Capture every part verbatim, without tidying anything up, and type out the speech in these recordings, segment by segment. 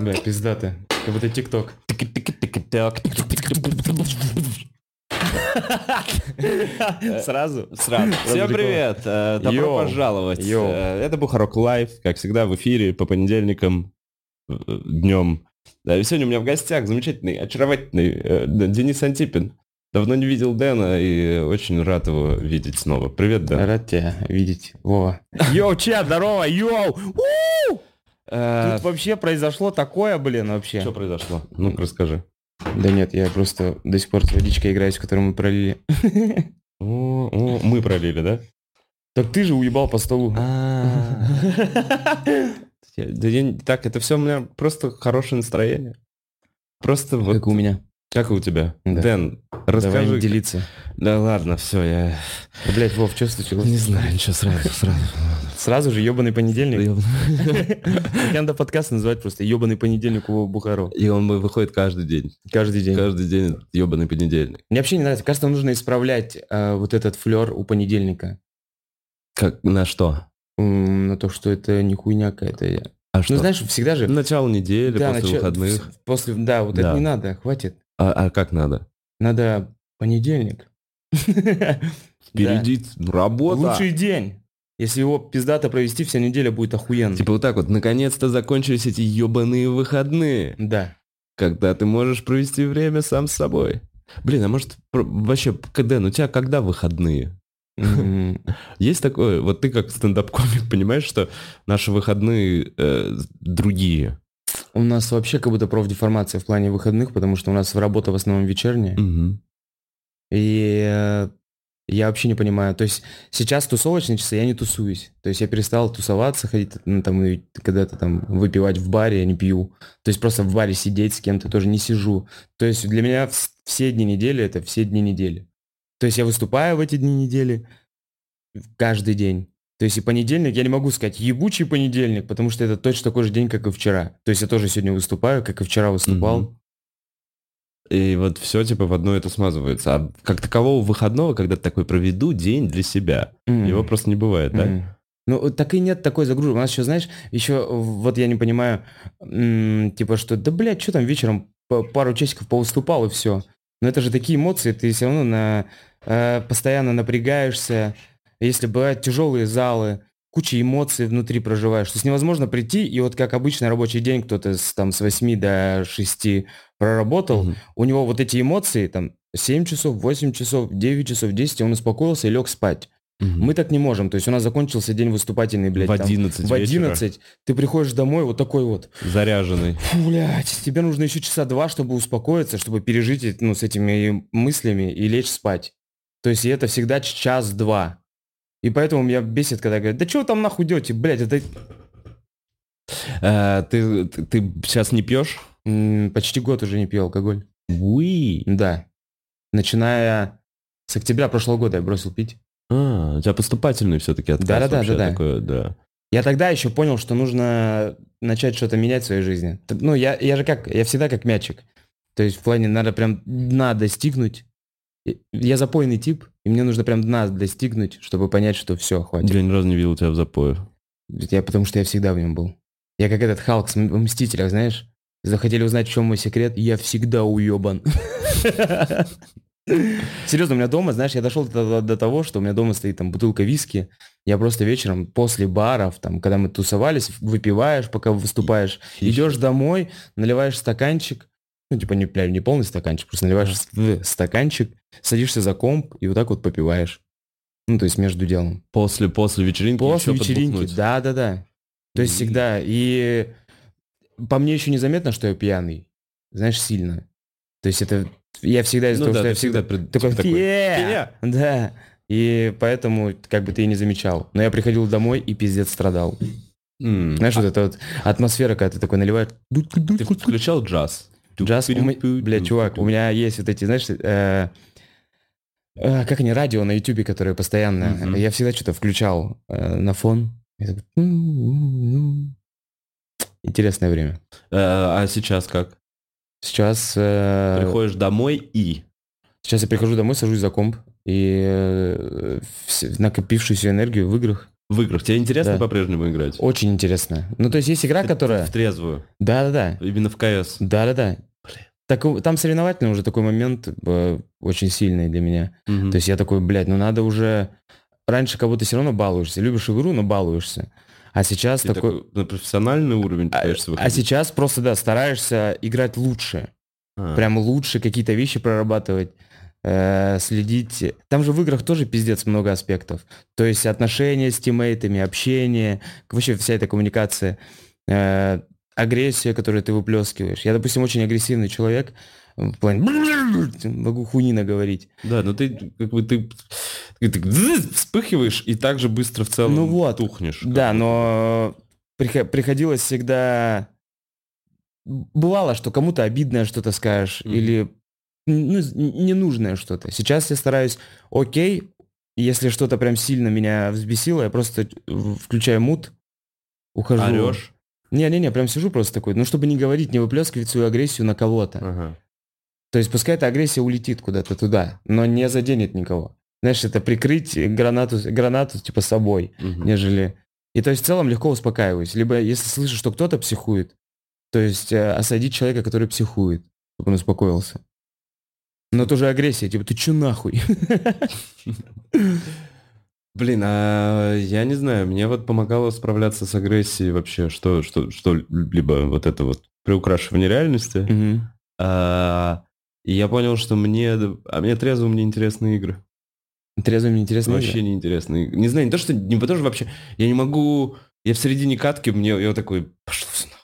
Да, пиздато. Как будто ТикТок. Сразу? Сразу. Всем привет. э, Добро Йоу. пожаловать. Йоу. Э, Это Бухарок Лайв, как всегда, в эфире по понедельникам э, днем. Да, и сегодня у меня в гостях замечательный, очаровательный э, Денис Антипин. Давно не видел Дэна и очень рад его видеть снова. Привет, Дэн. Рад тебя видеть. Вова. Йоу, чат, здорово, йоу! У! Э, Тут вообще произошло такое, блин, вообще. Что произошло? Ну-ка, расскажи. Да нет, я просто до сих пор с водичкой играюсь, которую мы пролили. О, о, мы пролили, да? Так ты же уебал по столу. А. Да я- Так, это все у меня просто хорошее настроение. Просто вот... Как у меня. Как и у тебя? Да. Дэн, Давай расскажи. не делиться. Да ладно, все, я... Да, блядь, Вов, что случилось? Не знаю, ничего, сразу, сразу. Сразу же ебаный понедельник. Надо подкаст называть просто ебаный понедельник у Бухаро. И он выходит каждый день. Каждый день. Каждый день ебаный понедельник. Мне вообще не нравится. Кажется, нужно исправлять э, вот этот флер у понедельника. Как, на что? М, на то, что это не хуйня какая-то. А что? Ну, знаешь, всегда же... Начало недели, Да, после нача- выходных. в- После, да, вот Да. это не надо, хватит. А, а как надо? Надо понедельник. Впереди Да. работа. Лучший день. Если его пиздато провести, вся неделя будет охуенно. Типа вот так вот, наконец-то закончились эти ебаные выходные. Да. Когда ты можешь провести время сам с собой. Блин, а может про- вообще, Дэн, у тебя когда выходные? М, Есть такое, вот ты как стендап-комик понимаешь, что наши выходные э, другие? У нас вообще как будто профдеформация в плане выходных, потому что у нас работа в основном вечерняя. Мгм. И э, я вообще не понимаю. То есть сейчас тусовочные часы я не тусуюсь. То есть я перестал тусоваться, ходить, ну, там, и когда-то там выпивать в баре, я не пью. То есть просто в баре сидеть с кем-то тоже не сижу. То есть для меня вс- все дни недели — это все дни недели. То есть я выступаю в эти дни недели каждый день. То есть и понедельник, я не могу сказать ебучий понедельник, потому что это точно такой же день, как и вчера. То есть я тоже сегодня выступаю, как и вчера выступал. Мгм. И вот все типа в одно это смазывается. А как такового выходного, когда ты такой проведу день для себя, М. его просто не бывает, да? Мгм. Ну, так и нет такой загрузки. У нас еще, знаешь, еще вот я не понимаю, м, типа, что да, блядь, что там вечером по- пару часиков повыступал и все. Но это же такие эмоции, ты все равно на, э, постоянно напрягаешься. Если бывают тяжелые залы, куча эмоций внутри проживаешь. То есть невозможно прийти, и вот как обычный рабочий день, кто-то с, там с восьми до шести проработал, Мгм. у него вот эти эмоции, там, семь часов, восемь часов, девять часов, десять, он успокоился и лег спать. Мгм. Мы так не можем. То есть у нас закончился день выступательный, блядь. в там, одиннадцать в одиннадцать ты приходишь домой вот такой вот. заряженный. Фу, блядь, тебе нужно еще часа два, чтобы успокоиться, чтобы пережить эти, ну, с этими мыслями и лечь спать. То есть и это всегда ч- час-два. И поэтому меня бесит, когда говорят, да чего там нахуй идете, блядь, это А, ты, ты, ты сейчас не пьешь? м, почти год уже не пью алкоголь. Уи. Да. Начиная с октября прошлого года я бросил пить. А, у тебя поступательный все-таки отказ. Да-да-да, вообще да-да. такое, да. Я тогда еще понял, что нужно начать что-то менять в своей жизни. Т- Ну, я, я же как, я всегда как мячик. То есть в плане надо прям дна достигнуть. И- Я запойный тип, и мне нужно прям дна достигнуть, чтобы понять, что все, хватит. Я ни разу не видел тебя в запое. Я, потому что я всегда в нем был. Я как этот Халк с М- в «Мстителях», знаешь? Захотели узнать, в чем мой секрет? Я всегда уебан. Серьезно, у меня дома, знаешь, я дошел до, до того, что у меня дома стоит там бутылка виски. Я просто вечером после баров, там, когда мы тусовались, выпиваешь, пока выступаешь, идешь домой, наливаешь стаканчик, ну, типа, не, бля, не полный стаканчик, просто наливаешь в стаканчик, садишься за комп и вот так вот попиваешь. Ну, то есть между делом. После, после вечеринки После еще вечеринки, подбухнуть. да-да-да. То есть И- всегда. И по мне еще незаметно, что я пьяный. Знаешь, сильно. То есть это... Я всегда из-за Ну того, да, что я ты всегда всегда... пред- Такой, типа такой, «Фе!» Да. И поэтому как бы ты и не замечал. Но я приходил домой и пиздец страдал. М. Знаешь, вот эта вот атмосфера, когда ты такой наливаешь... Ты включал джаз? Джаз, у меня- бля, чувак, у меня есть вот эти, знаешь, э, э, как они, радио на ютубе, которые постоянно, Мгм. я всегда что-то включал э, на фон. И такой, «М-м-м». Интересное время. Э, А сейчас как? Сейчас, э, Приходишь домой и... сейчас я прихожу домой, сажусь за комп и э, вс- накопившуюся энергию в играх В играх. Тебе интересно Да. по-прежнему играть? Очень интересно. Ну, то есть есть игра, которая... В трезвую. Да-да-да. Именно в КС. Да-да-да. Так, там соревновательный уже такой момент э, очень сильный для меня. Мгм. То есть я такой, блядь, ну надо уже... Раньше как будто все равно балуешься. Любишь игру, но балуешься. А сейчас Ты такой... такой на профессиональный уровень А, пытаешься а выходить? сейчас просто, да, стараешься играть лучше. А. Прям лучше какие-то вещи прорабатывать, э, следить. Там же в играх тоже пиздец много аспектов. То есть отношения с тиммейтами, общение, вообще вся эта коммуникация, э, агрессия, которую ты выплескиваешь. Я, допустим, очень агрессивный человек, в плане могу хуйни наговорить. Да, но ты как бы ты, ты, ты вспыхиваешь и так же быстро в целом Ну вот, тухнешь. как да, будто бы. но прихо- приходилось всегда... Бывало, что кому-то обидное что-то скажешь, Мгм. или ну, ненужное что-то. Сейчас я стараюсь, окей, если что-то прям сильно меня взбесило, я просто в- включаю мут, ухожу. Орешь? Не-не-не, прям сижу просто такой, ну, чтобы не говорить, не выплескивать свою агрессию на кого-то. Ага. То есть пускай эта агрессия улетит куда-то туда, но не заденет никого. Знаешь, это прикрыть гранату, гранату типа собой, Мгм. нежели... И то есть в целом легко успокаиваюсь. Либо если слышу, что кто-то психует, то есть э, осадить человека, который психует, чтобы он успокоился. Но тоже агрессия, типа, ты чё нахуй? Блин, а я не знаю, мне вот помогало справляться с агрессией вообще, что, что, что либо вот это вот приукрашивание реальности. Мгм. А, и я понял, что мне, а мне трезвым не интересны игры. Трезвым неинтересно. Вообще не интересны. Не знаю, не то, что не потому что вообще. Я не могу. Я в середине катки, мне я вот такой. Пошел в нахуй.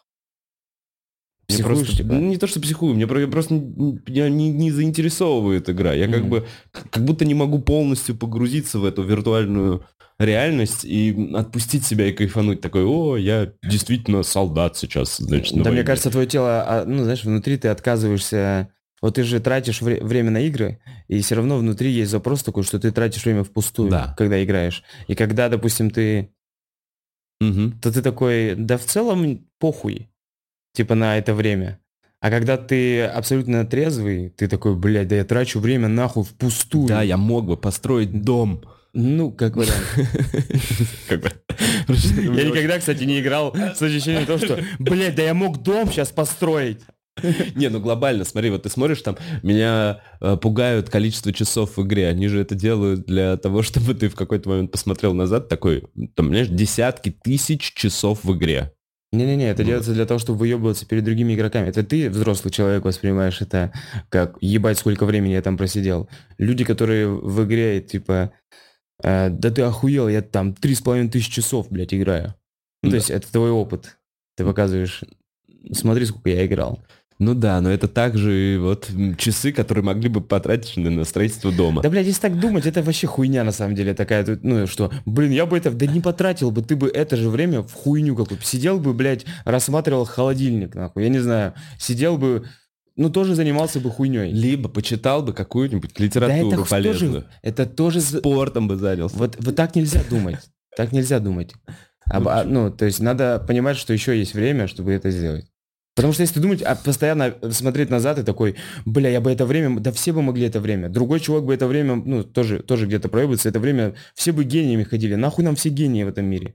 Мне Психуешь, просто, типа? ну, не то, что психую, мне про- просто н- меня не, не заинтересовывает игра. Я как Мгм. бы к- как будто не могу полностью погрузиться в эту виртуальную реальность и отпустить себя и кайфануть. Такой, о, я действительно солдат сейчас, значит, на Да, мне войне». кажется, твое тело, а, ну, знаешь, внутри ты отказываешься... Вот ты же тратишь вре- время на игры, и все равно внутри есть запрос такой, что ты тратишь время впустую, Да. когда играешь. И когда, допустим, ты... Мгм. То ты такой, да в целом похуй, типа, на это время. А когда ты абсолютно трезвый, ты такой, блядь, да я трачу время нахуй впустую. Да, я мог бы построить дом. Ну, как вариант. Как бы. Я никогда, кстати, не играл с ощущением того, что, блядь, да я мог дом сейчас построить. Не, ну глобально, смотри, вот ты смотришь там, меня э, пугают количество часов в игре. Они же это делают для того, чтобы ты в какой-то момент посмотрел назад, такой, там, знаешь, десятки тысяч часов в игре. Не-не-не, это Ну. делается для того, чтобы выебываться перед другими игроками. Это ты, взрослый человек, воспринимаешь это как ебать, сколько времени я там просидел. Люди, которые в игре, типа, э, да ты охуел, я там три с половиной тысячи часов, блядь, играю. Ну, то Да. есть это твой опыт. Ты показываешь, смотри, сколько я играл. Ну да, но это также и вот м, часы, которые могли бы потратить на строительство дома. Да, блядь, если так думать, это вообще хуйня на самом деле такая, тут, ну, что, блин, я бы это, да не потратил бы, ты бы это же время в хуйню какую-то, сидел бы, блядь, рассматривал холодильник, нахуй, я не знаю, сидел бы, ну, тоже занимался бы хуйней. Либо почитал бы какую-нибудь Да литературу это полезную. тоже, это тоже, за- Спортом бы занялся. вот, вот так нельзя думать, так нельзя думать. А- Ну, а, почему? ну, то есть надо понимать, что еще есть время, чтобы это сделать. Потому что если ты думать, а постоянно смотреть назад и такой, бля, я бы это время, да все бы могли это время. Другой чувак бы это время, ну, тоже, тоже где-то проебывается, это время, все бы гениями ходили. Нахуй нам все гении в этом мире?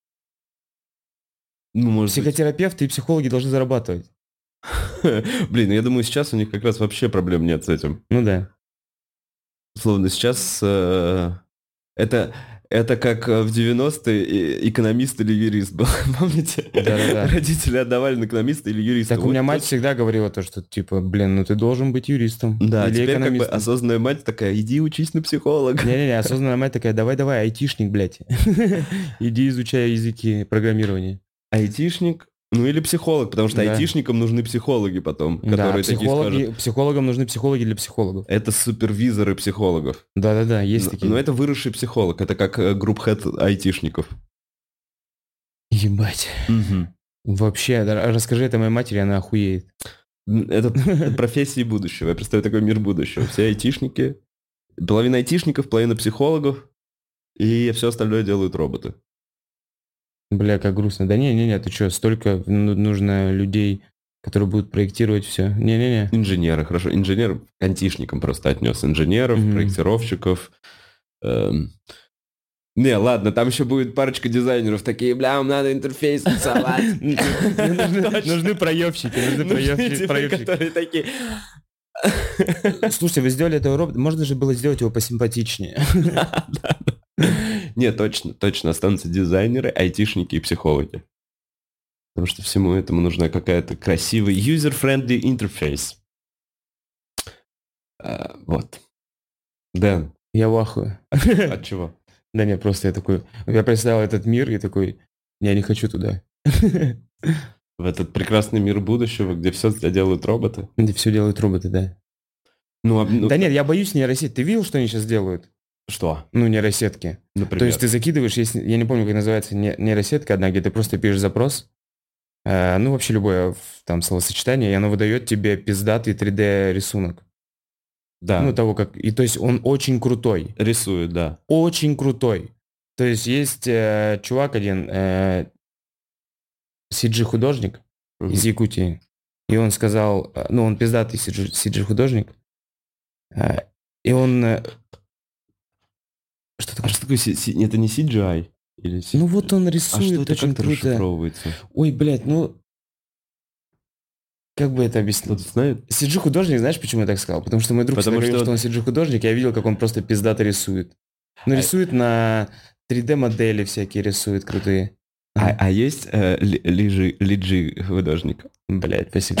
Ну, может быть. Психотерапевты и психологи должны зарабатывать. Блин, я думаю, сейчас у них как раз вообще проблем нет с этим. Ну да. Условно, сейчас э, это, это как э, в девяностые э, экономист или юрист был. Помните? Да-да-да. Родители отдавали на экономиста или юриста. Так у Вот меня мать точно. всегда говорила то, что типа, блин, ну ты должен быть юристом. Да, или теперь как бы экономистом. осознанная мать такая, иди учись на психолога. Не-не-не, осознанная мать такая, давай-давай, айтишник, блядь. Иди изучай языки программирования. Айтишник, ну или психолог, потому что Да. айтишникам нужны психологи потом, Да, которые такие психологи, скажут, психологам нужны психологи для психологов. это супервизоры психологов. Да-да-да, есть Но- такие. Но это выросший психолог, это как э, групп-хед айтишников. Ебать. Вообще, да, расскажи это моей матери, она охуеет. М, Это, это профессии будущего. Я представляю такой мир будущего. Все айтишники, половина айтишников, половина психологов, и все остальное делают роботы. Бля, как грустно. Да не-не-не, ты что, столько ну, нужно людей, которые будут проектировать все. Не-не-не. Инженеры, хорошо. Инженер к айтишникам просто отнес. Инженеров, Мгм. проектировщиков, эм, Не, ладно, там еще будет парочка дизайнеров такие, бля, нам надо интерфейс рисовать. Нужны проебщики, нужны проебщики. Которые такие... Слушайте, вы сделали этого робота, можно же было сделать его посимпатичнее. Не, точно, точно, останутся дизайнеры, айтишники и психологи. Потому что всему этому нужна какая-то красивый user-friendly интерфейс. А, вот. Дэн. Я в ахуе. От чего? Да нет, просто я такой... Я представил этот мир и такой... Я не хочу туда. В этот прекрасный мир будущего, где все делают роботы? Где все делают роботы, да. Ну, а, ну... Да нет, я боюсь нейросети. Ты видел, что они сейчас делают? Что? Ну, нейросетки. Например? То есть ты закидываешь, есть, я не помню, как называется, нейросетка одна, где ты просто пишешь запрос, э, ну, вообще любое там словосочетание, и оно выдает тебе пиздатый три дэ рисунок. Да. Ну, того как... И то есть он очень крутой. Рисует, да. Очень крутой. То есть есть э, чувак один, э, си джи-художник uh-huh. из Якутии, и он сказал, ну, он пиздатый си джи-художник, э, и он... Э, что такое? А что такое? Си- это не си джи ай? Или си... Ну вот он рисует а что это, очень как-то круто. расшифровывается? Ой, блядь, ну... Как бы это объяснить? Кто-то знает? си джи-художник, знаешь, почему я так сказал? Потому что мой друг Потому говорил, что... что он си джи-художник, я видел, как он просто пиздато рисует. Ну, а... рисует на три дэ-модели всякие, рисует крутые. А, а есть э, лиджи, лиджи художник? Блядь, спасибо.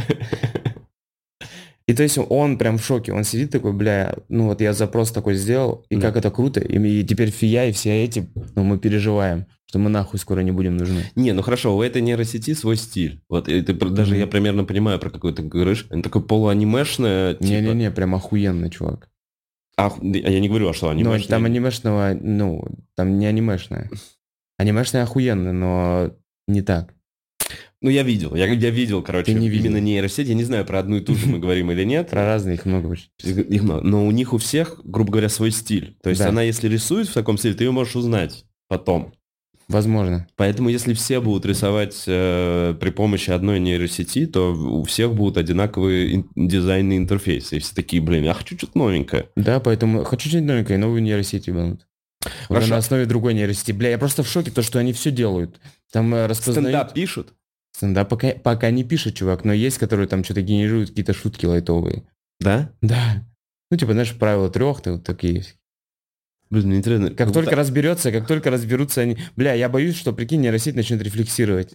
И то есть он прям в шоке, он сидит такой, бля, ну вот я запрос такой сделал, и да. как это круто, и, и теперь фия и все эти, ну мы переживаем, что мы нахуй скоро не будем нужны. Не, ну хорошо, у этой нейросети свой стиль. Вот и ты, даже mm-hmm. я примерно понимаю, про какой ты говоришь. Она такой полуанимешная, типа... Не-не-не, прям охуенно, чувак. А, я не говорю, а что анимешная? Ну, там анимешного, ну, там не анимешная. Анимешная охуенно, но не так. Ну, я видел, я, я видел, короче, не видел. именно нейросеть. Я не знаю, про одну и ту же мы говорим или нет. Про разные, их много очень. Их много. Но у них у всех, грубо говоря, свой стиль. То есть да. она, если рисует в таком стиле, ты ее можешь узнать потом. Возможно. Поэтому, если все будут рисовать э, при помощи одной нейросети, то у всех будут одинаковые ин- дизайны интерфейса. И все такие, блин, я хочу что-то новенькое. Да, поэтому хочу что-то новенькое, новую нейросеть ебанут. Уже на основе другой нейросети. Бля, я просто в шоке, то, что они все делают. Там распознают... Стендап пишут? Стендап пока, пока не пишет, чувак, но есть, которые там что-то генерируют, какие-то шутки лайтовые. Да? Да. Ну, типа, знаешь, правила трех, вот такие. Блин, мне интересно. Как ну, только так... разберется, как только разберутся они... Бля, я боюсь, что, прикинь, нейросеть начнет рефлексировать.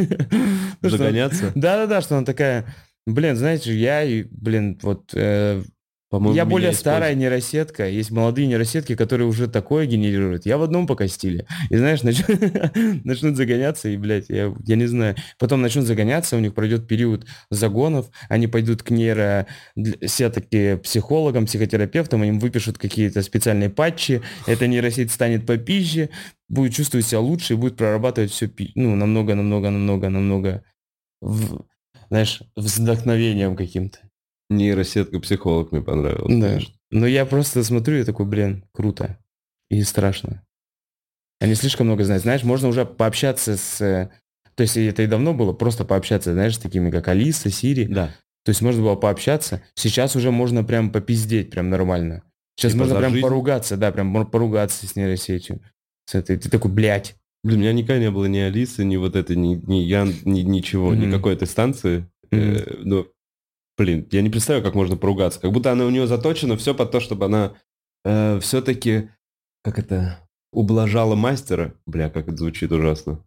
Загоняться? Да-да-да, что она такая... Блин, знаете, я, блин, вот... По-моему, я более старая использует. нейросетка, есть молодые нейросетки, которые уже такое генерируют. Я в одном пока стиле. И знаешь, нач... начнут загоняться, и, блядь, я, я не знаю. Потом начнут загоняться, у них пройдет период загонов, они пойдут к нейросетке психологам, психотерапевтам, им выпишут какие-то специальные патчи, эта нейросеть станет попизже, будет чувствовать себя лучше и будет прорабатывать все, ну, намного-намного-намного-намного, в... знаешь, с вдохновением каким-то. Нейросетка-психолог мне понравилась. Да. Конечно. Но я просто смотрю и такой, блин, круто. И страшно. Они слишком много знают. Знаешь, можно уже пообщаться с... То есть это и давно было, просто пообщаться, знаешь, с такими, как Алиса, Сири. Да. То есть можно было пообщаться. Сейчас уже можно прям попиздеть, прям нормально. Сейчас типа можно прям жизнь? Поругаться, да, прям поругаться с нейросетью. С этой. Ты такой, блядь. Блин, у меня никогда не было ни Алисы, ни вот этой, ни, ни Ян, ни ничего, mm-hmm. никакой этой станции. Mm-hmm. Э, но... Блин, я не представляю, как можно поругаться. Как будто она у нее заточена все под то, чтобы она э, все-таки, как это, ублажала мастера. Бля, как это звучит ужасно.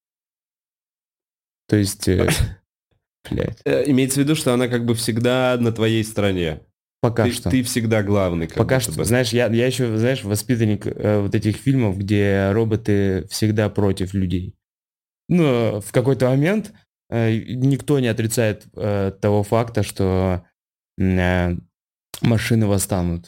То есть, э, блядь. Э, имеется в виду, что она как бы всегда на твоей стороне. Пока ты, что. Ты всегда главный. Пока что. Бы. Знаешь, я, я еще, знаешь, воспитанник э, вот этих фильмов, где роботы всегда против людей. Но в какой-то момент... Никто не отрицает э, того факта, что э, машины восстанут.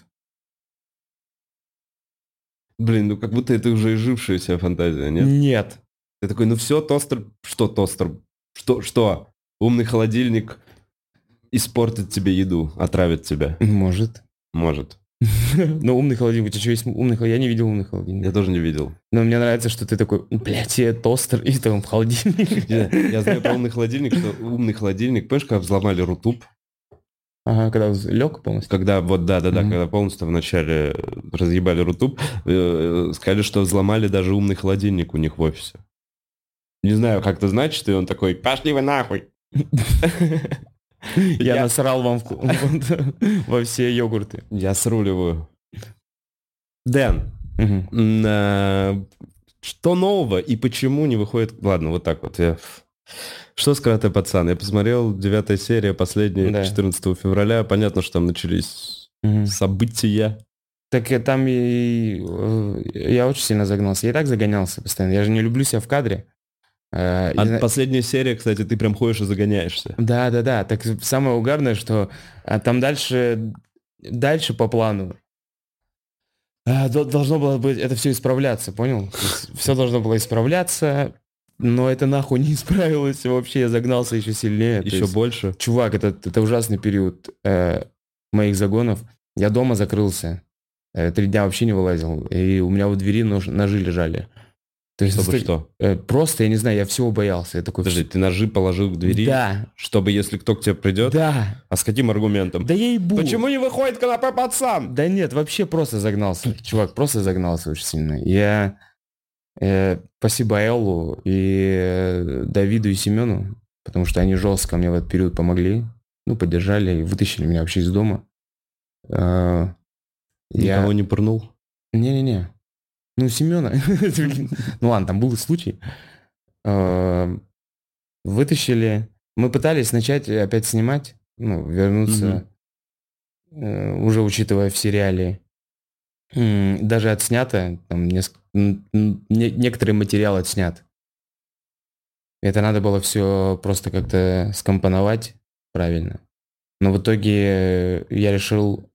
Блин, ну как будто это уже изжившаяся фантазия, нет? Нет. Ты такой, ну все, тостер... Что тостер? Что? Что? Умный холодильник испортит тебе еду, отравит тебя. Может. Может. Но умный холодильник, у тебя что есть умный холодильник? Я не видел умный холодильник. Я тоже не видел. Но мне нравится, что ты такой, блядь, я тостер и там холодильник. Я, я знаю про умный холодильник, что умный холодильник, понимаешь, как взломали Рутуб? Ага, когда лег полностью. Когда, вот, да-да-да, Мгм. когда полностью вначале разъебали Рутуб, э, сказали, что взломали даже умный холодильник у них в офисе. Не знаю, как это значит, и он такой, пошли вы нахуй. Я насрал вам в- во все йогурты. Я сруливаю. Дэн, Мгм. м, а, что нового и почему не выходит... Ладно, вот так вот. Я... Что с «Карате пацан»? Я посмотрел, девятая серия, последняя, Да. четырнадцатого февраля. Понятно, что там начались Мгм. события. Так и там и э, я очень сильно загнался. Я и так загонялся постоянно. Я же не люблю себя в кадре. Э, и А зна- последняя серия, кстати, ты прям ходишь и загоняешься. Да, да, да. Так самое угарное, что а, там дальше, дальше по плану а, до- должно было быть это все исправляться, понял? Все должно было исправляться, но это нахуй не исправилось вообще. Я загнался еще сильнее. То Еще есть, больше. чувак, это, это ужасный период э, моих загонов. Я дома закрылся, э, три дня вообще не вылазил, и у меня у двери нож- ножи лежали. То есть Чтобы это- что? э, просто, я не знаю, я всего боялся. Я такой, Подожди, ты ножи положил к двери, да, чтобы если кто к тебе придет, да, а с каким аргументом? да я ебу. Почему не выходит КНП пацан? Да нет, вообще просто загнался. Чувак, просто загнался очень сильно. Я э, спасибо Эллу и э, Давиду и Семену, потому что они жестко мне в этот период помогли, ну, поддержали и вытащили меня вообще из дома. Э, я... Никого не пырнул? Не-не-не. Ну, Семена. Ну ладно, там был и случай. Э, Вытащили. Мы пытались начать опять снимать, ну, вернуться, э, уже учитывая все реалии. М, Даже отснято, там неск- м, м, не- некоторый материал отснят. Это надо было все просто как-то скомпоновать правильно. Но в итоге э, я решил,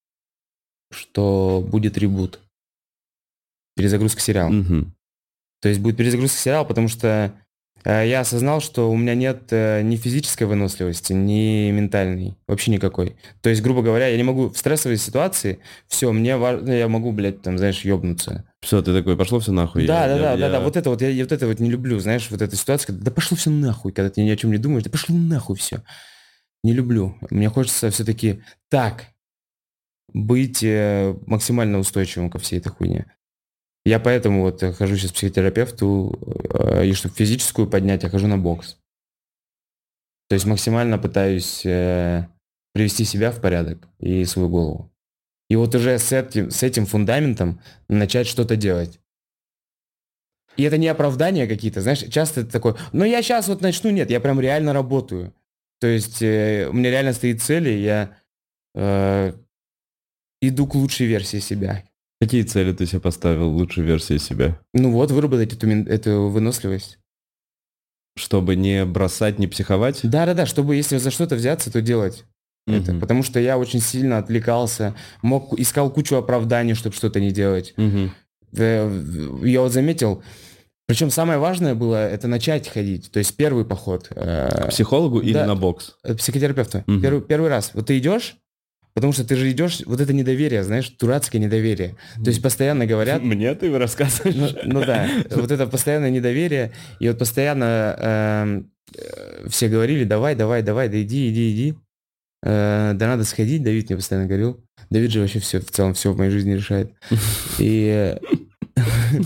что будет ребут. Перезагрузка сериала. Мгм. То есть будет перезагрузка сериала, потому что э, я осознал, что у меня нет э, ни физической выносливости, ни ментальной. Вообще никакой. То есть, грубо говоря, я не могу в стрессовой ситуации, все, мне важно, я могу, блядь, там, знаешь, ёбнуться. Все, ты такой, пошло все нахуй. Да, я- да, я- да, да, я- да, вот это вот, я, я вот это вот не люблю, знаешь, вот эта ситуация, когда да пошло все нахуй, когда ты ни о чем не думаешь, да пошло нахуй все. Не люблю. Мне хочется все-таки так быть э, максимально устойчивым ко всей этой хуйне. Я поэтому вот э, хожу сейчас к психотерапевту, э, и чтобы физическую поднять, я хожу на бокс. То есть максимально пытаюсь э, привести себя в порядок и свою голову. И вот уже с этим, с этим фундаментом начать что-то делать. И это не оправдания какие-то, знаешь, часто это такое, ну я сейчас вот начну, нет, я прям реально работаю. То есть э, у меня реально стоит цель, и я э, иду к лучшей версии себя. Какие цели ты себе поставил, лучшей версии себя? Ну вот, выработать эту, мен- эту выносливость. Чтобы не бросать, не психовать? Да-да-да, чтобы если за что-то взяться, то делать это. Мгм. Потому что я очень сильно отвлекался, мог, искал кучу оправданий, чтобы что-то не делать. Мгм. Э, Я вот заметил, причем самое важное было, это начать ходить. То есть первый поход. э, К психологу или да. на бокс? э, Психотерапевта. Мгм. Первый, первый раз. Вот ты идешь, потому что ты же идешь, вот это недоверие, знаешь, дурацкое недоверие. То есть постоянно говорят... Мне ты рассказываешь? Ну, ну да, вот это постоянное недоверие, и вот постоянно эм, э, все говорили, давай, давай, давай, да иди, иди, иди. Э, да надо сходить, Давид мне постоянно говорил. Давид же вообще все, в целом все в моей жизни решает. И э,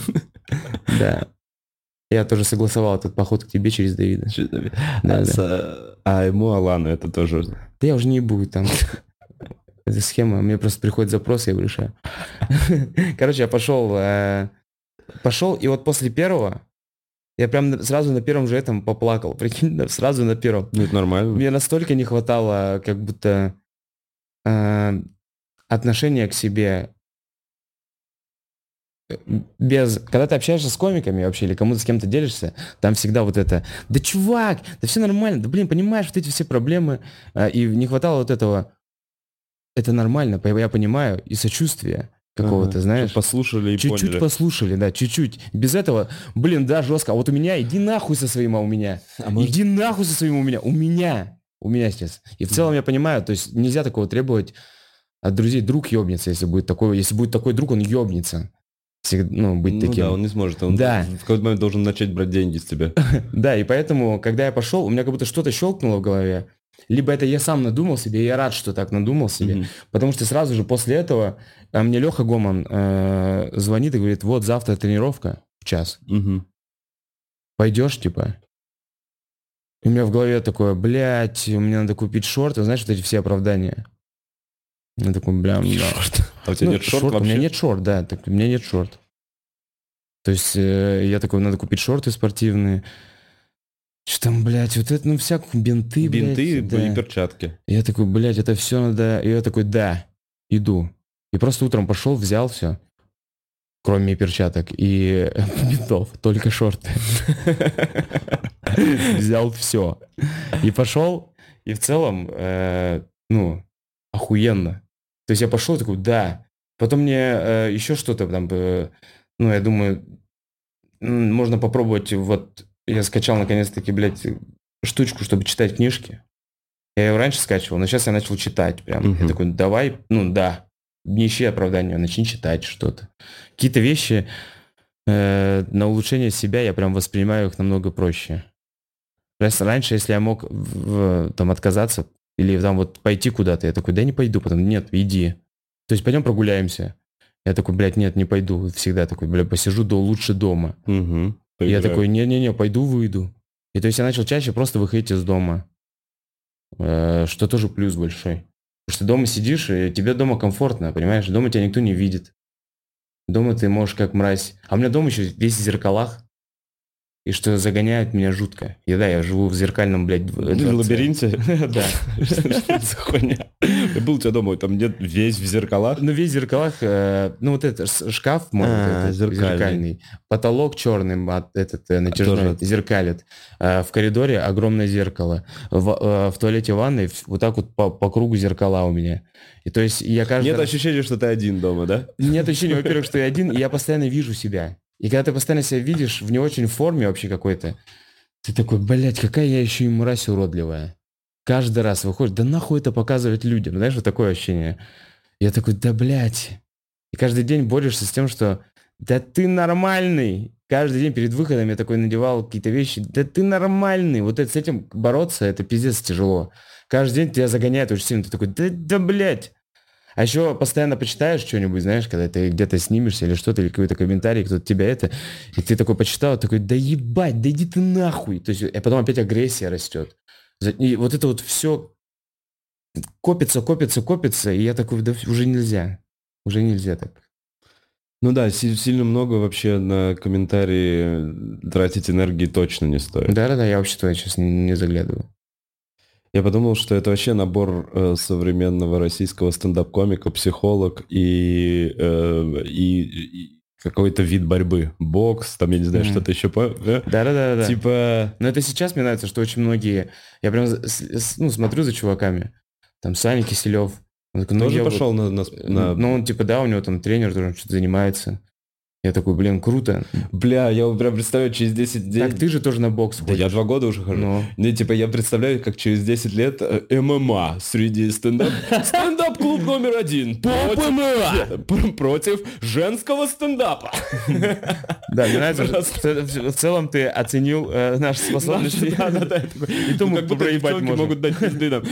да, я тоже согласовал этот поход к тебе через Давида. Да, А, да. с- а ему Алану это тоже... Да я уже не буду там. Эта схема, мне просто приходит запрос, я его решаю. Короче, я пошел, э, пошел, и вот после первого я прям на- сразу на первом же этом поплакал, прикинь, да, сразу на первом. Ну, это нормально. Мне настолько не хватало как будто э, отношения к себе э, без... Когда ты общаешься с комиками вообще или кому-то с кем-то делишься, там всегда вот это, да чувак, да все нормально, да блин, понимаешь, вот эти все проблемы, э, и не хватало вот этого, это нормально, по- я понимаю, и сочувствия какого-то, Ага. знаешь. Чтоб послушали и Чуть-чуть поняли. послушали, да, чуть-чуть. Без этого, блин, да, жестко. А вот у меня, иди нахуй со своим, а у меня. А может- Иди нахуй со своим, у меня. У меня. У меня сейчас. И в целом я понимаю, то есть нельзя такого требовать от друзей. Друг ёбнется, если будет такой, если будет такой друг, он ёбнется. Всег- ну, быть Ну таким. да, он не сможет. Он Да. в какой-то момент должен начать брать деньги с тебя. Да, и поэтому, когда я пошел, у меня как будто что-то щелкнуло в голове. либо это я сам надумал себе, и я рад, что так надумал себе, mm-hmm. потому что сразу же после этого а мне Леха Гоман э, звонит и говорит, вот завтра тренировка в час. Mm-hmm. Пойдешь, типа? И у меня в голове такое, блядь, мне надо купить шорты, знаешь, вот эти все оправдания. Я такой, бля, шорт. А у тебя ну, нет шорт, шорт вообще? У меня нет шорт, да, так, у меня нет шорт. То есть э, я такой, надо купить шорты спортивные. Что там, блядь, вот это, ну, всякие бинты, блядь. Бинты да. и перчатки. Я такой, блядь, это все надо... И я такой, да, иду. И просто утром пошел, взял все, кроме перчаток и бинтов, только шорты. Взял все. И пошел, и в целом, ну, охуенно. То есть я пошел, такой, да. Потом мне еще что-то там, ну, я думаю, можно попробовать, вот, я скачал наконец-таки, блядь, штучку, чтобы читать книжки. Я ее раньше скачивал, но сейчас я начал читать прям. Uh-huh. Я такой, давай, ну да, не ищи оправдания, начни читать что-то. Какие-то вещи э, на улучшение себя я прям воспринимаю их намного проще. Раньше, если я мог в, там отказаться или там вот пойти куда-то, я такой, да не пойду, потом, нет, иди. То есть пойдем прогуляемся. Я такой, блядь, нет, не пойду. Всегда такой, блядь, посижу до лучше дома. Uh-huh. Я такой, не-не-не, пойду выйду. И то есть я начал чаще просто выходить из дома. Что тоже плюс большой. Потому что дома сидишь, и тебе дома комфортно, понимаешь? Дома тебя никто не видит. Дома ты можешь как мразь. А у меня дом еще весь в зеркалах. И что загоняет меня жутко. И да, я живу в зеркальном, блядь, дворце. В лабиринте? Да. Что за хуйня? Был у тебя дома, там нет весь в зеркалах? Ну, весь в зеркалах, ну, вот этот шкаф, может, зеркальный. Потолок черный, этот натяжной, зеркалит. В коридоре огромное зеркало. В туалете ванной вот так вот по кругу зеркала у меня. И то есть я каждый Нет ощущения, что ты один дома, да? Нет ощущения, во-первых, что я один, и я постоянно вижу себя. И когда ты постоянно себя видишь в не очень форме вообще какой-то, ты такой, блядь, какая я еще и мразь уродливая. Каждый раз выходишь, да нахуй это показывать людям, знаешь, вот такое ощущение. Я такой, да блядь. И каждый день борешься с тем, что да ты нормальный. Каждый день перед выходом я такой надевал какие-то вещи, да ты нормальный. Вот это, с этим бороться, это пиздец тяжело. Каждый день тебя загоняет очень сильно, ты такой, да, да блядь. А еще постоянно почитаешь что-нибудь, знаешь, когда ты где-то снимешься или что-то, или какой-то комментарий, кто-то тебя это, и ты такой почитал, такой, да ебать, да иди ты нахуй. То есть, и потом опять агрессия растет. И вот это вот все копится, копится, копится, и я такой, да уже нельзя, уже нельзя так. Ну да, сильно много вообще на комментарии тратить энергии точно не стоит. Да-да-да, я вообще туда сейчас не, не заглядываю. Я подумал, что это вообще набор э, современного российского стендап-комика, психолог и, э, и, и какой-то вид борьбы. Бокс, там, я не знаю, mm-hmm. что-то еще. Да-да-да. Типа... Но это сейчас мне нравится, что очень многие... Я прям ну, смотрю за чуваками. Там Саня Киселев. Он такой, ну, тоже пошел вот... на, на, на... Ну, он типа, да, у него там тренер тоже что-то занимается. Я такой, блин, круто. Бля, я прям представляю, через десять дней... Так ты же тоже на бокс ходишь. Да я два года уже хожу. Но... Не, типа, я представляю, как через десять лет ММА среди стендап... Стендап-клуб номер один. Против... Против женского стендапа. Да, мне нравится, в целом ты оценил наши способности. Да, да, да. И то мы проебать можем. Могут дать пизды нам.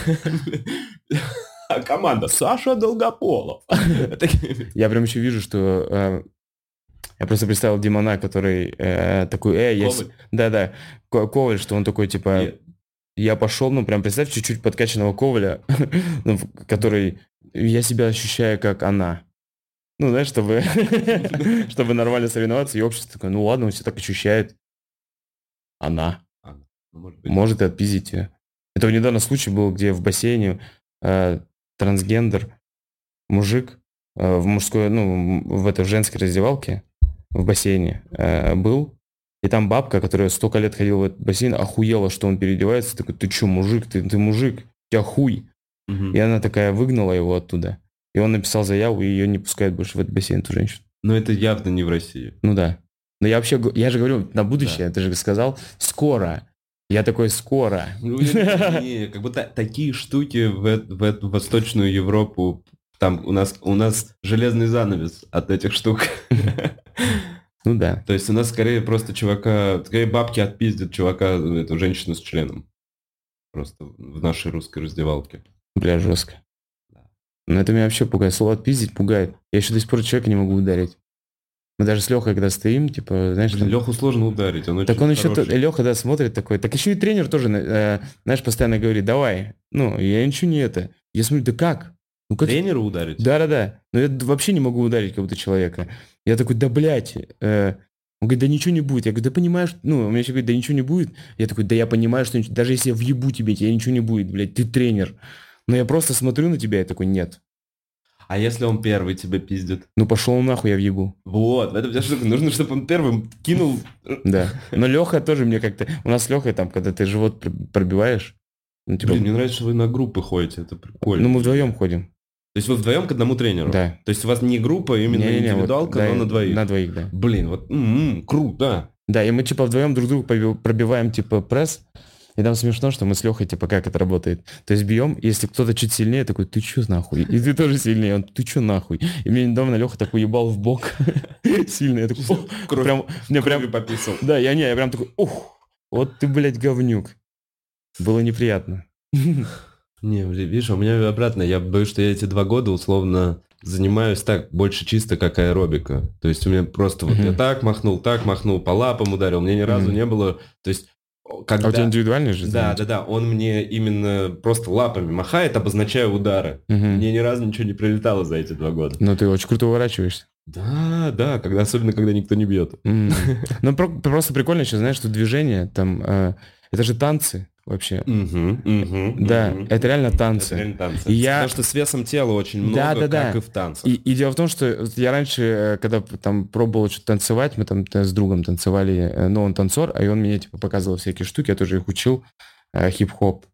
Команда Саша Долгополов. Я прям еще вижу, что... Я просто представил Димона, который э, такой, э, есть... Да-да, Коваль, что он такой, типа... Yeah. Я пошел, ну, прям представь, чуть-чуть подкачанного Коваля, ну, который... Я себя ощущаю, как она. Ну, знаешь, чтобы... чтобы нормально соревноваться, и общество такое, ну, ладно, он себя так ощущает. Она. Может и отпиздить ее. Это недавно случай был, где в бассейне э, трансгендер мужик э, в мужской, ну, в этой в женской раздевалке в бассейне э, был, и там бабка, которая столько лет ходила в этот бассейн, охуела, что он переодевается, такой, ты чё, мужик, ты, ты мужик, у тебя хуй. Угу. И она такая выгнала его оттуда. И он написал заяву, и ее не пускают больше в этот бассейн, эту женщину. Но это явно не в России. Ну да. Но я вообще, я же говорю, на будущее, да. Ты же сказал, скоро. Я такой, скоро. Ну, не, как будто такие штуки в, в, в Восточную Европу, там у нас, у нас железный занавес от этих штук. Ну да. То есть у нас скорее просто чувака, скорее бабки отпиздят чувака, эту женщину с членом. просто в нашей русской раздевалке. Бля, жестко. Но это меня вообще пугает. Слово «отпиздить» пугает. Я еще до сих пор человека не могу ударить. Мы даже с Лехой, когда стоим, типа, знаешь... Блин, там... Леху сложно ударить, он Так очень он еще... хороший. Леха, да, смотрит такой. Так еще и тренер тоже, э, знаешь, постоянно говорит, давай. Ну, я ничего не это. Я смотрю, да как? Ну, как... Тренера ударить? Да-да-да. Но я вообще не могу ударить как будто человека. Я такой, да, блядь. Э... Он говорит, да ничего не будет. Я говорю, да понимаешь, ну, он мне еще говорит, да ничего не будет. Я такой, да я понимаю, что ничего... даже если я въебу тебе, тебе ничего не будет, блядь, ты тренер. Но я просто смотрю на тебя и такой, нет. А если он первый тебя пиздит? Ну пошел нахуй, я въебу. Вот, в этом вся штука. Нужно, чтобы он первым кинул. Да. Но Леха тоже мне как-то... У нас с Лехой там, когда ты живот пробиваешь... Ну, типа... Блин, мне нравится, что вы на группы ходите, это прикольно. Ну мы вдвоем ходим. То есть вы вдвоем к одному тренеру? Да. То есть у вас не группа, именно Не-не-не, индивидуалка, вот, но да, на двоих? На двоих, да. Блин, вот м-м, круто. Да, и мы типа вдвоем друг другу пробиваем типа пресс. И там смешно, что мы с Лехой, типа, как это работает. То есть бьем, если кто-то чуть сильнее, такой, ты чё нахуй? И ты тоже сильнее, он, ты чё нахуй? И мне недавно Леха такой ебал в бок сильно. Я такой, Кровь, прям, мне прям пописал. Да, я не, я прям такой, ух, вот ты, блядь, говнюк. Было неприятно. Не, видишь, у меня обратно. Я боюсь, что я эти два года условно занимаюсь так, больше чисто как аэробика. То есть у меня просто вот я так махнул, так махнул, по лапам ударил. Мне ни разу не было... То есть когда... А у тебя индивидуальный же? Да, да, да. Он мне именно просто лапами махает, обозначая удары. Угу. Мне ни разу ничего не прилетало за эти два года. Ну, ты очень круто уворачиваешься. Да, да, когда, особенно когда никто не бьет. Mm. Ну, про- просто прикольно еще, знаешь, что движение, там, э, это же танцы вообще. Угу, угу, Да, угу. это реально танцы. Это реально танцы. И я... Потому что с весом тела очень много, да, да, как да. и в танцах. И, и дело в том, что я раньше, когда там пробовал что-то танцевать, мы там с другом танцевали, ну, он танцор, а и он мне, типа, показывал всякие штуки, я тоже их учил, э, хип-хоп.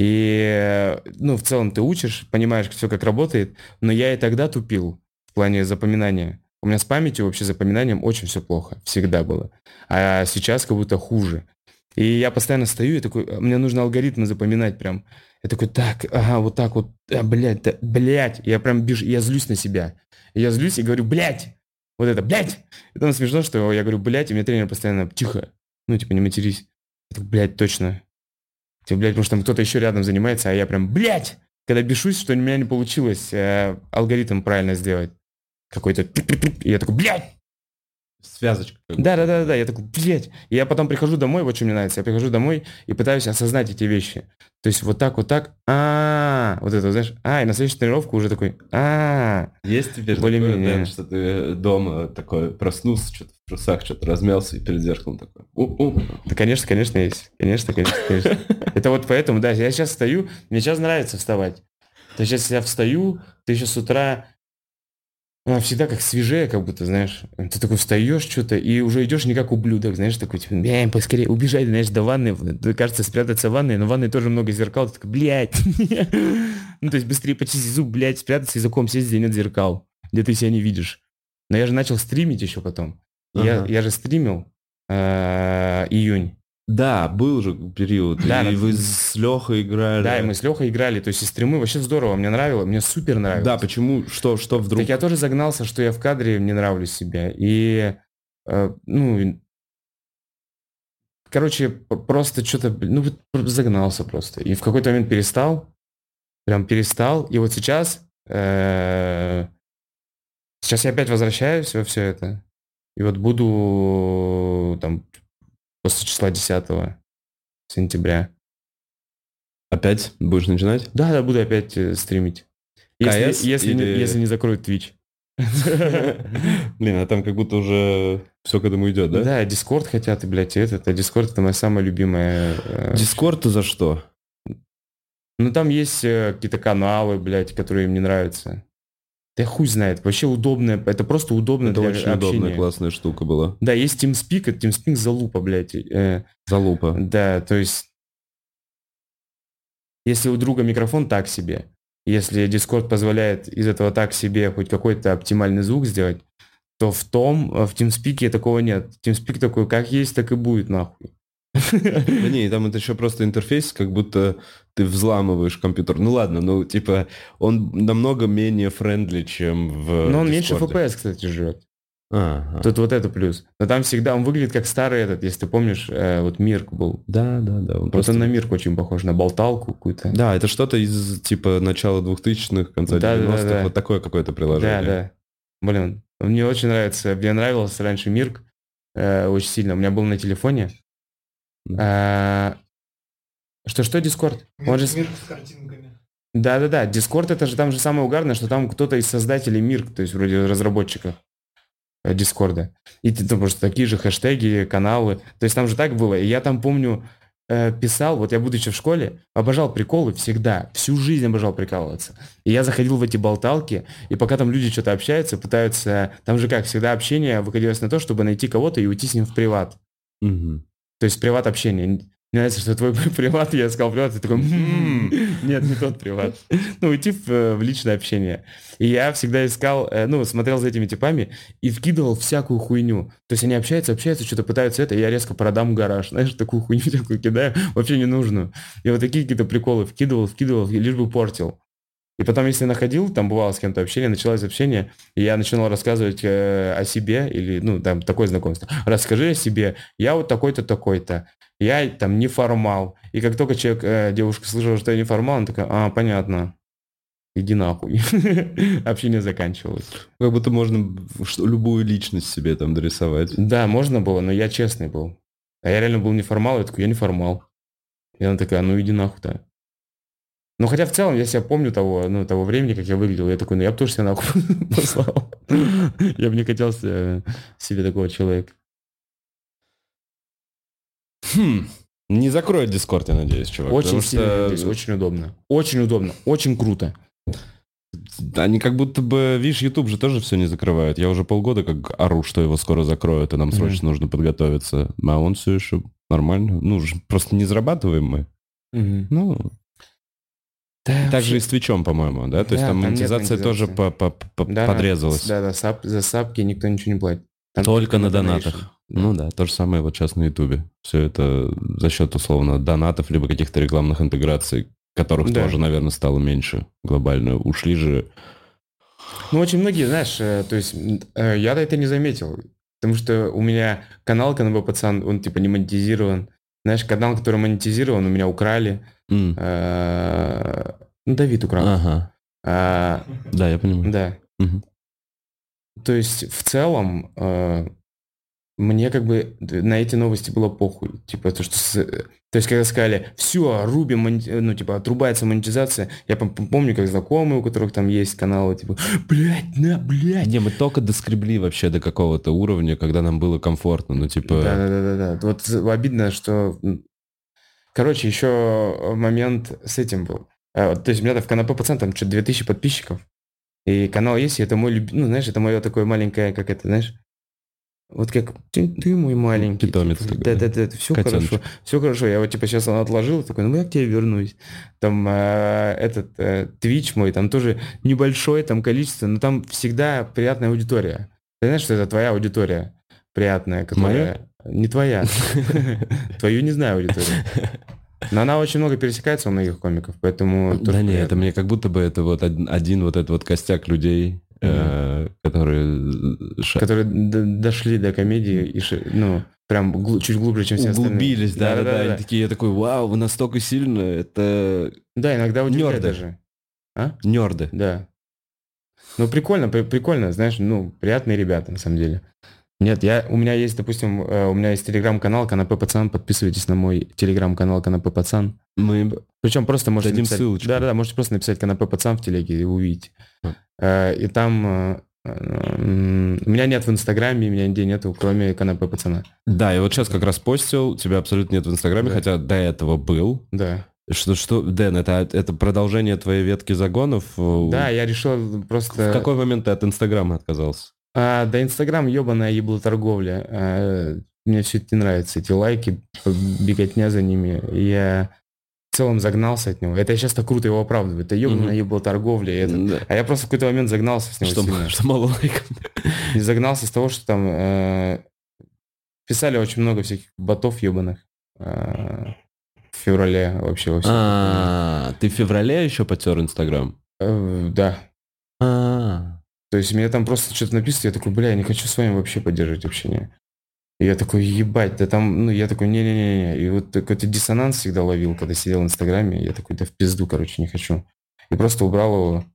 И, ну, в целом ты учишь, понимаешь все, как работает, но я и тогда тупил в плане запоминания. У меня с памятью, вообще запоминанием очень все плохо. Всегда было. А сейчас как будто хуже. И я постоянно стою и такой, мне нужно алгоритмы запоминать прям. Я такой, так, ага, вот так вот, а, блядь, да, блядь. Я прям бежу, я злюсь на себя. И я злюсь и говорю, блядь. Вот это, блядь. И там смешно, что я говорю, блядь, и мне тренер постоянно, тихо. Ну, типа, не матерись. Я такой, блядь, точно. Типа, блядь, потому что там кто-то еще рядом занимается, а я прям, блядь. Когда бешусь, что у меня не получилось э, алгоритм правильно сделать. Какой-то... И я такой, блядь! Связочка. Да-да-да-да, я такой, блядь. И я потом прихожу домой, вот что мне нравится, я прихожу домой и пытаюсь осознать эти вещи. То есть вот так, вот так, а вот это, знаешь, а, и на следующую тренировку уже такой, а Есть теперь более-менее. такое, что ты дома такой проснулся, что-то в трусах, что-то размялся и перед зеркалом такой, у-у. Да, конечно, конечно, есть. Конечно, конечно, конечно. Это вот поэтому, да, я сейчас встаю, мне сейчас нравится вставать. То есть сейчас я встаю, ты еще с утра... Всегда как свежее, как будто, знаешь. Ты такой встаешь что-то и уже идешь не как ублюдок, знаешь, такой, типа, бля, поскорее убежать, знаешь, до ванны. Кажется, спрятаться в ванной, но в ванной тоже много зеркал. Ты такой, блядь. Ну, то есть быстрее почистить зуб, блядь, спрятаться языком, сесть, где нет зеркал, где ты себя не видишь. Но я же начал стримить еще потом. Я, я же стримил июнь. Да, был же период. Да, и да. вы с Лехой играли. Да, и мы с Лехой играли. То есть и стримы вообще здорово. Мне нравилось, мне супер нравилось. Да, почему? Что, что вдруг? Так я тоже загнался, что я в кадре не нравлюсь себе. И, э, ну, короче, просто что-то, ну, загнался просто. И в какой-то момент перестал. Прям перестал. И вот сейчас, э, сейчас я опять возвращаюсь во все это. И вот буду там после числа десятого сентября. Опять будешь начинать? Да, да, буду опять э, стримить. Если, КС если, или... не, если не закроют Twitch. Блин, а там как будто уже все к этому идет, да? Да, Discord хотят, и, блядь, этот. А Discord это моя самая любимая... Discord-то за что? Ну, там есть э, какие-то каналы, блядь, которые им не нравятся. Да хуй знает. Вообще удобно. Это просто удобно это для очень общения. удобная, классная штука была. Да, есть TeamSpeak, это TeamSpeak залупа, блядь. Э, залупа. Да, то есть... Если у друга микрофон так себе, если Discord позволяет из этого так себе хоть какой-то оптимальный звук сделать, то в том, в TeamSpeak такого нет. TeamSpeak такой, как есть, так и будет, нахуй. Да не, там это еще просто интерфейс, как будто ты взламываешь компьютер. Ну ладно, ну типа он намного менее френдли, чем в Но он меньше Discord. эф пи эс, кстати, жрет. Ага. Тут вот это плюс. Но там всегда он выглядит как старый этот, если ты помнишь, э, вот Мирк был. Да, да, да. Он Вот просто... он на Мирк очень похож, на болталку какую-то. Да, это что-то из типа начала двухтысячных, конца Да, да, девяностых, да, да. вот такое какое-то Да, приложение. да. Блин, мне очень нравится. Мне нравился раньше Мирк э, очень сильно. У меня был на телефоне. А, Что-что, Дискорд? Он же... Мир с картинками. Да-да-да, Дискорд это же там же самое угарное, что там кто-то из создателей Мирк, то есть вроде разработчиков э, Дискорда. И ты- там просто такие же хэштеги, каналы. То есть там же так было. И я там помню, э, писал, вот я будучи в школе, обожал приколы всегда. Всю жизнь обожал прикалываться. И я заходил в эти болталки, и пока там люди что-то общаются, пытаются... Там же как, всегда общение выходилось на то, чтобы найти кого-то и уйти с ним в приват. Мгм. То есть приват общения. Мне нравится, что твой приват, я сказал приват, ты такой, «М, нет, не тот приват. Ну, уйти в, э, в личное общение. И я всегда искал, э, ну, смотрел за этими типами и вкидывал всякую хуйню. То есть они общаются, общаются, что-то пытаются это, и я резко продам гараж. Знаешь, такую хуйню такую кидаю, вообще не нужную. И вот такие какие-то приколы вкидывал, вкидывал, и лишь бы портил. И потом, если находил, там бывало с кем-то общение, началось общение, и я начинал рассказывать э, о себе, или, ну, там, такое знакомство. Расскажи о себе, я вот такой-то, такой-то, я там неформал. И как только человек, э, девушка слышала, что я неформал, она такая, а, понятно, иди нахуй. Общение заканчивалось. Как будто можно что- любую личность себе там дорисовать. Да, можно было, но я честный был. А я реально был неформал, я такой, я неформал. И она такая, ну иди нахуй-то. Ну, хотя в целом, я себя помню того, ну, того времени, как я выглядел. Я такой, ну, я бы тоже себя нахуй послал. Я бы не хотел се- себе такого человека. Хм. Не закроет Дискорд, я надеюсь, чувак. Очень потому сильно, что надеюсь, очень удобно. Очень удобно, очень круто. Они как будто бы, видишь, YouTube же тоже все не закрывают. Я уже полгода как ору, что его скоро закроют, и нам Мгм. срочно нужно подготовиться. А он все еще нормально. Ну, ж- просто не зарабатываем мы. Мгм. Ну, Да, так же и вообще- с Твичом, по-моему, да? То есть Да, там там нет монетизация тоже монетизации. по- по- по- Да, подрезалась. Да, да, сап- за сапки никто ничего не платит. Там Только на donation. донатах. Да. Ну да, то же самое вот сейчас на Ютубе. Все это за счет, условно, донатов, либо каких-то рекламных интеграций, которых Да. тоже, наверное, стало меньше глобально. Ушли же... Ну, очень многие, знаешь, э, то есть м, э, я это не заметил, потому что у меня канал КНБ Пацан, он типа не монетизирован. Знаешь, канал, который монетизирован, у меня украли. М. Э, Ну, Давид украл. Ага. А, Да, я понимаю. Да. Мгм. То есть в целом э, мне как бы на эти новости было похуй. Типа то, что... с- э, То есть когда сказали, все, рубим, монет- ну, типа, отрубается монетизация, я пом- помню, как знакомые, у которых там есть каналы, типа, блядь, на, блядь. Не, мы только доскребли вообще до какого-то уровня, когда нам было комфортно. Ну, типа... Да-да-да-да. Вот з- обидно, что... м, Короче, еще момент с этим был. А, вот, То есть у меня там в КНП Пацан там что-то две тысячи подписчиков. И канал есть, и это мой любимый... Ну, знаешь, это мое такое маленькое, как это, знаешь... Вот как ты, ты мой маленький. Питомец типа, такой, да, да? да, да, все Котеночек. хорошо. Все хорошо. Я вот типа сейчас он отложил, такой, ну я к тебе вернусь. Там э, этот э, Twitch мой, там тоже небольшое там количество, но там всегда приятная аудитория. Ты знаешь, что это твоя аудитория приятная, которая... Не твоя. Твою не знаю аудиторию. Но она очень много пересекается у многих комиков, поэтому... Да тоже не, это приятно. мне как будто бы это вот од- один вот этот вот костяк людей, э, которые ша- Которые д- дошли до комедии и, ши- ну, прям глу- чуть глубже, чем все остальные. углубились, да, да, да, Да-да-да. они такие, я такой, вау, вы настолько сильно, это Да, иногда удивляет Нёрды. даже. А? нерды. Да. Ну, прикольно, при- прикольно, знаешь, ну, приятные ребята, на самом деле. Нет, я, у меня есть, допустим, э, у меня есть телеграм-канал КНП Пацан, подписывайтесь на мой телеграм-канал КНП Пацан. Мы Причем просто можете Дадим написать... ссылочку. Да-да-да, можете просто написать КНП Пацан в телеге, и вы увидите. А. Э, И там... э, м, У меня нет в Инстаграме, меня нигде нету, кроме КНП Пацана. Да, я вот сейчас как раз постил, тебя абсолютно нет в Инстаграме, Да. хотя до этого был. Да. Что, что, Дэн, это, это продолжение твоей ветки загонов? э, Да, я решил просто... В какой момент ты от Инстаграма отказался? А, да, Инстаграм ебаная еблоторговля. А, мне все это не нравится. Эти лайки, беготня за ними. Я в целом загнался от него. Это я сейчас так круто его оправдываю. Это ебаная Мгм. еблоторговля. и это- Да. А я просто в какой-то момент загнался с него Что, сильно. что мало лайков? И загнался с того, что там э, писали очень много всяких ботов ебаных. э, в феврале вообще во всем. А, ты в феврале еще потер Инстаграм? Э, да. А, То есть мне там просто что-то написано, я такой, бля, я не хочу с вами вообще поддерживать общение. И я такой, ебать, да там, ну, я такой, не-не-не. И вот какой-то диссонанс всегда ловил, когда сидел в Инстаграме. Я такой, да в пизду, короче, не хочу. И просто убрал его.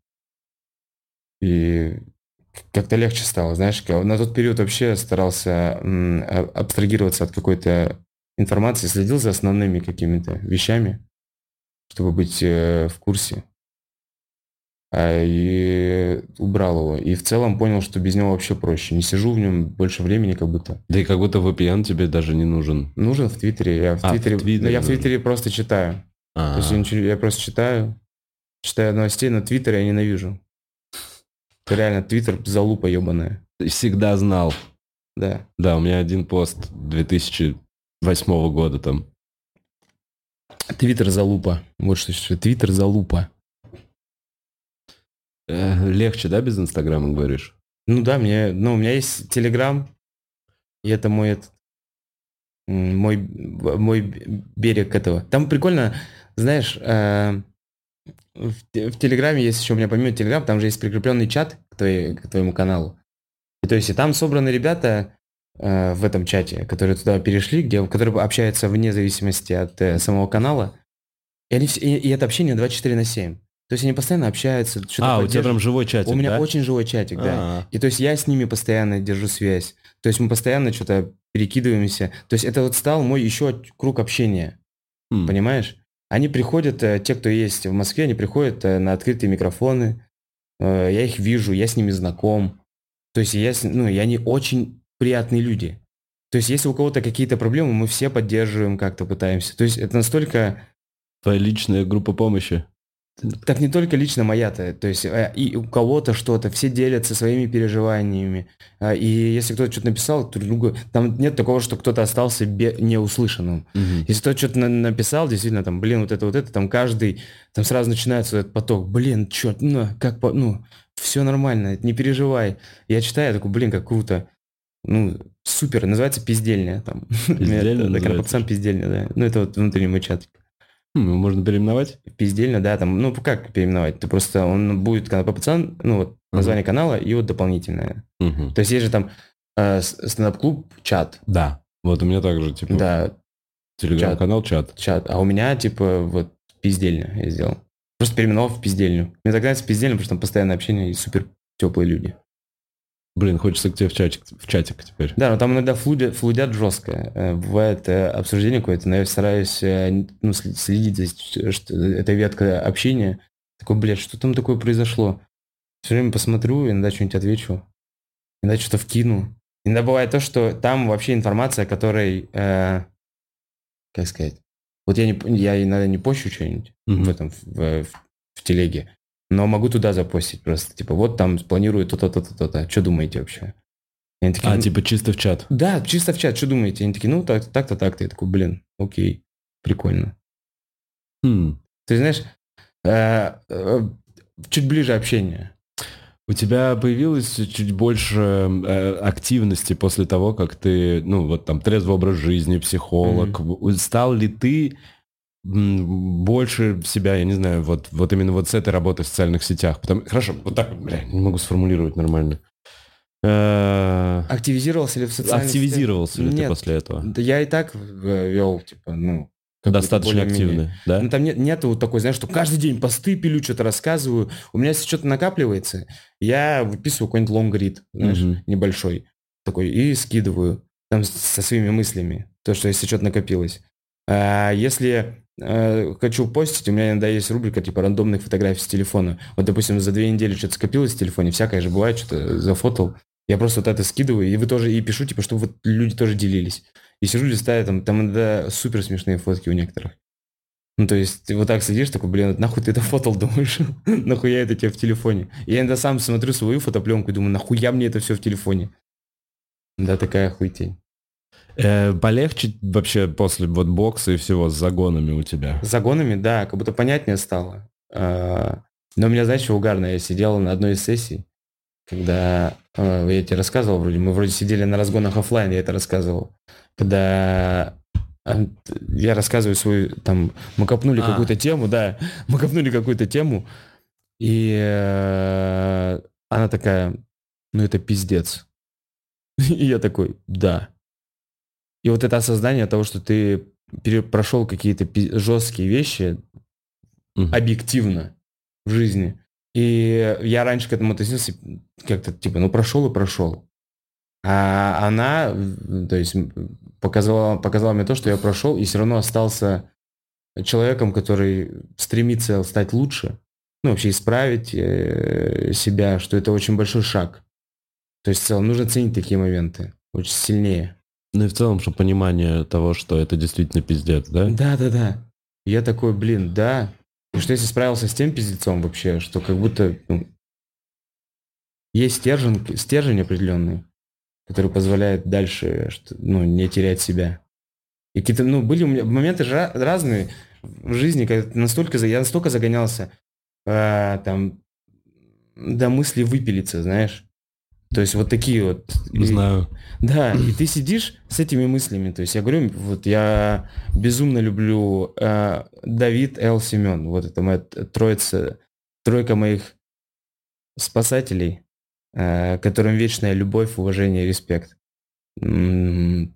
И как-то легче стало, знаешь. На тот период вообще старался м, а- абстрагироваться от какой-то информации, следил за основными какими-то вещами, чтобы быть э, в курсе. А, и убрал его. И в целом понял, что без него вообще проще. Не сижу в нем больше времени как будто. Да и как будто ви пи эн тебе даже не нужен. Нужен в Твиттере. Я в А, в Твиттере, ну, Твиттере я в нужен. Твиттере просто читаю. То есть я, А, ничего- я просто читаю, читаю новостей, но Твиттер я ненавижу. Это реально Твиттер залупа ебаная. ты всегда знал. Да. Да, у меня один пост две тысячи восьмого года там. Твиттер залупа. Вот что еще. Твиттер залупа. Э, легче, да, без Инстаграма, говоришь? Ну да, мне, ну, у меня есть Телеграм, и это мой, этот, м, мой, мой берег этого. Там прикольно, знаешь, э, в, те- в Телеграме есть еще у меня помимо Телеграм, там же есть прикрепленный чат к, твоей- к твоему каналу. И то есть и там собраны ребята э, в этом чате, которые туда перешли, где, которые общаются вне зависимости от э, самого канала. И, они, все- и, и это общение двадцать четыре на семь. То есть они постоянно общаются, что-то А, у тебя поддерживают. прям живой чатик, У меня да? очень живой чатик, да. А, И то есть я с ними постоянно держу связь. То есть мы постоянно что-то перекидываемся. То есть это вот стал мой еще круг общения. м. Понимаешь? Они приходят, э, те, кто есть в Москве, они приходят э, на открытые микрофоны. Э, Я их вижу, я с ними знаком. То есть я, с- ну, и они очень приятные люди. То есть если у кого-то какие-то проблемы, мы все поддерживаем, как-то пытаемся. То есть это настолько... Твоя личная группа помощи. Так не только лично моя-то, то есть э, и у кого-то что-то, все делятся своими переживаниями. А, И если кто-то что-то написал, друг другу, там нет такого, что кто-то остался бе- неуслышанным. Мгм. Если кто-то что-то на- написал, действительно, там, блин, вот это, вот это, там каждый, там сразу начинается этот поток, блин, чё, ну, как, по- ну, все нормально, не переживай. Я читаю, я такой, блин, как круто. Ну, супер, называется пиздельня там. Пиздельня Это называется? Карпаксан пиздельня, да. Ну, это вот внутренний мой чат. Хм, его можно переименовать? Пиздельно, да, там, ну, как переименовать? Ты просто, он будет канал пацан, ну, вот, название канала и вот дополнительное. Мгм. То есть есть же там э, с- стендап-клуб, чат, Да. Вот у меня также, типа, да, телеграм-канал, чат. чат, а у меня, типа, вот, пиздельня я сделал. Просто переименовал в пиздельню. Мне так нравится пиздельня, потому что там постоянное общение и супер теплые люди. Блин, хочется к тебе в чатик, в чатик теперь. Да, но там иногда флудят, флудят жестко. Э, Бывает э, обсуждение какое-то, но я стараюсь э, ну, сли- следить за что, этой веткой общения. Такой, блядь, что там такое произошло? Все время посмотрю, иногда что-нибудь отвечу, иногда что-то вкину. Иногда бывает то, что там вообще информация, которой, э, как сказать, вот я, не, п- я иногда не пощу что-нибудь Мгм. в этом, в, в- в телеге, но могу туда запостить просто. Типа, вот там планирую то-то, то-то, то-то. Что думаете вообще? И они такие, А, «Ну, типа чисто в чат. да, чисто в чат, что думаете? Они такие, ну, так, так-то, так-то. Я такой, блин, окей, прикольно. Хм. Ты знаешь, э, э, чуть ближе общение. У тебя появилось чуть больше э, активности после того, как ты, ну, вот там, трезвый образ жизни, психолог. В- Стал ли ты м, больше себя, я не знаю, вот, вот именно вот с этой работы в социальных сетях? Потому, хорошо, вот так, бля, не могу сформулировать нормально. Э, Активизировался ли в социальных Активизировался сетях? ли ты Нет. после этого? Да я и так э, вел, типа, ну... какой-то Достаточно более-менее. активный, да? Ну, там нет, нету вот такой, знаешь, что каждый день посты пилю, что-то рассказываю. У меня если что-то накапливается, я выписываю какой-нибудь лонгрид, знаешь, Мгм. небольшой такой, и скидываю там с- со своими мыслями, то, что если что-то накопилось. А если э, хочу постить, у меня иногда есть рубрика типа рандомных фотографий с телефона. Вот, допустим, за две недели что-то скопилось в телефоне, всякое же бывает, что-то зафотал. Я просто вот это скидываю, и вы тоже, и пишу, типа, чтобы вот люди тоже делились. И сижу, листаю, там, там иногда супер смешные фотки у некоторых. Ну, то есть, ты вот так сидишь, такой, блин, нахуй ты это фотал, думаешь? Нахуя это тебе в телефоне? И я иногда сам смотрю свою фотопленку и думаю, нахуя мне это все в телефоне? Да, такая хуйтень. Э, полегче вообще после вот бокса и всего с загонами у тебя? С загонами, да, как будто понятнее стало. А, Но у меня, знаешь, что угарно? Я сидел на одной из сессий, когда, э, я тебе рассказывал вроде, мы вроде сидели на разгонах оффлайн, я это рассказывал. Когда э, я рассказываю свою, там, мы копнули А. какую-то тему, да, мы копнули какую-то тему, и э, Она такая, ну это пиздец. И я такой, да. И вот это осознание того, что ты пере- прошел какие-то пи- жесткие вещи Мгм. объективно в жизни. И я раньше к этому относился как-то типа, ну прошел и прошел. А она, м, то есть м, показала, показала мне то, что я прошел, и все равно остался человеком, который стремится стать лучше, ну вообще исправить э, себя, что это очень большой шаг. То есть в целом нужно ценить такие моменты очень сильнее. Ну и в целом, что понимание того, что это действительно пиздец, да? Да, да, да. Я такой, блин, да. И что если справился с тем пиздецом вообще, что как будто ну, есть стержень, стержень определенный, который позволяет дальше что- ну, не терять себя. И какие-то, ну, были у меня моменты же ra- разные в жизни, когда настолько, за- я настолько загонялся, а, там, до мысли выпилиться, знаешь. То есть вот такие вот. И- Знаю. да, и ты сидишь с этими мыслями. То есть я говорю, вот я безумно люблю э, Давид Л. Семен. Вот это моя т- троица, тройка моих спасателей, э, которым вечная любовь, уважение и респект. М,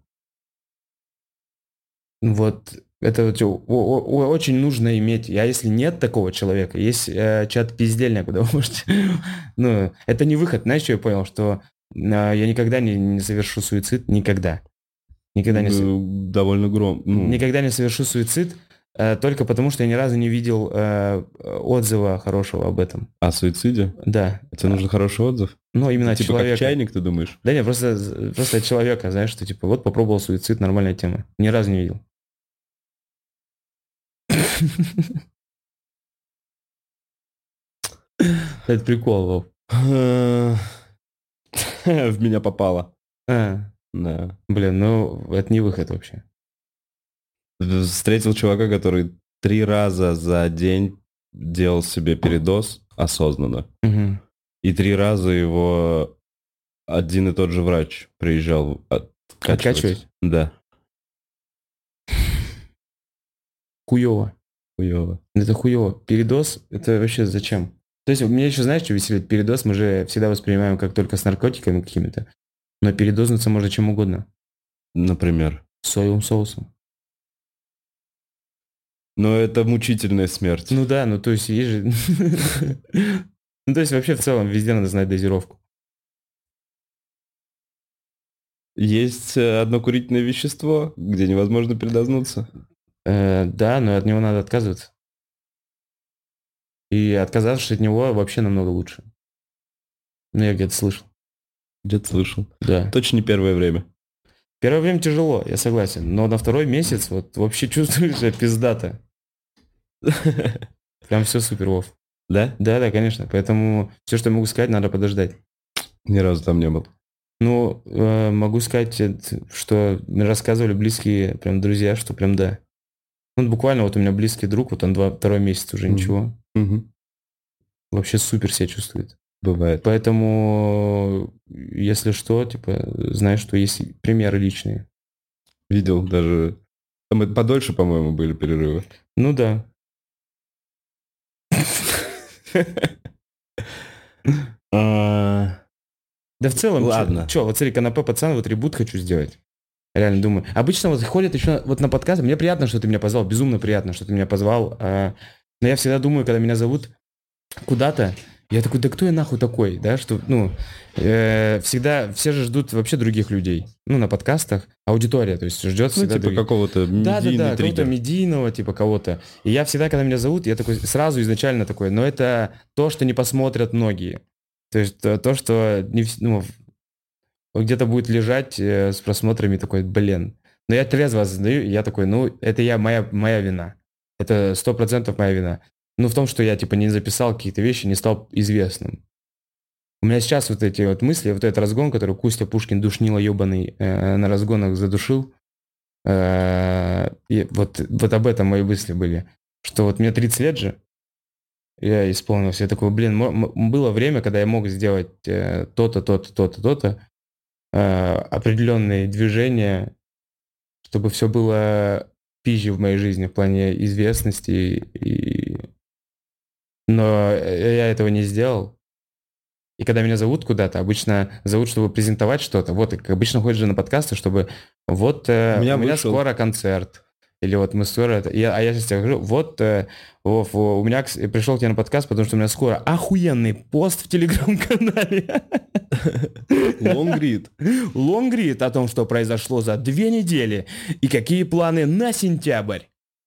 Вот это вот о- о- о- очень нужно иметь. А если нет такого человека, есть э, чат пиздельня, куда вы можете... Ну, это не выход. Знаешь, что я понял? Что э, я никогда не, не совершу суицид. Никогда. Никогда не, со- Ну, довольно гром... Ну, никогда не совершу суицид, э, только потому, что я ни разу не видел э, отзыва хорошего об этом. о суициде? Да. Тебе нужен хороший отзыв? Ну, именно Это от типа как человека. чайник, ты думаешь? Да нет, просто, просто от человека, знаешь, что типа вот попробовал суицид, нормальная тема. Ни разу не видел. Это прикол, Вов. В меня попало. А, Да. блин, ну это не выход вообще. Встретил чувака, который три раза за день делал себе передоз осознанно. Мгм. И три раза его один и тот же врач приезжал откачивать. Откачивать? Да. Хуево. Хуёво. Это хуево. Передоз, это вообще зачем? То есть, мне еще, знаешь, что веселит? Передоз мы же всегда воспринимаем как только с наркотиками какими-то. Но передознуться можно чем угодно. Например. Соевым соусом. Но это мучительная смерть. Ну да, ну то есть есть же... Ну то есть вообще в целом везде надо знать дозировку. Есть э, одно курительное вещество, где невозможно передознуться. Э, Да, но от него надо отказываться. И отказавшись от него вообще намного лучше. Ну я где-то слышал. Где-то слышал. Да. Точно не первое время. Первое время тяжело, я согласен. Но на второй месяц вот вообще чувствуешь себя пиздато. Прям все супер, Вов. Да? Да, да, конечно. Поэтому все, что я могу сказать, надо подождать. Ни разу там не был. Ну, э, могу сказать, э, что мне рассказывали близкие прям друзья, что прям да. Ну, буквально вот у меня близкий друг, вот он два, второй месяц уже Мгм. ничего. Мгм. Вообще супер себя чувствует. Бывает. Поэтому, если что, типа, знаешь, что есть примеры личные. Видел даже... Там и подольше, по-моему, были перерывы. Ну да. А, Да в целом, Ладно. Че, вот смотри, канапе пацан, вот ребут хочу сделать. Реально думаю. Обычно вот ходят еще вот на подкаст. Мне приятно, что ты меня позвал. Безумно приятно, что ты меня позвал. а, Но я всегда думаю, когда меня зовут куда-то, я такой, да кто я нахуй такой, да, что, ну, э, всегда, все же ждут вообще других людей, ну, на подкастах, аудитория, то есть ждет Ну, всегда типа других. какого-то Да, да, медийный да, кого-то триггер. медийного, типа кого-то. И я всегда, когда меня зовут, я такой сразу изначально такой, но это то, что не посмотрят многие. То есть то, то, что не, вс- ну, где-то будет лежать э, с просмотрами такой, блин. Но я трезво осознаю, и я такой, ну, это я, моя, моя вина. Это сто процентов моя вина. Ну, в том, что я, типа, не записал какие-то вещи, не стал известным. У меня сейчас вот эти вот мысли, вот этот разгон, который Кустя Пушкин душнило ебаный э, на разгонах задушил, э, и вот, вот об этом мои мысли были. Что вот мне тридцать лет же, я исполнился. Я такой, блин, мо- м- было время, когда я мог сделать э, то-то, то-то, то-то, то-то, э, определенные движения, чтобы все было пизже в моей жизни в плане известности. И... Но я этого не сделал. И когда меня зовут куда-то, обычно зовут, чтобы презентовать что-то. Вот, и обычно ходят же на подкасты, чтобы вот э, У меня у меня вышел. скоро концерт. Или вот мы скоро... это- я- а я сейчас тебе говорю, вот э, Вов, у меня кс- пришел к тебе на подкаст, потому что у меня скоро охуенный пост в Телеграм-канале. Лонгрид. Лонгрид о том, что произошло за две недели и какие планы на сентябрь.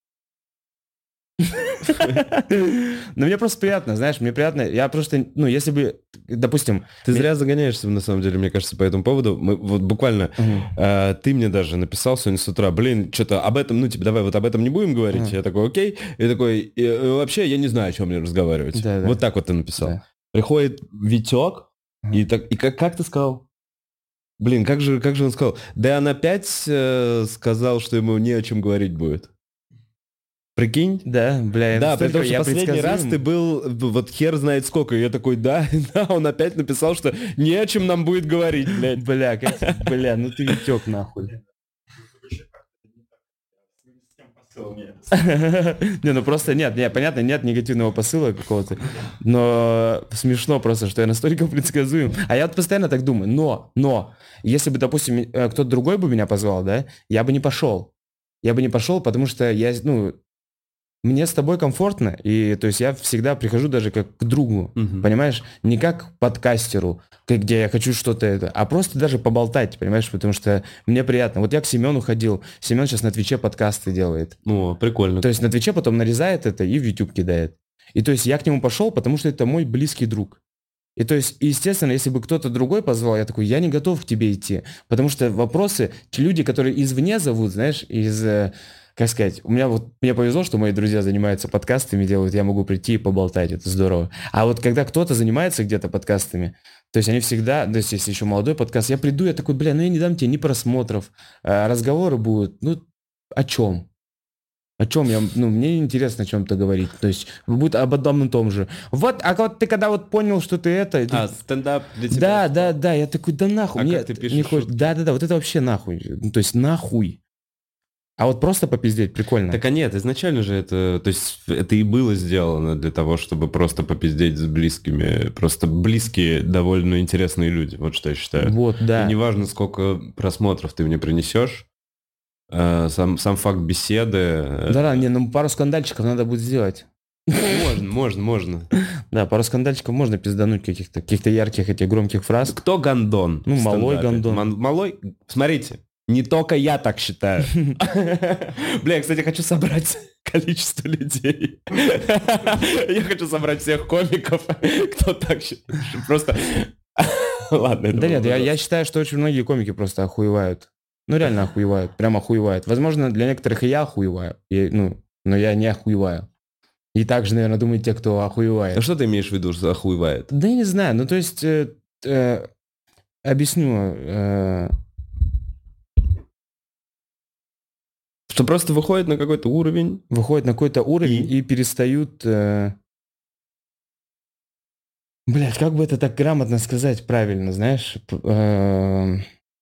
Но мне просто приятно, знаешь, мне приятно. Я просто, ну, если бы, допустим... Ты мне- зря загоняешься, на самом деле, мне кажется, по этому поводу. Мы вот буквально, Мгм. э, ты мне даже написал сегодня с утра, блин, что-то об этом, ну, типа, давай вот об этом не будем говорить. Мгм. Я такой, окей. И такой, «Э, э, вообще, я не знаю, о чем мне разговаривать. Да, да. Вот так вот ты написал. Да. Приходит Витек, Мгм. и, так, и как, как ты сказал? Блин, как же, как же он сказал? Да он опять э, сказал, что ему не о чем говорить будет. Прикинь? Да, бля, я Да, настолько- потому что я последний раз предсказуем. ты был, в- вот хер знает сколько, и я такой, да, да, он опять написал, что не о чем нам будет говорить, блядь. Бля, как... бля, ну ты Витек нахуй. Не, ну просто нет, нет, понятно, нет негативного посыла какого-то, но смешно просто, что я настолько предсказуем. А я вот постоянно так думаю, но, но, если бы, допустим, э, кто-то другой бы меня позвал, да, я бы не пошел. Я бы не пошел, потому что я, ну, мне с тобой комфортно, и то есть я всегда прихожу даже как к другу, Мгм. понимаешь, не как к подкастеру, к- где я хочу что-то это, а просто даже поболтать, понимаешь, потому что мне приятно. Вот я к Семену ходил, Семен сейчас на Твиче подкасты делает. О, прикольно. То есть на Твиче потом нарезает это и в YouTube кидает. И то есть я к нему пошел, потому что это мой близкий друг. И то есть, естественно, если бы кто-то другой позвал, я такой, я не готов к тебе идти. Потому что вопросы, те люди, которые извне зовут, знаешь, из, э, как сказать, у меня вот, мне повезло, что мои друзья занимаются подкастами, делают, я могу прийти и поболтать, это здорово. А вот когда кто-то занимается где-то подкастами, то есть они всегда, то есть если еще молодой подкаст, я приду, я такой, бля, ну я не дам тебе ни просмотров, а разговоры будут, ну, о чем? О чем я, ну, мне интересно о чем-то говорить. То есть будет об одном и том же. Вот, а вот ты когда вот понял, что ты это... А, стендап для тебя. да, да, да, я такой, да нахуй. А мне как ты пишешь не хочешь. шутки? Да, да, да, вот это вообще нахуй. Ну, то есть нахуй. А вот просто попиздеть прикольно. Так а нет, изначально же это, то есть это и было сделано для того, чтобы просто попиздеть с близкими, просто близкие, довольно интересные люди, вот что я считаю. Вот, да. И неважно, сколько просмотров ты мне принесешь, э, сам, сам факт беседы... э, Да, да, не, ну пару скандальчиков надо будет сделать. Можно, можно, можно. Да, пару скандальчиков можно пиздануть каких-то каких-то ярких этих громких фраз. Кто гондон? Ну, в малой стендапе? гондон. Ман- Малой? Смотрите, не только я так считаю. Бля, я, кстати, хочу собрать количество людей. Я хочу собрать всех комиков, кто так считает. Просто... Ладно, это Да было нет, я, ужасно. я считаю, что очень многие комики просто охуевают. Ну реально охуевают, прям охуевают. Возможно, для некоторых и я охуеваю, и, ну, но я не охуеваю. И также, наверное, думают те, кто А охуевает. что ты имеешь в виду, что охуевает? Да я не знаю, ну то есть, э, э, объясню. э, Что просто выходит на какой-то уровень. выходят на какой-то уровень И? и, перестают... Э... Блять, как бы это так грамотно сказать правильно, знаешь? П- э,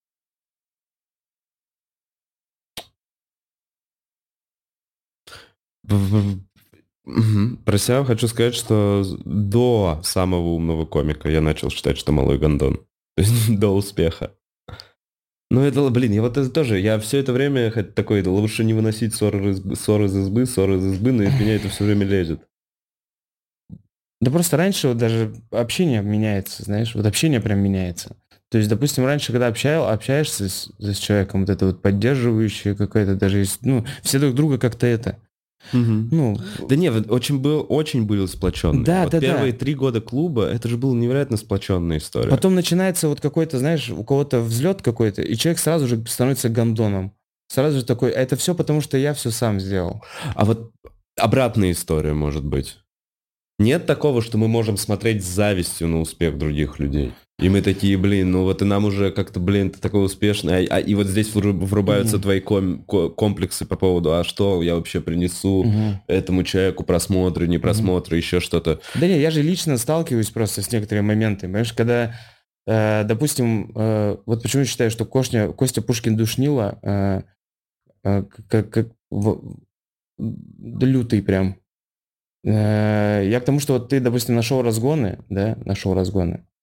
В- в- Мгм. Про себя хочу сказать, что с- до самого умного комика я начал считать, что малой гондон. То есть до успеха. Ну это, блин, я вот это тоже, я все это время хоть такой, да лучше не выносить ссор из, избы- ссор из избы, ссор из избы, но из меня это все время лезет. Да просто раньше вот даже общение меняется, знаешь, вот общение прям меняется. То есть, допустим, раньше, когда общал, общаешься с, с человеком, вот это вот поддерживающее какое-то, даже есть, ну, все друг друга как-то это, ну, Да не, вот очень был, очень был сплоченный. Да, вот да, да. первые три года клуба, это же была невероятно сплоченная история. потом начинается вот какой-то, знаешь, у кого-то взлет какой-то, и человек сразу же становится гондоном. Сразу же такой, а это все потому, что я все сам сделал. А вот обратная история может быть. Нет такого, что мы можем смотреть с завистью на успех других людей. И мы такие, блин, ну вот и нам уже как-то, блин, ты такой успешный. А, а- и вот здесь вру- врубаются Мгм. твои ком- ко- комплексы по поводу, а что я вообще принесу Мгм. этому человеку, просмотры, не просмотры, еще что-то. Да не, я же лично сталкиваюсь просто с некоторыми моментами. Понимаешь, когда, э, допустим, э, вот почему я считаю, что Кошня, Костя Пушкин душнила, э, э, как, как в- да лютый прям. Э, я к тому, что вот ты, допустим, нашел разгоны, да, нашел разгоны.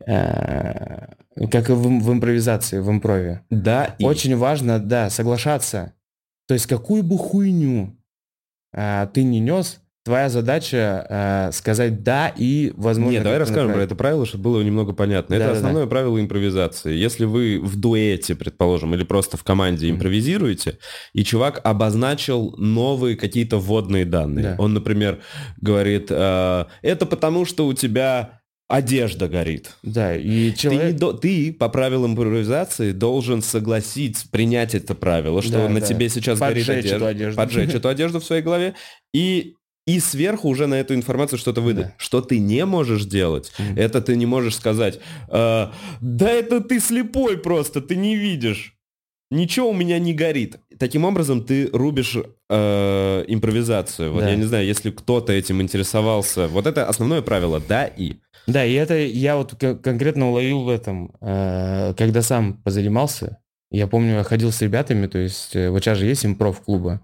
э, как и в, в импровизации, в импрове. Да, и... Очень важно, да, соглашаться. То есть какую бы хуйню э, ты не нес, твоя задача э, сказать «да» и, возможно, Не, давай как-то расскажем про направить. это правило, чтобы было немного понятно. Это Да-да-да. основное правило импровизации. Если вы в дуэте, предположим, или просто в команде Мгм. импровизируете, и чувак обозначил новые какие-то вводные данные. Да. Он, например, говорит, э, это потому, что у тебя одежда горит. Да, и Ты, человек... не до- ты по правилам импровизации должен согласить, принять это правило, что Да, на да. тебе сейчас Поджечь горит эту одежда, одежду. поджечь эту одежду в своей голове, и, и сверху уже на эту информацию что-то выдать. Да. Что ты не можешь делать, Мгм. это ты не можешь сказать, «Э, да это ты слепой просто, ты не видишь. Ничего у меня не горит». Таким образом, ты рубишь э, импровизацию. Вот Да. я не знаю, если кто-то этим интересовался. Вот это основное правило «да» и. Да, и это я вот к- конкретно уловил в этом, э, когда сам позанимался. Я помню, я ходил с ребятами, то есть э, вот сейчас же есть импров-клубы,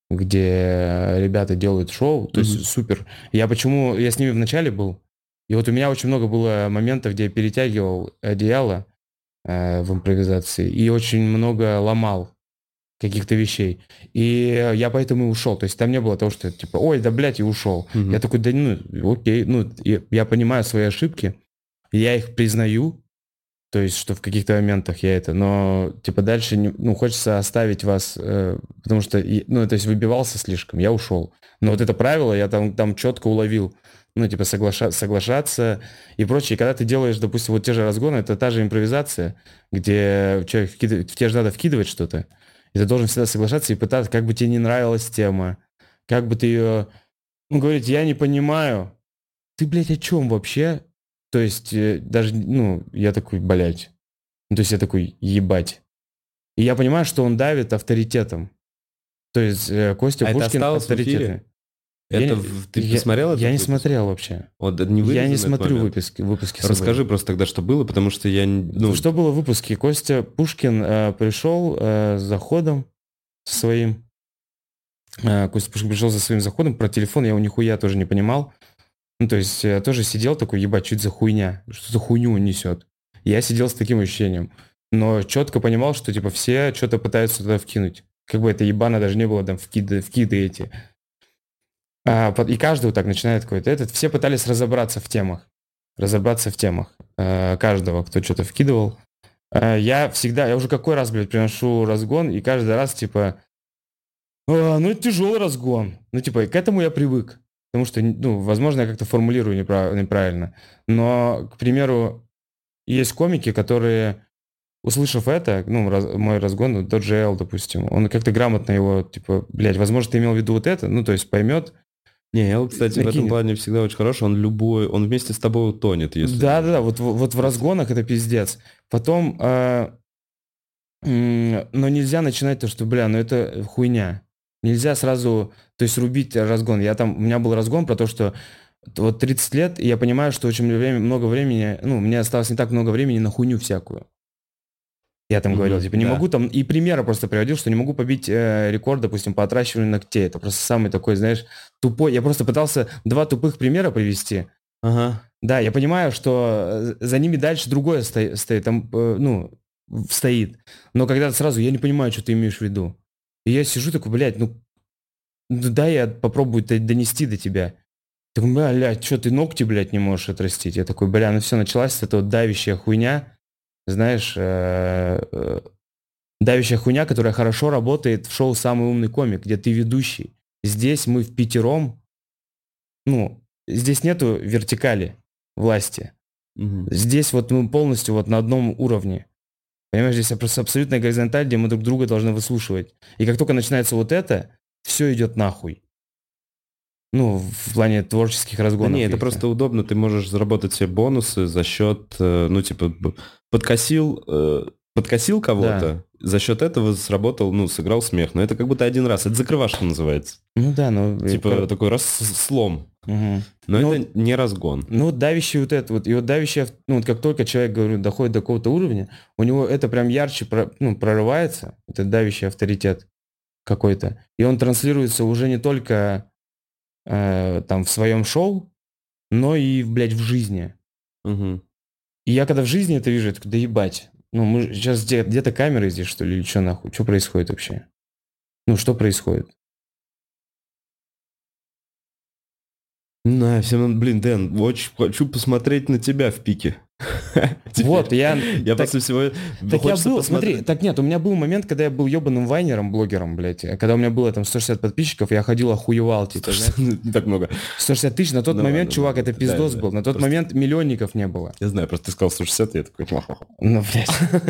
где ребята делают шоу, то есть Мгм. супер. Я почему, я с ними вначале был, и вот у меня очень много было моментов, где я перетягивал одеяло э, в импровизации и очень много ломал каких-то вещей. И я поэтому и ушел. То есть там не было того, что типа, ой, да блядь, и ушел. Мгм. Я такой, да ну, окей, ну, я, я понимаю свои ошибки, я их признаю, то есть, что в каких-то моментах я это, но, типа, дальше, не, ну, хочется оставить вас, э, потому что, и- ну, то есть, выбивался слишком, я ушел. Но вот это правило я там, там четко уловил, ну, типа, соглаша, соглашаться и прочее. И когда ты делаешь, допустим, вот те же разгоны, это та же импровизация, где человек вкидывает, в тебе же надо вкидывать что-то, и ты должен всегда соглашаться и пытаться, как бы тебе не нравилась тема, как бы ты ее, ну, говорить, я не понимаю, ты, блядь, о чем вообще? То есть, э, даже, ну, я такой, блядь. Ну, то есть я такой, ебать. И я понимаю, что он давит авторитетом. То есть э, Костя А это Пушкин осталось в авторитетный. эфире? Я, Это не- в- ты я, посмотрел я этот не выпуск? смотрел вообще. Вот это не Я не вырезан этот смотрю момент? выпуски, выпуски с собой. Расскажи просто тогда, что было, потому что я, не- ну, Что было в выпуске? Костя Пушкин э, пришел э, с заходом своим. Э, Костя Пушкин пришел за своим заходом. Про телефон я у нихуя тоже не понимал. Ну, то есть я тоже сидел такой, ебать, что это за хуйня? Что за хуйню он несет? Я сидел с таким ощущением. Но четко понимал, что типа все что-то пытаются туда вкинуть. Как бы это ебано даже не было, там, вкиды, вкиды эти. А, под- и каждый вот так начинает какой-то этот. Все пытались разобраться в темах. Разобраться в темах. э, каждого, кто что-то вкидывал. Э, я всегда, я уже какой раз, блядь, приношу разгон, и каждый раз, типа, «А, ну, это тяжелый разгон. Ну, типа, к этому я привык. Потому что, ну, возможно, я как-то формулирую неправ- неправильно. Но, к примеру, есть комики, которые, услышав это, ну, раз- мой разгон, ну, тот же Эл, допустим, он как-то грамотно его, типа, блядь, возможно, ты имел в виду вот это, ну, то есть поймет, не, Эл, кстати, в этом накинет. плане всегда очень хороший. Он любой, он вместе с тобой утонет, если Да-да-да, нужно. вот, вот в разгонах это пиздец. Потом, а, м, но нельзя начинать то, что, бля, ну это хуйня. Нельзя сразу, то есть рубить разгон. Я там, у меня был разгон про то, что вот тридцать лет, и я понимаю, что очень время, много времени, ну, мне осталось не так много времени на хуйню всякую. Я там говорил, Мгм, типа, не да. могу там, и примеры просто приводил, что не могу побить э, рекорд, допустим, по отращиванию ногтей. Это просто самый такой, знаешь, тупой. Я просто пытался два тупых примера привести. Ага. Да, я понимаю, что э, за ними дальше другое стоит, стоит там, э, ну, в- стоит. Но когда сразу, я не понимаю, что ты имеешь в виду. И я сижу такой, блядь, ну, ну дай я попробую д- донести до тебя. Такой, блядь, что ты ногти, блядь, не можешь отрастить? Я такой, бля, ну все, началась эта вот давящая хуйня, знаешь, э, э, давящая хуйня, которая хорошо работает в шоу «Самый умный комик», где ты ведущий. Здесь мы в пятером, ну, здесь нету вертикали власти. Мгм. Здесь вот мы полностью вот на одном уровне. Понимаешь, здесь просто абсолютная горизонталь, где мы друг друга должны выслушивать. И как только начинается вот это, все идет нахуй. Ну, в плане творческих Да разгонов. не, это каких-то. просто удобно, ты можешь заработать себе бонусы за счет, э, ну, типа, б- подкосил, э, подкосил кого-то, за счет этого сработал, ну, сыграл смех. Но это как будто один раз, это закрывашка называется. Ну да, ну... э, Типа кор- такой раз слом. Мгм. Но Ну, это не разгон. ну вот давящий вот это вот, и вот давящий, ав- ну вот как только человек, говорю, доходит до какого-то уровня, у него это прям ярче про- ну, прорывается, этот давящий авторитет какой-то, и он транслируется уже не только э, там в своем шоу, но и, блядь, в жизни. Мгм. И я когда в жизни это вижу, я такой, да ебать. Ну, мы сейчас где- где-то камеры здесь, что ли, или что нахуй? Что происходит вообще? Ну, что происходит? Не знаю, всем, блин, Дэн, очень хочу посмотреть на тебя в пике. Теперь. Вот, я... Я так- после всего... Так я хочется был, посмотреть. смотри, так нет, у меня был момент, когда я был ебаным вайнером, блогером, блядь. Когда у меня было там сто шестьдесят подписчиков, я ходил охуевал, типа, знаешь. Не так много. сто шестьдесят тысяч, на тот Ну момент, ладно, чувак, ладно, это да, пиздос да, был. На тот просто- момент миллионников не было. Я знаю, просто ты сказал сто шестьдесят, и я такой... Ну, блядь.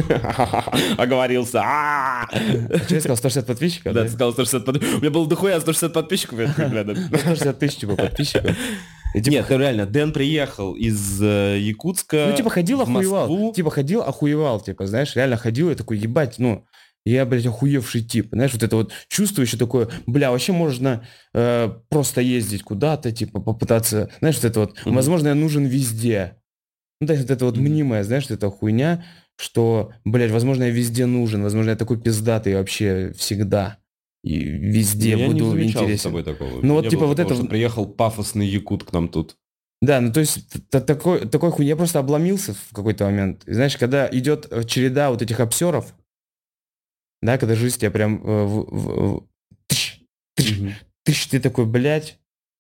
Оговорился. А! Что я сказал, сто шестьдесят подписчиков? Да, Да, ты сказал сто шестьдесят подписчиков. У меня было дохуя сто шестьдесят подписчиков. Я такой, бля, да. сто шестьдесят тысяч, типа, подписчиков. И, типа, Нет, ну реально, Дэн приехал из э, Якутска Ну, типа, ходил, в охуевал. Москву. Типа, ходил, охуевал, типа, знаешь, реально ходил, и такой, ебать, ну, я, блядь, охуевший тип. Знаешь, вот это вот чувство еще такое, бля, вообще можно э, просто ездить куда-то, типа, попытаться, знаешь, вот это вот, Мгм. возможно, я нужен везде. Ну, то есть вот это вот Мгм. мнимое, знаешь, вот эта хуйня, что, блядь, возможно, я везде нужен, возможно, я такой пиздатый вообще всегда. И везде Я не буду замечал за интересен. тобой такого. Ну, вот, Не типа, было вот такого, это... что приехал пафосный якут к нам тут. Да, ну то есть т- такой, такой хуй, я просто обломился в какой-то момент. И знаешь, когда идет э, череда вот этих обсеров, да, когда жизнь тебя прям э, в- в- в- тыщ, тыщ, Мгм. тыщ, ты такой, блядь,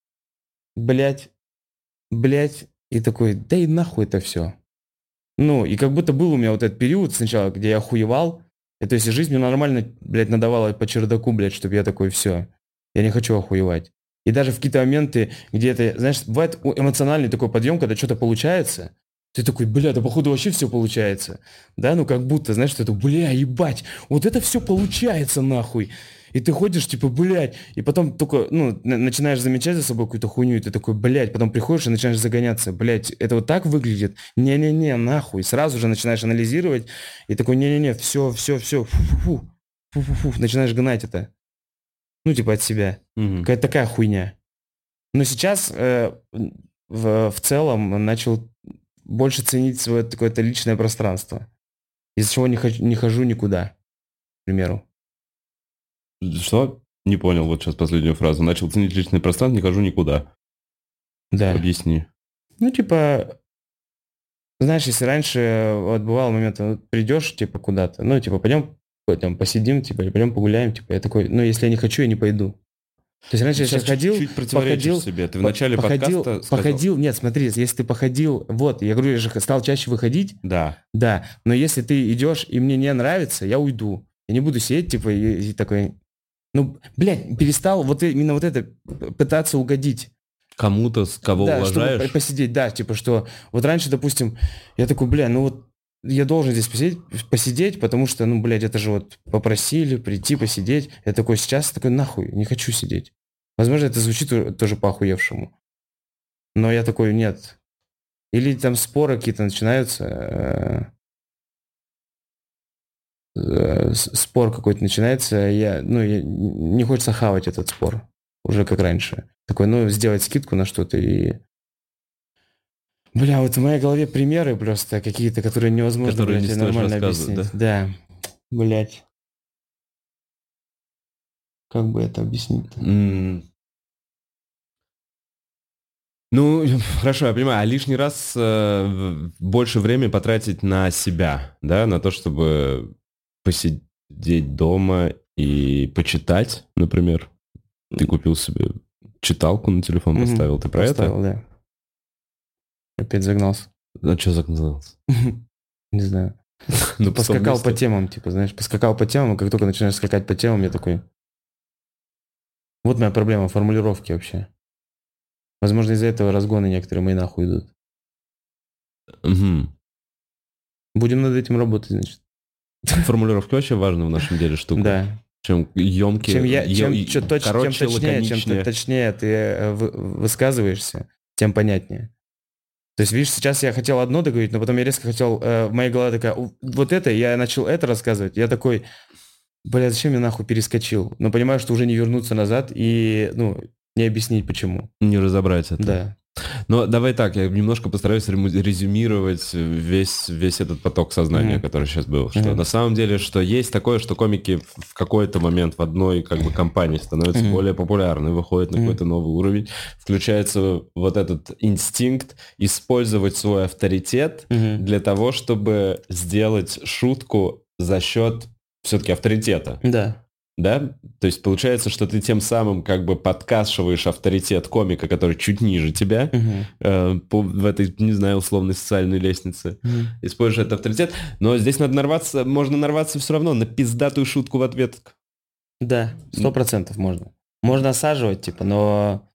блядь, блядь, и такой, да и нахуй это все. Ну, и как будто был у меня вот этот период сначала, где я охуевал, и то есть жизнь мне нормально, блядь, надавала по чердаку, блядь, чтобы я такой, все, я не хочу охуевать. И даже в какие-то моменты, где это, знаешь, бывает у- эмоциональный такой подъем, когда что-то получается, ты такой, бля, да походу вообще все получается. Да, ну как будто, знаешь, что это, бля, ебать, вот это все получается нахуй. И ты ходишь, типа, блядь, и потом только, ну, на- начинаешь замечать за собой какую-то хуйню, и ты такой, блядь, потом приходишь и начинаешь загоняться, блядь, это вот так выглядит? Не-не-не, нахуй. Сразу же начинаешь анализировать, и такой, не-не-не, все, все, все, фу-фу-фу, фу-фу-фу, начинаешь гнать это. Ну, типа, от себя. Мгм. Какая-то такая хуйня. Но сейчас э, в, в целом начал больше ценить свое какое-то личное пространство, из-за чего не, хочу, не хожу никуда, к примеру. Что? Не понял вот сейчас последнюю фразу. Начал ценить личное пространство, не хожу никуда. Да. Объясни. Ну, типа, знаешь, если раньше вот бывал момент, вот придешь, типа, куда-то, ну, типа, пойдем, пойдем посидим, типа, или пойдем погуляем, типа, я такой, ну, если я не хочу, я не пойду. То есть раньше я сейчас ходил, чуть противоречишь походил, себе. Ты в по- начале походил, подкаста сказал- походил, нет, смотри, если ты походил, вот, я говорю, я же стал чаще выходить, Да. да, но если ты идешь и мне не нравится, я уйду. Я не буду сидеть, типа, и, и такой, ну, блядь, перестал вот и- именно вот это пытаться угодить. Кому-то, с кого Да, чтобы уважаешь. по- посидеть, да, типа, что вот раньше, допустим, я такой, бля, ну вот я должен здесь посидеть, посидеть, потому что, ну, блядь, это же вот попросили прийти посидеть. Я такой сейчас такой, нахуй, не хочу сидеть. Возможно, это звучит у- тоже по-охуевшему. Но я такой, нет. Или там споры какие-то начинаются, э, э, с- спор какой-то начинается, я, ну, я, не хочется хавать этот спор, уже как раньше. Такой, ну, сделать скидку на что-то и... Бля, вот в моей голове примеры просто какие-то, которые невозможно, Которые блядь, не стоит нормально рассказывать, объяснить. Да, блядь. Как бы это объяснить-то? М. Ну, хорошо, я понимаю. А лишний раз э, в- больше времени потратить на себя, да, на то, чтобы посидеть дома и почитать, например. Ты купил себе читалку на телефон, Мгм, поставил. Ты про поставил, да. Опять загнался. это? А что загнался? Не знаю. Ну, Поскакал по месте. темам, типа, знаешь, поскакал по темам, и как только начинаешь скакать по темам, я такой... Вот моя проблема формулировки вообще. Возможно, из-за этого разгоны некоторые мои нахуй идут. Мгм. Будем над этим работать, значит. Формулировки вообще важны в нашем деле штука. Да. Чем емкие, Чем, я, чем, е- чё точ- короче, чем точнее, чем лаконичнее. т- точнее ты э, вы- высказываешься, тем понятнее. То есть, видишь, сейчас я хотел одно договорить, но потом я резко хотел, э, в моей голове такая, «У, вот это, я начал это рассказывать, я такой, бля, зачем я нахуй перескочил? Но понимаю, что уже не вернуться назад и, ну, не объяснить почему. Не разобрать это. Да. Но давай так, я немножко постараюсь резюмировать весь, весь этот поток сознания, mm-hmm. который сейчас был. Что mm-hmm. на самом деле, что есть такое, что комики в какой-то момент в одной как бы компании становятся mm-hmm. более популярны, выходят на mm-hmm. какой-то новый уровень, включается вот этот инстинкт использовать свой авторитет mm-hmm. для того, чтобы сделать шутку за счет все-таки авторитета. Да. Да? То есть получается, что ты тем самым как бы подкашиваешь авторитет комика, который чуть ниже тебя uh-huh. э, по, в этой, не знаю, условной социальной лестнице. Uh-huh. Используешь этот авторитет. Но здесь надо нарваться, можно нарваться все равно на пиздатую шутку в ответ. Да, сто процентов можно. Можно осаживать, типа, но...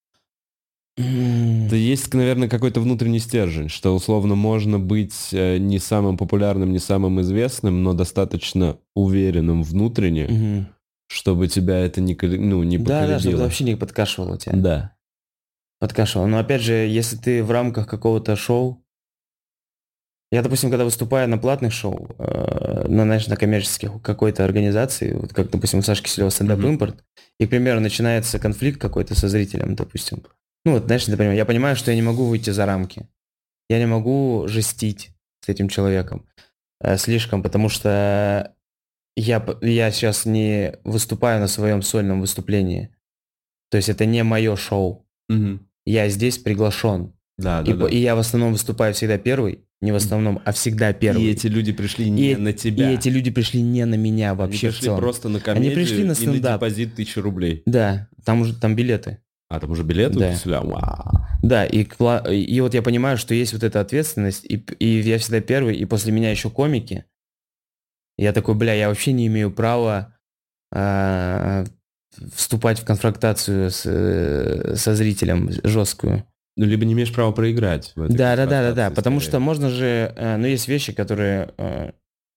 Да есть, наверное, какой-то внутренний стержень, что условно можно быть не самым популярным, не самым известным, но достаточно уверенным внутренне, угу. чтобы тебя это не, ну, не поколебило. Да, да, чтобы вообще не подкашивало тебя. Да. Подкашивало. Но опять же, если ты в рамках какого-то шоу... Я, допустим, когда выступаю на платных шоу, э, на, знаешь, на коммерческих какой-то организации, вот как, допустим, у Саши Киселева стендап-импорт, mm-hmm. и, к примеру, начинается конфликт какой-то со зрителем, допустим. Ну вот, знаешь, например, я понимаю, что я не могу выйти за рамки. Я не могу жестить с этим человеком э, слишком, потому что я, я сейчас не выступаю на своем сольном выступлении. То есть это не мое шоу. Mm-hmm. Я здесь приглашен. Да, да, и, да. и я в основном выступаю всегда первый. Не в основном, а всегда первый. И эти люди пришли не и, на тебя. И эти люди пришли не на меня вообще. Они пришли в целом. просто на комедию. Они пришли на стендап. И на депозит тысячу рублей. Да, там уже там билеты. А, там уже билеты? Да. Вау. Да, и, и вот я понимаю, что есть вот эта ответственность, и, и я всегда первый, и после меня еще комики. Я такой, бля, я вообще не имею права э, вступать в конфронтацию с, э, со зрителем жесткую. Ну, либо не имеешь права проиграть. В этой да, да, да, да, да, потому скорее. что можно же, э, ну, есть вещи, которые, э,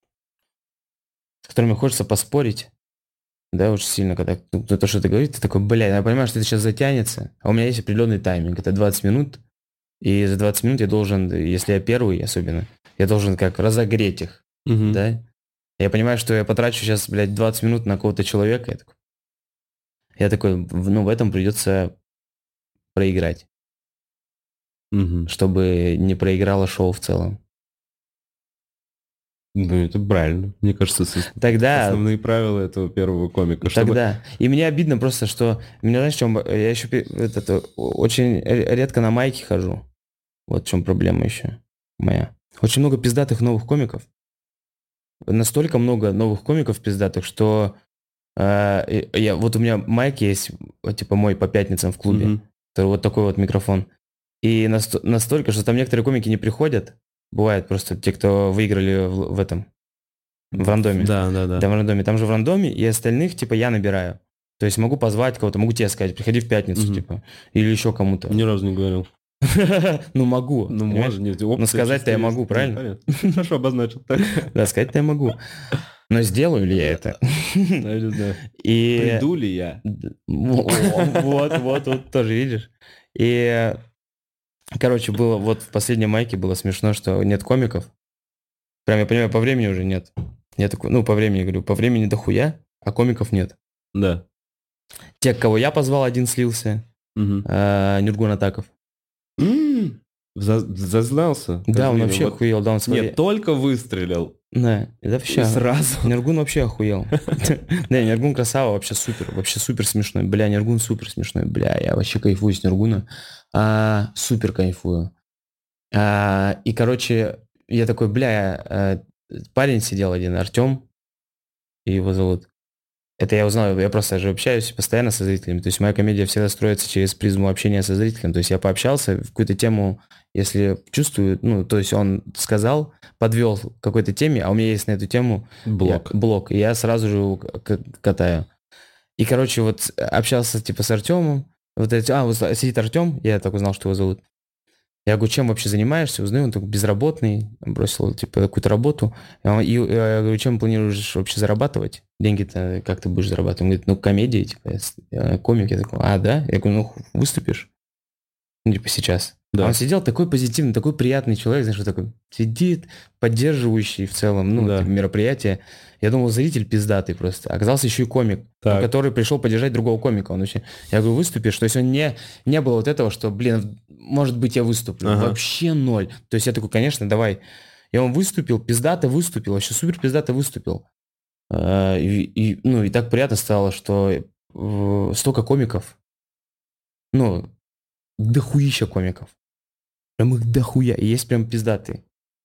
с которыми хочется поспорить, да, очень сильно, когда кто-то что-то говорит, ты такой, бля, я понимаю, что это сейчас затянется, а у меня есть определенный тайминг, это двадцать минут, и за двадцать минут я должен, если я первый особенно, я должен как разогреть их, угу. да. Я понимаю, что я потрачу сейчас, блядь, двадцать минут на какого-то человека, я такой, я такой, ну, в этом придется проиграть. Угу. Чтобы не проиграло шоу в целом. Ну, это правильно. Мне кажется, тогда, основные правила этого первого комика. Тогда. Чтобы... И мне обидно просто, что... Меня, знаешь, в чем... Я еще это, очень редко на майке хожу. Вот в чем проблема еще моя. Очень много пиздатых новых комиков. Настолько много новых комиков пиздатых, что... Э, я, вот у меня майк есть, типа мой по пятницам в клубе. Mm-hmm. Это вот такой вот микрофон. И наст- настолько, что там некоторые комики не приходят. Бывает просто те, кто выиграли в, в этом, в рандоме. Да, да, да. Да, в рандоме. Там же в рандоме, и остальных, типа, я набираю. То есть могу позвать кого-то, могу тебе сказать, приходи в пятницу, угу. типа. Или еще кому-то. Ни разу не говорил. Ну, могу. Ну, можно. Ну, сказать-то я могу, правильно? Хорошо обозначил. Да, сказать-то я могу. Но сделаю ли я это? И... Приду ли я? Вот, вот, вот, тоже видишь. И... Короче, было вот в последнем майке было смешно, что нет комиков. Прям я понимаю, по времени уже нет. Я такой, ну, по времени, говорю, по времени дохуя, а комиков нет. Да. Тех, кого я позвал, один слился. Угу. А, Нюргун Атаков. М-м-м. Зазнался? Да, он вообще вот... охуел. Да, он свои... Нет, только выстрелил. Да, это вообще... Сразу. Нюргун вообще охуел. Да, Нюргун красава, вообще супер, вообще супер смешной. Бля, Нюргун супер смешной. Бля, я вообще кайфую с Нюргуна. А, супер кайфую. А, и, короче, я такой, бля, парень сидел один, Артем, его зовут. Это я узнал, я просто же общаюсь постоянно со зрителями. То есть моя комедия всегда строится через призму общения со зрителем. То есть я пообщался, в какую-то тему, если чувствую, ну, то есть он сказал, подвел к какой-то теме, а у меня есть на эту тему блок. Я, блок, и я сразу же катаю. И, короче, вот общался типа с Артемом. Вот эти, а, вот сидит Артем, я так узнал, что его зовут. Я говорю, чем вообще занимаешься? Узнаю, он такой безработный, бросил, типа, какую-то работу. И я говорю, чем планируешь вообще зарабатывать? Деньги-то как ты будешь зарабатывать? Он говорит, ну, комедия, типа, я комик. Я такой, а, да? Я говорю, ну, выступишь? Ну, типа, сейчас. Да. А он сидел такой позитивный, такой приятный человек, знаешь, вот такой сидит, поддерживающий в целом, ну, Да. типа, мероприятие. Я думал, зритель пиздатый просто. Оказался еще и комик, Так. который пришел поддержать другого комика. Он вообще, я говорю, выступишь? То есть он не, не было вот этого, что, блин, может быть, я выступлю. Ага. Вообще ноль. То есть я такой, конечно, давай. И он выступил, пиздато выступил, вообще супер пиздато выступил. А, И, и, ну, и так приятно стало, что э, столько комиков, ну, дохуища комиков. Прям их дохуя. И есть прям пиздатые.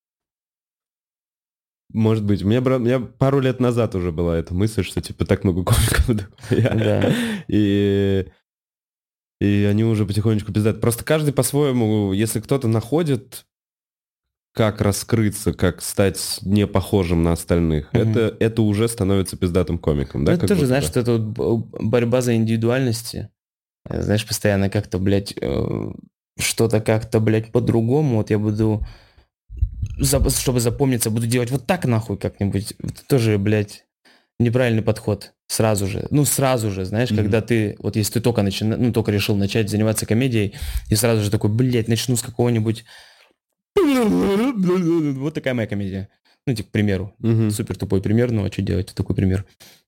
Может быть. У меня, бра- у меня пару лет назад уже была эта мысль, что типа так много комиков. дохуя. Да. И, и они уже потихонечку пиздат. Просто каждый по-своему, если кто-то находит, как раскрыться, как стать не похожим на остальных, Мгм. это, это уже становится пиздатым комиком. Да, Ну, это как тоже, будто знаешь, бы? что это вот б- борьба за индивидуальности. Э, Знаешь, постоянно как-то, блядь, э, что-то как-то, блядь, по-другому. Вот я буду, за- чтобы запомниться, буду делать вот так нахуй как-нибудь. Это тоже, блядь, неправильный подход. Сразу же. Ну, сразу же, знаешь, Мгм. когда ты, вот если ты только начина, ну, только решил начать заниматься комедией, и сразу же такой, блядь, начну с какого-нибудь... Вот такая моя комедия. Ну, типа, к примеру. Мгм. Супер тупой пример, но что делать? Вот такой пример.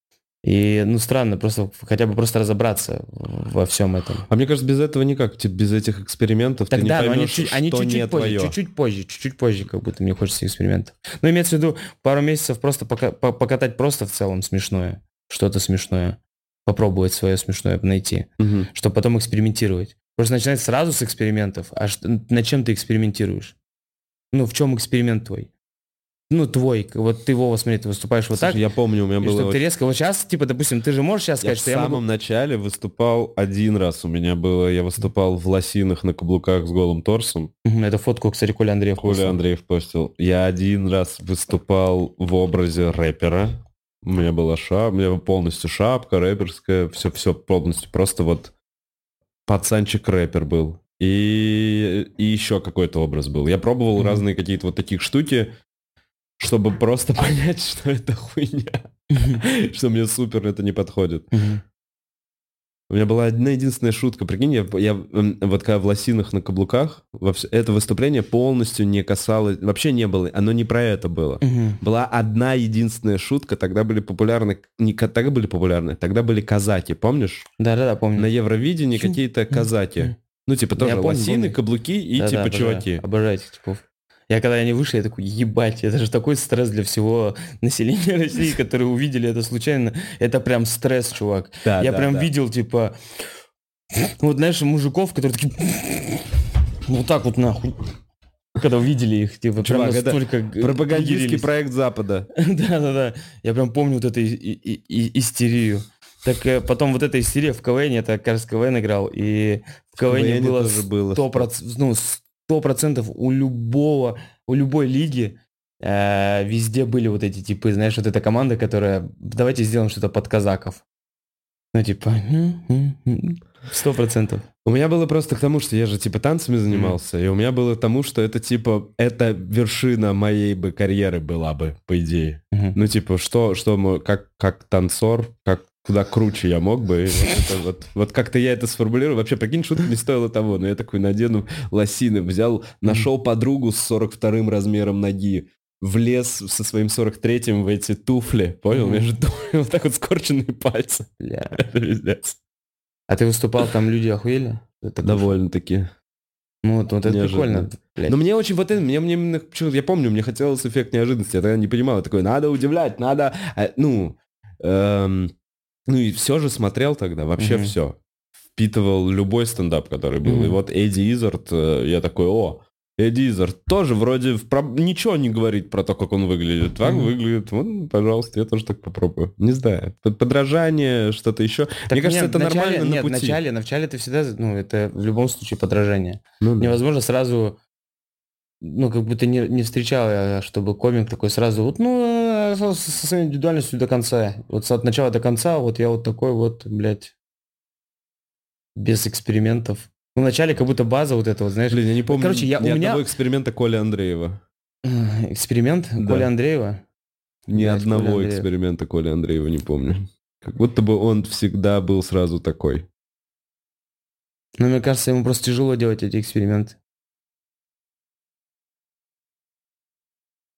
И, ну, странно, просто хотя бы просто разобраться во всем этом. А мне кажется, без этого никак. Типа, без этих экспериментов ты не Тогда, но они, поймешь, чуть, они что не чуть-чуть позже, твое. чуть-чуть позже, чуть-чуть позже, как будто мне хочется экспериментов. Но имеется в виду пару месяцев просто пока, по- покатать просто в целом смешное, что-то смешное, попробовать свое смешное найти, Мгм. чтобы потом экспериментировать. Просто начинать сразу с экспериментов, а что, над чем ты экспериментируешь? Ну, в чем эксперимент твой? Ну, твой, вот ты, Вова, смотри, ты выступаешь вот Слушай, так, я помню, у меня и было... чтобы ты очень- резко, вот сейчас, типа, допустим, ты же можешь сейчас Я сказать, в что я самом могу... начале выступал один раз. У меня было... Я выступал в лосинах на каблуках с голым торсом. Мгм, эту фотку, кстати, Коля Андреев Коля послал. Андреев постил. Я один раз выступал в образе рэпера. У меня была шапка, у меня была полностью шапка рэперская, все-все полностью. Просто вот пацанчик-рэпер был. И, и еще какой-то образ был. Я пробовал Мгм. разные какие-то вот таких штуки, чтобы просто понять, что это хуйня. Что мне супер это не подходит. Мгм. У меня была одна единственная шутка. Прикинь, я, я, м, вот когда в лосинах на каблуках, во вс- это выступление полностью не касалось... Вообще не было. Оно не про это было. Мгм. Была одна единственная шутка. Тогда были популярны... Не ка- тогда были популярны. Тогда были казаки, помнишь? Да-да-да, помню. На Евровидении Чу. какие-то казаки. Мгм. Ну, типа тоже Я помню, лосины, помню. каблуки и Да-да, типа обожаю, чуваки. Обожаю этих типов. Я когда они вышли, я такой, ебать, это же такой стресс для всего населения России, которые увидели это случайно. Это прям стресс, чувак. Да, Я да, прям да. видел, типа, вот знаешь, мужиков, которые такие, вот так вот нахуй. Когда увидели их, типа, Чувак, прям это настолько г- пропагандистский триггерились. проект Запада. Да-да-да. Я прям помню вот эту и- и- и- истерию. Так э, потом вот эта истерия в КВН, это как раз КВН играл, и в КВН КВН было тоже было сто процентов, ну, сто процентов у любого, у любой лиги э, везде были вот эти типы, знаешь, вот эта команда, которая, давайте сделаем что-то под казаков. Ну, типа, сто процентов. У меня было просто к тому, что я же типа танцами занимался, и у меня было к тому, что это типа, это вершина моей бы карьеры была бы, по идее. Ну, типа, что, что мо- как, как танцор, как куда круче я мог бы. И вот, это вот, вот как-то я это сформулирую. Вообще, прикинь, шутка не стоила того, но я такой надену лосины, взял, нашел подругу с сорок вторым размером ноги, влез со своим сорок третьим в эти туфли, понял? У меня же туфли, вот так вот скорченные пальцы. Бля. Это пиздец. А ты выступал, там люди охуели? Это Довольно-таки. Ну, вот, вот это Неожиданно. прикольно. Блядь. Но мне очень вот это, мне, мне именно, почему-то, я помню, мне хотелось эффект неожиданности, я тогда не понимал, я такой, надо удивлять, надо, а, ну, эм, ну и все же смотрел тогда, вообще Мгм. все. Впитывал любой стендап, который был. Мгм. И вот Эдди Иззард, э, я такой, о, Эдди Иззард тоже вроде в про- ничего не говорит про то, как он выглядит. Так Мгм. выглядит, вот, пожалуйста, я тоже так попробую. Не знаю, под- подражание, что-то еще. Так Мне кажется, нет, это вначале- нормально нет, на пути. Вначале, вначале ты всегда, ну, это в любом случае подражание. Ну, да. Невозможно сразу, ну, как бы ты не, не встречал, а, чтобы комик такой сразу, вот, ну, э, со, со своей индивидуальностью до конца. Вот с- от начала до конца, вот я вот такой вот, блядь, без экспериментов. Ну, вначале как будто база вот эта вот, знаешь. Блин, я не помню Короче, я, ни у меня одного эксперимента Коли Андреева. эксперимент Да. Коля Андреева. Ни Блядь, одного Коля Андреев. эксперимента Коли Андреева не помню. Как будто бы он всегда был сразу такой. Но мне кажется, ему просто тяжело делать эти эксперименты.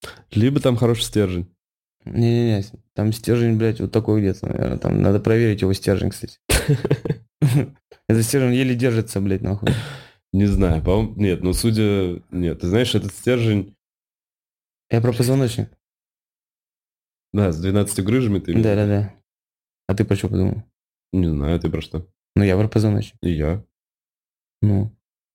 Либо там хороший стержень. Не-не-не, там стержень, блядь, вот такой где-то, наверное. Там надо проверить его стержень, кстати. Этот стержень еле держится, блядь, нахуй. Не знаю, по-моему, нет, ну судя... Нет, ты знаешь, этот стержень... Я про позвоночник. Да, с двенадцатью грыжами ты... Да-да-да. А ты про что подумал? Не знаю, ты про что? Ну, я про позвоночник. И я. Ну.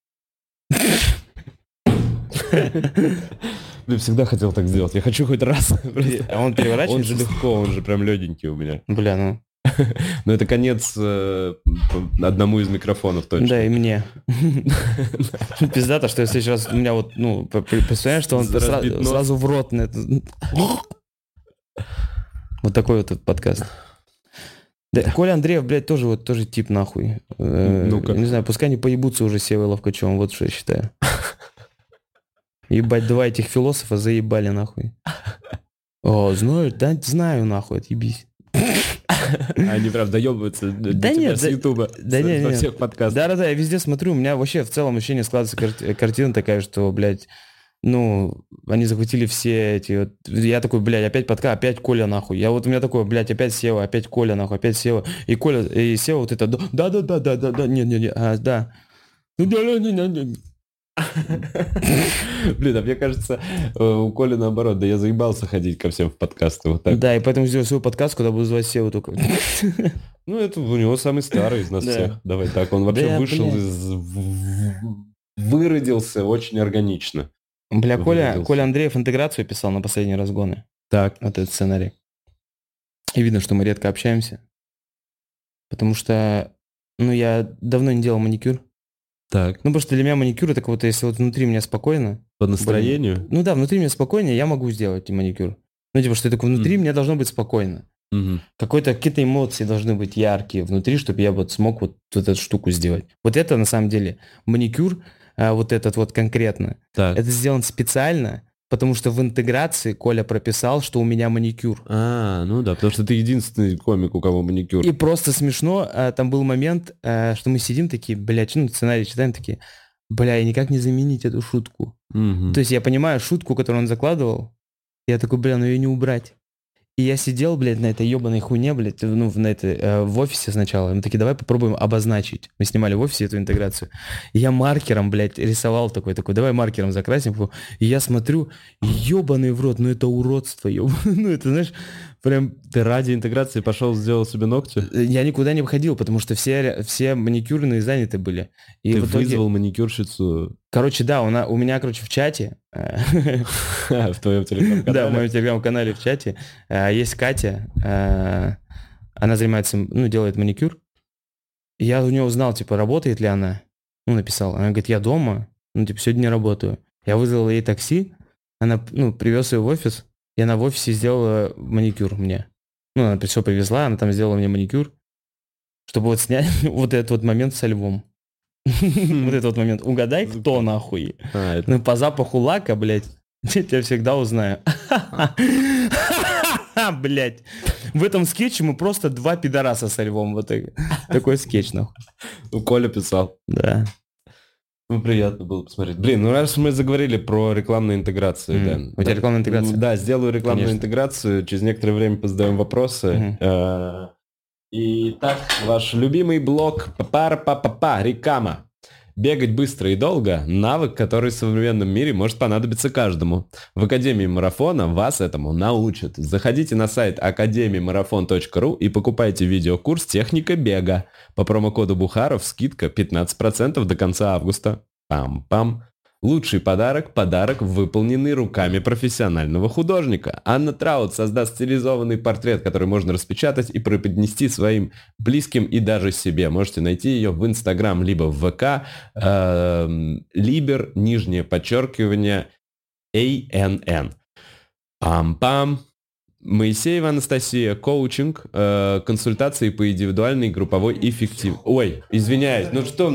Я всегда хотел так сделать. Я хочу хоть раз. А он переворачивается? Он же легко, он же прям легенький у меня. Бля, ну. Но это конец э, одному из микрофонов точно. Да, и мне. Пиздато, что если сейчас у меня вот, ну, представляешь, что он сразу, сразу в рот. Вот такой вот подкаст. Да, Коля Андреев, блядь, тоже вот тоже тип нахуй. Ну, как? Не знаю, пускай они поебутся уже с Севой Ловкачевым, вот что я считаю. Ебать, два этих философа заебали нахуй. О, знаю, да знаю нахуй, отъебись. Они прям доебываются да нет, с Ютуба, да, со, нет, со нет. всех подкастов. Да-да-да, я везде смотрю, у меня вообще в целом ощущение складывается кар- картина такая, что, блядь, ну, они захватили все эти... Вот, я такой, блядь, опять подкаст, опять Коля нахуй. Я вот у меня такой, блядь, опять Сева, опять Коля нахуй, опять Сева. И Коля, и Сева вот это, да-да-да-да-да-да, нет-нет-нет, а, да. Блин, а мне кажется, у Коли наоборот, да я заебался ходить ко всем в подкасты. Вот так. Да, и поэтому сделаю свой подкаст, куда буду звать Севу только. Ну, это у него самый старый из нас всех. Давай так, он вообще вышел из... Выродился очень органично. Бля, Коля, Коля Андреев интеграцию писал на последние разгоны. Так. Вот этот сценарий. И видно, что мы редко общаемся. Потому что, ну, я давно не делал маникюр. Так. Ну, потому что для меня маникюр, это вот если вот внутри меня спокойно. По настроению? Блин, ну да, внутри меня спокойно, я могу сделать маникюр. Ну, типа, что такое внутри, mm. мне должно быть спокойно. Mm-hmm. Какой-то, какие-то эмоции должны быть яркие внутри, чтобы я вот смог вот, вот эту штуку сделать. Вот это, на самом деле, маникюр, а, вот этот вот конкретно, так. это сделано специально, потому что в интеграции Коля прописал, что у меня маникюр. А, ну да, потому что ты единственный комик, у кого маникюр. И просто смешно, там был момент, что мы сидим такие, блядь, ну, сценарий читаем такие, бля, и никак не заменить эту шутку. Угу. То есть я понимаю шутку, которую он закладывал, я такой, бля, ну ее не убрать. И я сидел, блядь, на этой ебаной хуйне, блядь, ну, на этой, э, в офисе сначала. И мы такие, давай попробуем обозначить. Мы снимали в офисе эту интеграцию. И я маркером, блядь, рисовал такой, такой, давай маркером закрасим. И я смотрю, ебаный в рот, ну это уродство, ебаный. Ну это, знаешь, прям... Ты ради интеграции пошел, сделал себе ногти? Я никуда не выходил, потому что все, все маникюрные заняты были. И ты в итоге... вызвал маникюрщицу? Короче, да, у, на, у меня, короче, в чате... В твоем телеграм-канале? Да, в моем телеграм-канале в чате есть Катя. Она занимается, ну, делает маникюр. Я у нее узнал, типа, работает ли она. Ну, написал. Она говорит, я дома, ну, типа, сегодня не работаю. Я вызвал ей такси, она, ну, привез ее в офис, и она в офисе сделала маникюр мне. Ну, она все привезла, она там сделала мне маникюр, чтобы вот снять вот этот вот момент со львом. Вот этот вот момент. Угадай, кто нахуй. Ну, по запаху лака, блядь, я тебя всегда узнаю. Блядь. В этом скетче мы просто два пидораса со львом. Вот такой скетч, нахуй. Ну, Коля писал. Да. Ну, приятно было посмотреть. Блин, ну раз мы заговорили про рекламную интеграцию, mm. да. У тебя рекламная интеграция? Да, сделаю рекламную Конечно. интеграцию. Через некоторое время позадаем вопросы. Mm-hmm. Итак, ваш любимый блог папара-папа-па, рекама. Бегать быстро и долго – навык, который в современном мире может понадобиться каждому. В Академии Марафона вас этому научат. Заходите на сайт академия марафон точка ру и покупайте видеокурс «Техника бега». По промокоду Бухаров скидка пятнадцать процентов до конца августа. Пам-пам. Лучший подарок – подарок, выполненный руками профессионального художника. Анна Траут создаст стилизованный портрет, который можно распечатать и преподнести своим близким и даже себе. Можете найти ее в Инстаграм, либо в ВК. Э, Либер, нижнее подчеркивание, эй эн эн. Пам-пам. Моисеева Анастасия, коучинг, э, консультации по индивидуальной групповой эффективности. Ой, извиняюсь, ну что...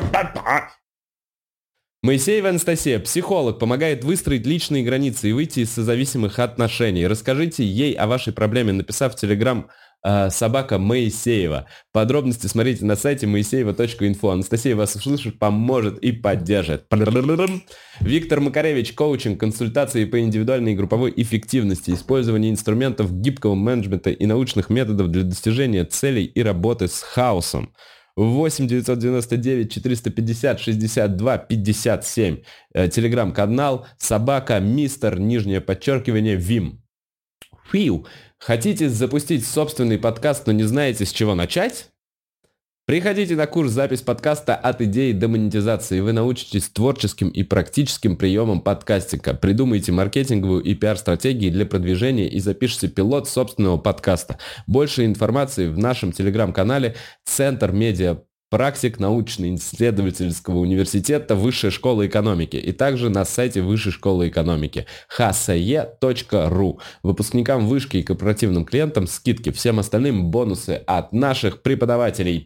Моисеева Анастасия, психолог, помогает выстроить личные границы и выйти из созависимых отношений. Расскажите ей о вашей проблеме, написав в Телеграм э, собака Моисеева. Подробности смотрите на сайте моисеева точка инфо. Анастасия вас услышит, поможет и поддержит. Виктор Макаревич, коучинг, консультации по индивидуальной и групповой эффективности, использование инструментов гибкого менеджмента и научных методов для достижения целей и работы с хаосом. восемь девятьсот девяносто девять четыреста пятьдесят шестьдесят два пятьдесят семь. Телеграм-канал собака мистер, нижнее подчеркивание, Вим. Фью. Хотите запустить собственный подкаст, но не знаете, с чего начать? Приходите на курс «Запись подкаста от идеи до монетизации». Вы научитесь творческим и практическим приемам подкастинга. Придумайте маркетинговую и пиар-стратегии для продвижения и запишите пилот собственного подкаста. Больше информации в нашем телеграм-канале «Центр медиа практик научно-исследовательского университета Высшей школы экономики» и также на сайте Высшей школы экономики эйч эс и и точка ру. Выпускникам вышки и корпоративным клиентам скидки, всем остальным бонусы от наших преподавателей.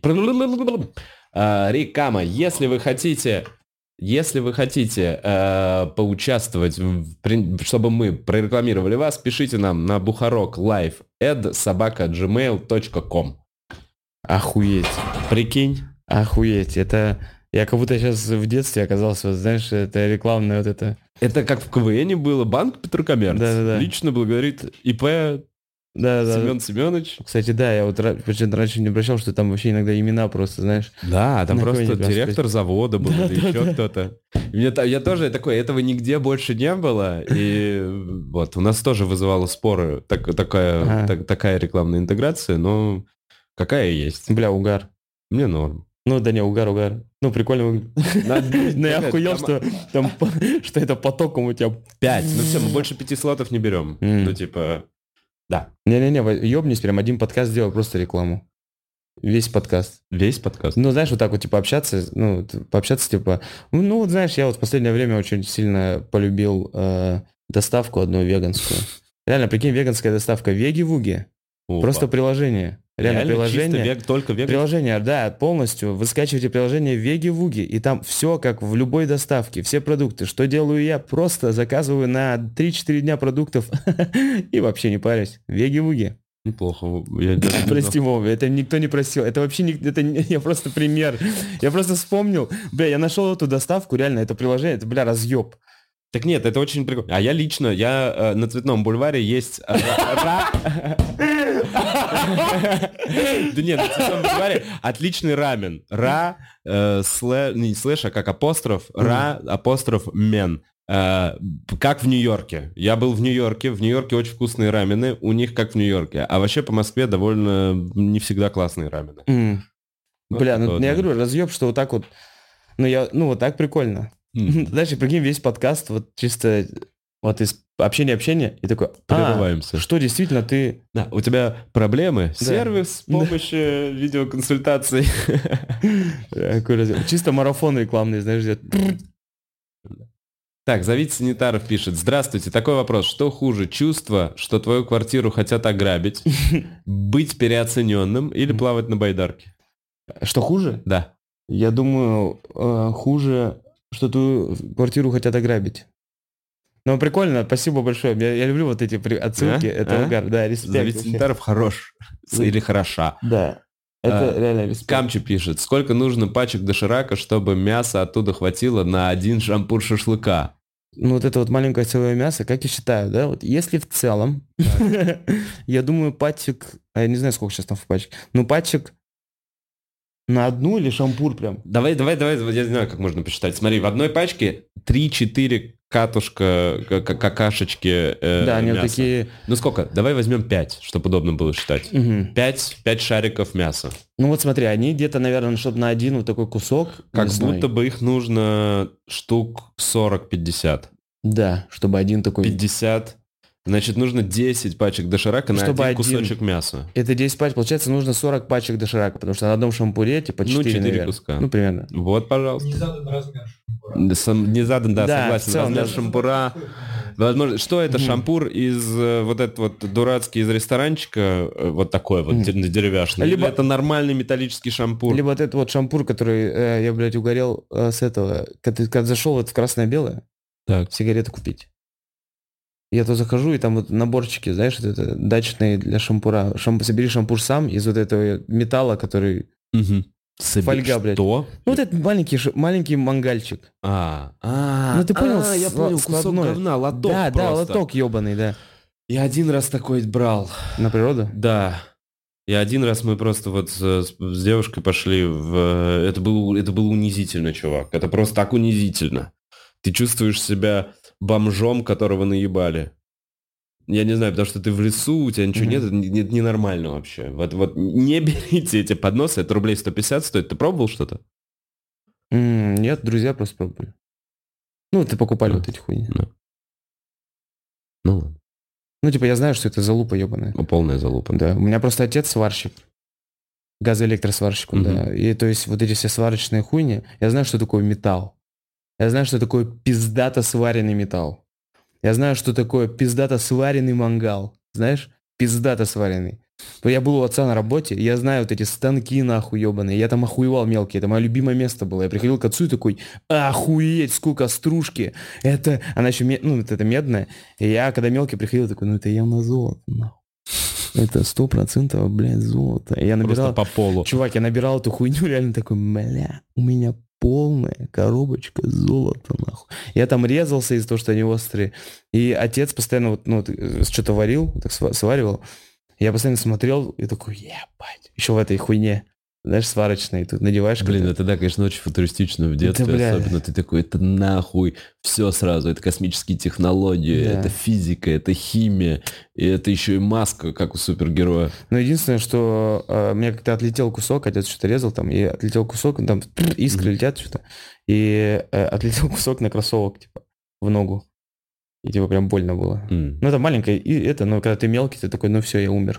Рекама, если вы хотите... Если вы хотите э, поучаствовать, в, чтобы мы прорекламировали вас, пишите нам на бухарок лайв эд собака джимейл точка ком. Охуеть. Прикинь. Охуеть, это... Я как будто сейчас в детстве оказался, вот, знаешь, это рекламное вот это... Это как в КВНе было, банк Петрокоммерц. Да-да-да. Лично благодарит ИП Да-да-да. Семен Семенович. Кстати, да, я вот почему-то раньше не обращал, что там вообще иногда имена просто, знаешь... Да, там просто Наклонить, директор просто... завода был, да, или да, еще да. кто-то. Мне, я тоже такой, этого нигде больше не было. И вот, у нас тоже вызывало споры так, такая, Ага. так, такая рекламная интеграция, но какая есть. Бля, угар. Мне норм. Ну да не, угар, угар. Ну прикольно выглядит. Но я охуел, что там что это потоком у тебя... Пять. Ну все, мы больше пяти слотов не берем. Ну типа, да. Не-не-не, ёбнись, прям один подкаст сделал, просто рекламу. Весь подкаст. Весь подкаст? Ну, знаешь, вот так вот, типа, общаться, ну, пообщаться, типа... Ну, вот, знаешь, я вот в последнее время очень сильно полюбил э, доставку одну веганскую. Реально, прикинь, веганская доставка Веги-Вуги. Просто приложение. Реально, Реально приложение. Вег, только веганское? Приложение, да, полностью. Вы скачиваете приложение Веги-Вуги, и там все как в любой доставке, все продукты. Что делаю я? Просто заказываю на три-четыре дня продуктов и вообще не парюсь. Веги-Вуги. Неплохо. Я Прости, Вова, это никто не просил. Это вообще не... Это не... Я просто пример. Я просто вспомнил. Бля, я нашел эту доставку, реально, это приложение, это, бля, разъеб. Так нет, это очень прикольно. А я лично, я э, на Цветном бульваре есть... Да нет, на Цветном бульваре отличный рамен. Ра, не слэш, а как апостроф, ра, апостроф, мен. Как в Нью-Йорке. Я был в Нью-Йорке. В Нью-Йорке очень вкусные рамены. У них как в Нью-Йорке. А вообще по Москве довольно не всегда классные рамены. Mm. Вот Бля, ну вот, я да. говорю, разъеб, что вот так вот. Ну, я, ну вот так прикольно. Mm. Дальше, прикинь, весь подкаст вот чисто вот из общения-общения. И такой, Прерываемся. а, что действительно ты... Да, у тебя проблемы? Да. Сервис помощи, видеоконсультаций. Чисто марафон рекламный, знаешь, где... Так, Завид Санитаров пишет. Здравствуйте, такой вопрос. Что хуже, чувство, что твою квартиру хотят ограбить, быть переоцененным или плавать на байдарке? Что хуже? Да. Я думаю, э, хуже, что твою квартиру хотят ограбить. Ну, прикольно, спасибо большое. Я, я люблю вот эти при- отсылки. А? Это А? угар, да, респект. Завид вообще. Санитаров хорош. Или хороша. Да, это А, реально респект. Камчи пишет. Сколько нужно пачек доширака, чтобы мяса оттуда хватило на один шампур шашлыка? Ну, вот это вот маленькое целое мясо, как я считаю, да, вот если в целом, я думаю, пачек, а я не знаю, сколько сейчас там в пачке, ну, пачек на одну или шампур прям? Давай, давай, давай, я не знаю, как можно посчитать. Смотри, в одной пачке три-четыре катушка, к- к- какашечки э, Да, они вот мяса. такие... Ну сколько? Давай возьмем пять, чтобы удобно было считать. Мгм. Пять, пять шариков мяса. Ну, вот смотри, они где-то, наверное, чтобы на один вот такой кусок Как мясной. будто бы их нужно штук сорок-пятьдесят. Да, чтобы один такой... пятьдесят. Значит, нужно десять пачек доширака на Чтобы один один. кусочек мяса. Это десять пачек, получается, нужно сорок пачек доширака, потому что на одном шампуре, типа, Ну, четыре, четыре наверное. куска. Ну, примерно. Вот, пожалуйста. Не задан размер шампура. Да, сам- не задан, да, Да, согласен. в целом, Размер да. шампура. Возможно, что это? Мгм. Шампур из э, вот этот вот дурацкий из ресторанчика, э, вот такой вот Мгм. де- деревяшный. Либо- Или это нормальный металлический шампур? Либо вот этот вот шампур, который э, я, блядь, угорел э, с этого, когда, когда зашел вот в красное-белое, Так. сигареты купить. Я то захожу, и там вот наборчики, знаешь, вот это дачные для шампура. Шамп... Собери шампур сам из вот этого металла, который... Угу. Соби... Фольга, блядь. Что? Ну вот этот маленький, ш- маленький мангальчик. А, а, Ну ты понял? а, я сла- понял, кусок складной. говна, лоток Да, да, просто. лоток ебаный, да. Я один раз такой брал. На природу? Да. И один раз мы просто вот с, с девушкой пошли в... Это было, это было унизительно, чувак. Это просто так унизительно. Ты чувствуешь себя бомжом, которого наебали. Я не знаю, потому что ты в лесу, у тебя ничего Мгм. нет, это не- не- ненормально вообще. Вот, вот не берите эти подносы, это рублей сто пятьдесят стоит. Ты пробовал что-то? М, Нет, друзья просто пробовали. Ну, ты покупали А. вот эти хуйни. Да. Ну ладно. Ну, типа, я знаю, что это залупа ебаная. Ну, полная залупа. Да, у меня просто отец сварщик. Газоэлектросварщик, он, Мгм. да. И то есть вот эти все сварочные хуйни, я знаю, что такое металл. Я знаю, что такое пиздато сваренный металл. Я знаю, что такое пиздато сваренный мангал. Знаешь? Пиздато сваренный. То я был у отца на работе, и я знаю вот эти станки нахуй ебаные. Я там охуевал мелкий. Это мое любимое место было. Я приходил к отцу и такой, охуеть, сколько стружки. Это, она еще, ме- ну, вот это медная. И я, когда мелкий приходил, такой, ну это явно золото, нахуй. Это сто процентов, блядь, золото. И я набирал... Просто по полу. Чувак, я набирал эту хуйню, реально такой, бля, у меня полная коробочка золота, нахуй. Я там резался из-за того, что они острые. И отец постоянно вот, ну, вот, э, что-то варил, вот так сва- сваривал. Я постоянно смотрел и такой, ебать, еще в этой хуйне, знаешь, сварочной, тут надеваешь... Блин, как-то. это да, конечно, очень футуристично в детстве, Да, бля. особенно ты такой, это нахуй, все сразу, это космические технологии, Да. это физика, это химия, и это еще и маска, как у супергероя. Но единственное, что э, мне как-то отлетел кусок, отец что-то резал там, и отлетел кусок, там искры Мгм. летят что-то, и э, отлетел кусок на кроссовок, типа, в ногу. И типа прям больно было. М. Ну, это маленькое, и это, но когда ты мелкий, ты такой, ну все, я умер.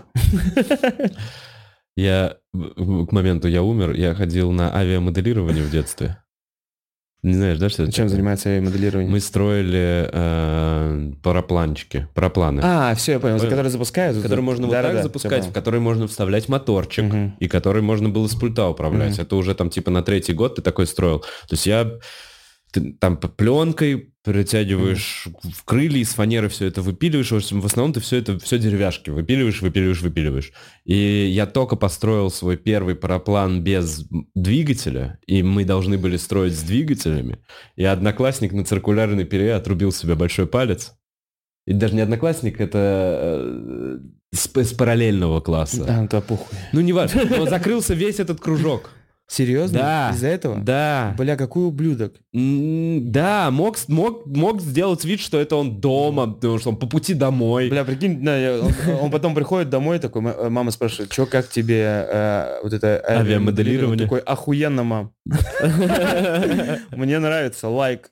Я в- к моменту я умер, я ходил на авиамоделирование в детстве. Не знаешь, да, что это Чем такое? занимается авиамоделирование? Мы строили э, парапланчики, парапланы, А, все, я понял, за Понял. которые запускают. которые можно вот Да-да-да, так всё запускать, в понял. которые можно вставлять моторчик, Мгм. и который можно было с пульта управлять. Мгм. Это уже там типа на третий год ты такой строил. То есть я ты там по- пленкой притягиваешь в крылья, из фанеры все это выпиливаешь. В общем, в основном ты все это, все деревяшки выпиливаешь, выпиливаешь, выпиливаешь. И я только построил свой первый параплан без двигателя, и мы должны были строить с двигателями. И одноклассник на циркулярной пиле отрубил себе большой палец. И даже не одноклассник, это э, с, с параллельного класса. А, да, похуй. Ну, не важно. Но закрылся весь этот кружок. Серьезно? Да. Из-за этого? Да. Бля, какой ублюдок. М, Да, мог, с- мог, мог сделать вид, что это он дома, потому что он по пути домой. Бля, прикинь, да, я- он, он потом приходит домой, такой, м- мама спрашивает, что, как тебе э, вот это Авиамоделирование. Такой, охуенно, мам. Мне нравится, лайк.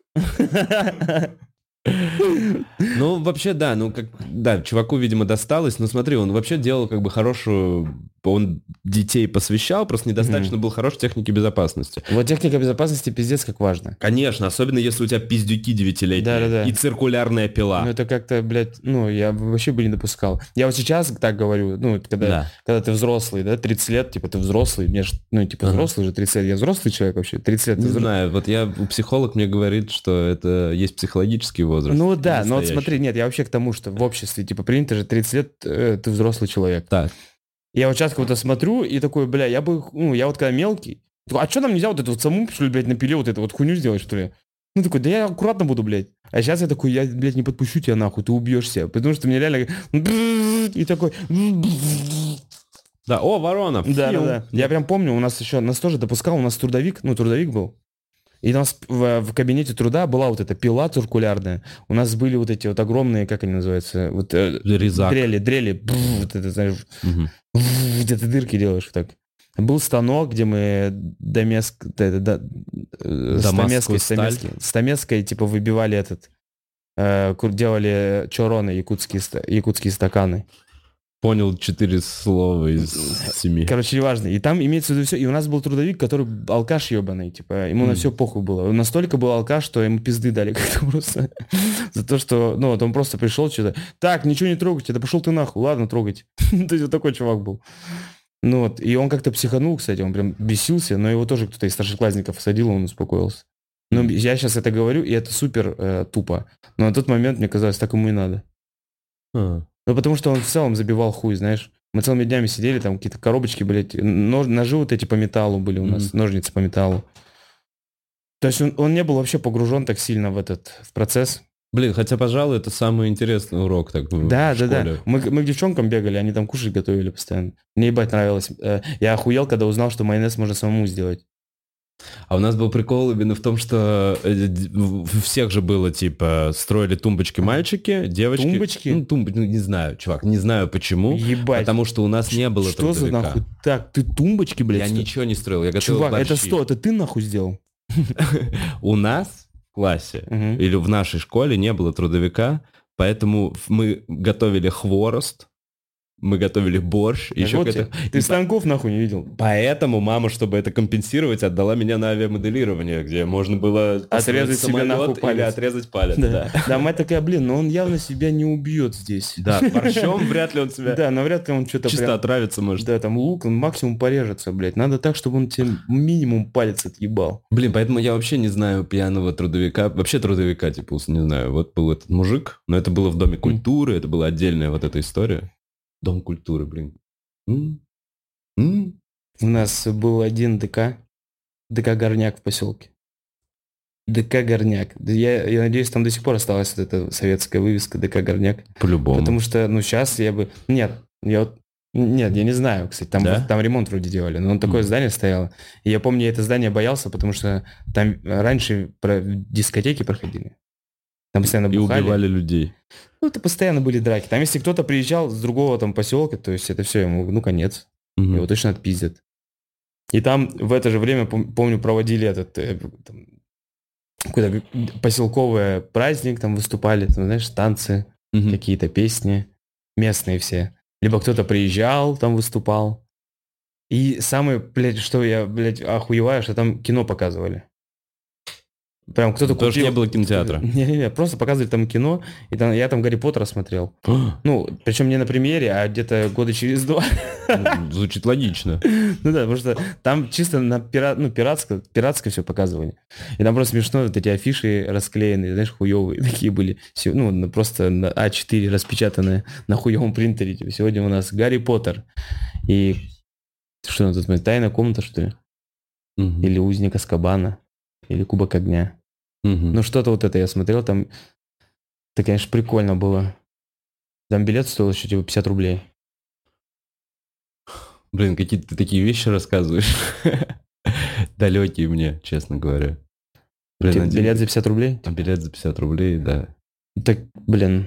Ну, вообще, да, ну, как, да, чуваку, видимо, досталось, но смотри, он вообще делал как бы хорошую, он детей посвящал, просто недостаточно был хорош в технике безопасности. Вот техника безопасности пиздец как важно. Конечно, особенно если у тебя пиздюки девятилетние Да-да-да. и циркулярная пила. Ну, это как-то, блядь, ну, я вообще бы не допускал. Я вот сейчас так говорю, ну, когда, Да. когда ты взрослый, да, тридцать лет, типа, ты взрослый, мне ж, ну, типа, Ага. взрослый же, тридцать лет, я взрослый человек вообще, тридцать лет. ты Не взро- знаю, вот я, психолог мне говорит, что это есть психологический возраст. Ну, да, но вот настоящий. смотри, нет, я вообще к тому, что в обществе, типа, принято же тридцать лет, э, ты взрослый человек. Так. Я вот сейчас кого-то смотрю и такой, бля, я бы, ну, я вот когда мелкий, такой, а что нам нельзя вот эту вот саму, что ли, блядь, на пиле вот эту вот хуйню сделать, что ли? Ну, такой, да я аккуратно буду, блядь. А сейчас я такой, я, блядь, не подпущу тебя нахуй, ты убьешься. Потому что мне реально... И такой... Да, о, Воронов. Да, Фью. да, да. Я прям помню, у нас еще, нас тоже допускал, у нас трудовик, ну, трудовик был. И у нас в, в кабинете труда была вот эта пила циркулярная. У нас были вот эти вот огромные, как они называются, вот э, Резак. дрели, дрели, бф, вот это, знаешь, Мгм. бф, где ты дырки делаешь вот так. Был станок, где мы домеск, да, да, да, э, Дамасскую стамеской, сталь. стамеской, стамеской, типа, выбивали этот, э, ку- делали чороны, якутские, ста- якутские стаканы. Понял четыре слова из семи. Короче, неважно. И там имеется в виду все. И у нас был трудовик, который алкаш ебаный. Типа, ему на Мгм. все похуй было. Он настолько был алкаш, что ему пизды дали как-то просто. За то, что, ну, вот он просто пришел что-то. Так, ничего не трогайте, да пошел ты нахуй. Ладно, трогать. То есть вот такой чувак был. Ну вот. И он как-то психанул, кстати. Он прям бесился, но его тоже кто-то из старшеклассников садил, он успокоился. Ну, я сейчас это говорю, и это супер э, тупо. Но на тот момент мне казалось, так ему и надо. А. Ну, потому что он в целом забивал хуй, знаешь. Мы целыми днями сидели, там какие-то коробочки, блядь, нож, ножи вот эти по металлу были у нас, Мгм. ножницы по металлу. То есть он, он не был вообще погружен так сильно в этот в процесс. Блин, хотя, пожалуй, это самый интересный урок так в, Да, в да, да. школе. Мы, мы к девчонкам бегали, они там кушать готовили постоянно. Мне ебать нравилось. Э, Я охуел, когда узнал, что майонез можно самому сделать. А у нас был прикол именно в том, что э, д- в- у всех же было, типа, строили тумбочки мальчики, девочки. Тумбочки? Ну, тумб... ну, не знаю, чувак, не знаю почему. Ебать. Потому что у нас не было Что за трудовика. нахуй? Так, ты тумбочки, блядь? Я что- ничего не строил, я готовил Чувак, это борщи. что? Это ты нахуй сделал? У нас в классе Мгм. или в нашей школе не было трудовика, поэтому мы готовили хворост, мы готовили борщ, Так еще вот какая-то... тебе. Ты И станков нахуй не видел? Поэтому мама, чтобы это компенсировать, отдала меня на авиамоделирование, где можно было построить Отрезать себе самолет нахуй или палец. отрезать палец. Да. Да, Да, мать такая, блин, но он явно себя не убьет здесь. да. Борщом вряд ли он себя Да, навряд ли он что-то чисто прям... отравится может. Да, там лук, он максимум порежется, блядь. Надо так, чтобы он тебе минимум палец отъебал. Блин, поэтому я вообще не знаю пьяного трудовика, вообще трудовика, типа, не знаю. Вот был этот мужик, но это было в Доме культуры, это была отдельная вот эта история. Дом культуры, блин. М? М? У нас был один ДК, ДК Горняк в поселке. ДК Горняк. Да Я, я надеюсь, там до сих пор осталась вот эта советская вывеска ДК Горняк. По-любому. Потому что, ну, сейчас я бы... Нет, я вот... Нет, я не знаю, кстати, там, Да? вот- там ремонт вроде делали, но он такое Мгм. здание стояло. И я помню, я это здание боялся, потому что там раньше про дискотеки проходили. Там постоянно И бухали. убивали людей. Ну, это постоянно были драки. Там, если кто-то приезжал с другого там поселка, то есть это все ему, ну, конец. Мгм. Его точно отпиздят. И там в это же время, пом- помню, проводили этот э, там, какой-то поселковый праздник, там выступали, там, знаешь, танцы, Мгм. какие-то песни, местные все. Либо кто-то приезжал, там выступал. И самое, блядь, что я, блядь, охуеваю, что там кино показывали. Прям кто-то Потому что купил... не было кинотеатра. Не-не-не, просто показывали там кино, и там, я там Гарри Поттера смотрел. Ну, причем не на премьере, а где-то года через два. Ну, звучит логично. Ну да, потому что там чисто на пира... ну, пиратское, пиратское все показывали. И там просто смешно, вот эти афиши расклеенные, знаешь, хуевые такие были. Се- Ну, на- просто на а четыре распечатанные на хуевом принтере. Типа, сегодня у нас Гарри Поттер. И что на тот момент? Тайная комната, что ли? Мгм. Или Узник Азкабана? Или Кубок огня? Мгм. Ну, что-то вот это я смотрел, там, это, конечно, прикольно было. Там билет стоил еще типа пятьдесят рублей. Блин, какие ты такие вещи рассказываешь. Далекие мне, честно говоря. Блин, Типа, один- билет за пятьдесят рублей? а билет за пятьдесят рублей, да. Так, блин,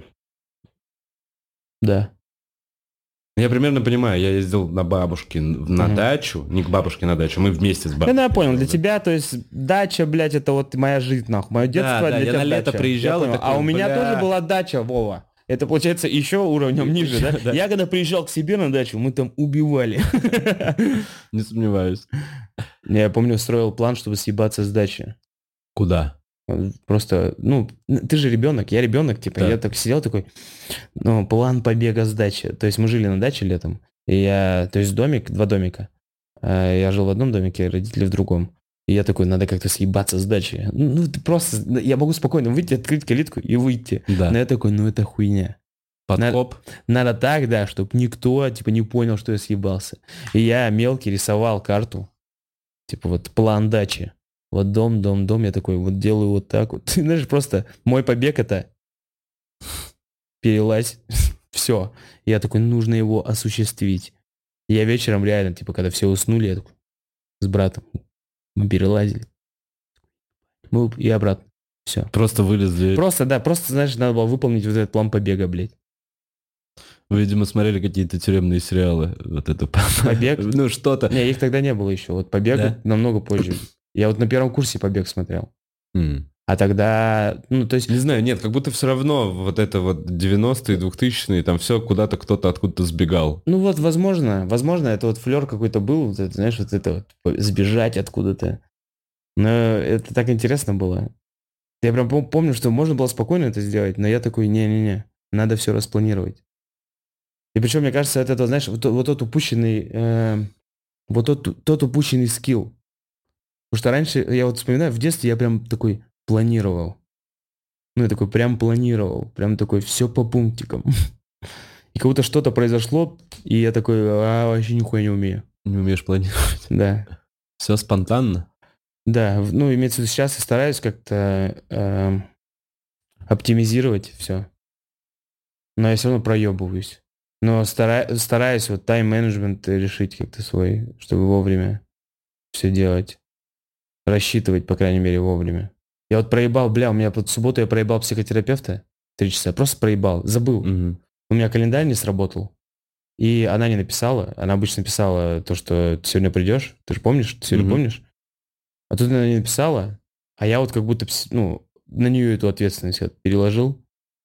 да. Я примерно понимаю, я ездил на бабушке на Мгм. дачу, не к бабушке на дачу, мы вместе с бабушкой. Ну, я понял, для жили. тебя, то есть, дача, блядь, это вот моя жизнь, нахуй. Мое детство да, для я тебя на лето дача. приезжал Я и понял. такой, А у меня бля. тоже была дача, Вова. Это, получается, еще уровнем ниже, да? Да. Я когда приезжал к себе на дачу, мы там убивали. Не сомневаюсь. Я помню, строил план, чтобы съебаться с дачи. Куда? Просто, ну, ты же ребенок, я ребенок, типа, Да. я так сидел такой, ну, план побега с дачи. То есть мы жили на даче летом, и я, то есть домик, два домика. А Я жил в одном домике, родители в другом. И я такой, надо как-то съебаться с дачи. Ну, ты просто, я могу спокойно выйти, открыть калитку и выйти. Да. Но я такой, ну, это хуйня. Подкоп. Надо так, да, чтобы никто, типа, не понял, что я съебался. И я мелкий рисовал карту, типа, вот план дачи. Вот дом, дом, дом, я такой, вот делаю вот так вот. Ты знаешь, просто мой побег это перелазь, все. Я такой, нужно его осуществить. И я вечером реально, типа, когда все уснули, я такой, с братом, мы перелазили. Мы и обратно. Все. Просто вылезли. Просто, да, просто, знаешь, надо было выполнить вот этот план побега, блядь. Вы, видимо, смотрели какие-то тюремные сериалы. Вот это. Побег? Ну, что-то. Не, их тогда не было еще. Вот побег Да? намного позже. Я вот на первом курсе побег смотрел. М. А тогда, ну, то есть... Не знаю, нет, как будто все равно вот это вот девяностые, двухтысячные, там все куда-то кто-то откуда-то сбегал. Ну вот, возможно, возможно, это вот флер какой-то был, вот это, знаешь, вот это вот сбежать откуда-то. Но это так интересно было. Я прям пом- помню, что можно было спокойно это сделать, но я такой, не-не-не, надо все распланировать. И причем, мне кажется, это, это, знаешь, вот, то- вот тот упущенный, э, вот тот, тот упущенный скилл. Потому что раньше, я вот вспоминаю, в детстве я прям такой планировал. Ну, я такой прям планировал, прям такой все по пунктикам. И как будто что-то произошло, и я такой, а, вообще нихуя не умею. Не умеешь планировать. Да. Все спонтанно? Да, в- ну, имеется в виду, сейчас я стараюсь как-то эм, оптимизировать все, но я все равно проебываюсь. Но стара- стараюсь вот тайм-менеджмент решить как-то свой, чтобы вовремя все делать. Рассчитывать, по крайней мере, вовремя. Я вот проебал, бля, у меня под субботу я проебал психотерапевта три часа, просто проебал, забыл. Мгм. У меня календарь не сработал. И она не написала. Она обычно писала то, что ты сегодня придешь. Ты же помнишь? Ты сегодня Мгм. помнишь? А тут она не написала. А я вот как будто, пс- ну, на нее эту ответственность вот переложил.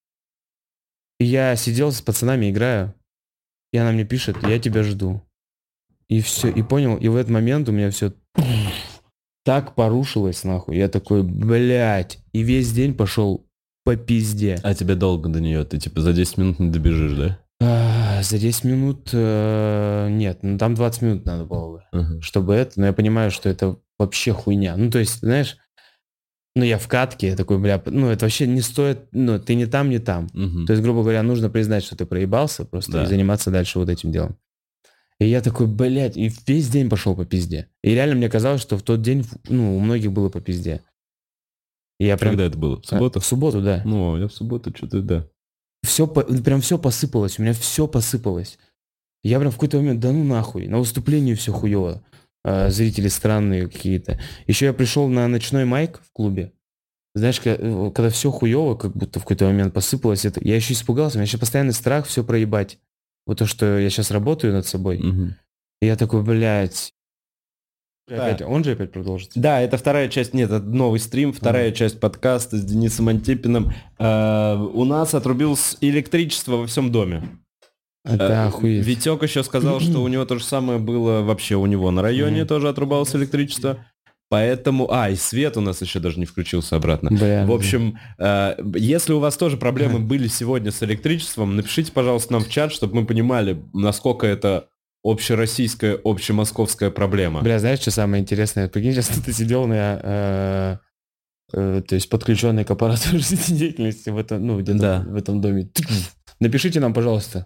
И я сидел с пацанами, играю. И она мне пишет, я тебя жду. И все, и понял. И в этот момент у меня все так порушилось, нахуй. Я такой, блядь. И весь день пошел по пизде. А тебе долго до нее? Ты типа за десять минут не добежишь, да? А, за десять минут... э, нет, ну там двадцать минут надо было бы. Ага. Чтобы это, но я понимаю, что это вообще хуйня. Ну, то есть, знаешь, ну, я в катке, я такой, бля, ну, это вообще не стоит, ну, ты не там, не там. Мгм. То есть, грубо говоря, нужно признать, что ты проебался просто Да. и заниматься дальше вот этим делом. И я такой, блядь, и весь день пошел по пизде. И реально мне казалось, что в тот день, ну, у многих было по пизде. И я прям... Когда это было? В А, субботу? В субботу, да. Ну, я в субботу что-то, да. Все, прям все посыпалось, у меня все посыпалось. Я прям в какой-то момент, да ну нахуй, на выступлении все хуево. А, зрители странные какие-то. Еще я пришел на ночной майк в клубе. Знаешь, ка- э, когда все хуево, как будто в какой-то момент посыпалось, это... я еще испугался, у меня еще постоянный страх все проебать. Вот то, что я сейчас работаю над собой. Мгм. И я такой, блядь. Да. Опять, он же опять продолжит. Да, это вторая часть, нет, это новый стрим, вторая часть подкаста с Денисом Антипиным. Э, у нас отрубилось электричество во всем доме. Это Э, охуеть. Витек еще сказал, что у него то же самое было вообще у него на районе, Мгм. тоже отрубалось электричество. Поэтому... А, и свет у нас еще даже не включился обратно. Бля. В общем, э, если у вас тоже проблемы были сегодня с электричеством, напишите, пожалуйста, нам в чат, чтобы мы понимали, насколько это общероссийская, общемосковская проблема. Бля, знаешь, что самое интересное? Прикинь, сейчас ты сидел на... э, э, то есть подключенный к аппарату жизнедеятельности в этом, ну, где-то Да. в этом доме. Напишите нам, пожалуйста.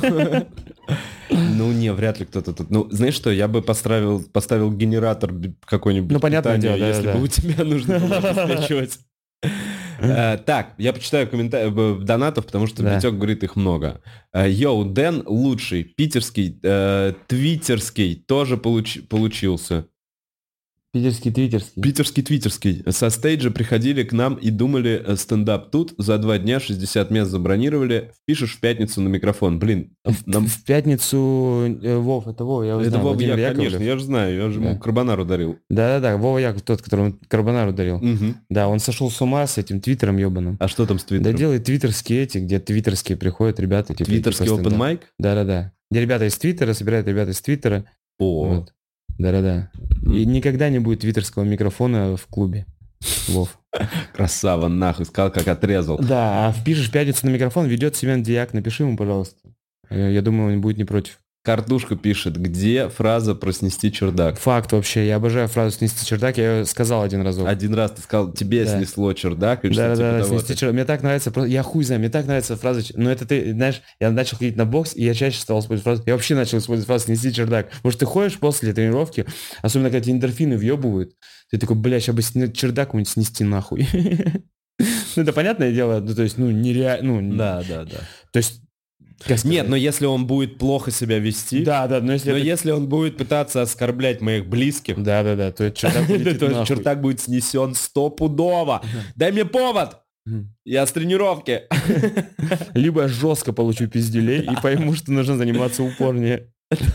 Ну, не, вряд ли кто-то тут. Ну, знаешь что, я бы поставил, поставил генератор б- какой-нибудь Ну, понятное питания, дело, да, если да, бы да. у тебя нужно было обеспечивать. Э, Так, я почитаю комментарии донатов, потому что Да. Витек говорит, их много. Э, Йоу, Дэн лучший, питерский, э, твиттерский тоже получ- получился. Питерский, твиттерский. Питерский, твиттерский. Со стейджа приходили к нам и думали, э, стендап тут, за два дня шестьдесят мест забронировали, впишешь в пятницу на микрофон. Блин, нам... В пятницу э, Вов, это Вова, я его Это знаю, Вова, Владимир я, Яковлев. конечно, я же знаю, я же ему Да. карбонару дарил. Да-да-да, Вова Яков, тот, которому карбонару дарил. Мгм. Да, он сошел с ума с этим твиттером ебаным. А что там с Да твиттером? делает твиттерские эти, где твиттерские приходят ребята. Типа, Твиттерский типа open стендап. mic? Да-да-да. Где ребята из твиттера собирают ребята из твиттера. О, Вот. Да-да-да. И никогда не будет твиттерского микрофона в клубе. Вов. красава, нахуй, сказал, как отрезал. Да, а впишешь пятницу на микрофон, ведет Семен Диак, напиши ему, пожалуйста. Э, Я думаю, он будет не против. Картушка пишет, где фраза про снести чердак? Факт вообще, я обожаю фразу «снести чердак», я ее сказал один разок. Один раз ты сказал, тебе Да. снесло чердак, и Да, что да, типа да, того. снести чердак. Мне так нравится, просто- я хуй знаю, мне так нравится фраза, но это ты, знаешь, я начал ходить на бокс, и я чаще стал использовать фразу, я вообще начал использовать фразу «снести чердак». Потому что ты ходишь после тренировки, особенно когда тебе эндорфины въебывают, ты такой, бля, сейчас бы сне- чердак какой-нибудь снести нахуй. Ну, это понятное дело, ну, то есть, ну, нереально, ну, Да, да, да. то есть, как сказать? Нет, но если он будет плохо себя вести, Да, да, но если но это- если он будет пытаться оскорблять моих близких, Да, да, да, то это чердак полетит то нахуй. чердак будет снесен стопудово. Дай мне повод! Мгм. Я с тренировки. Либо я жестко получу пиздюлей и пойму, что нужно заниматься упорнее.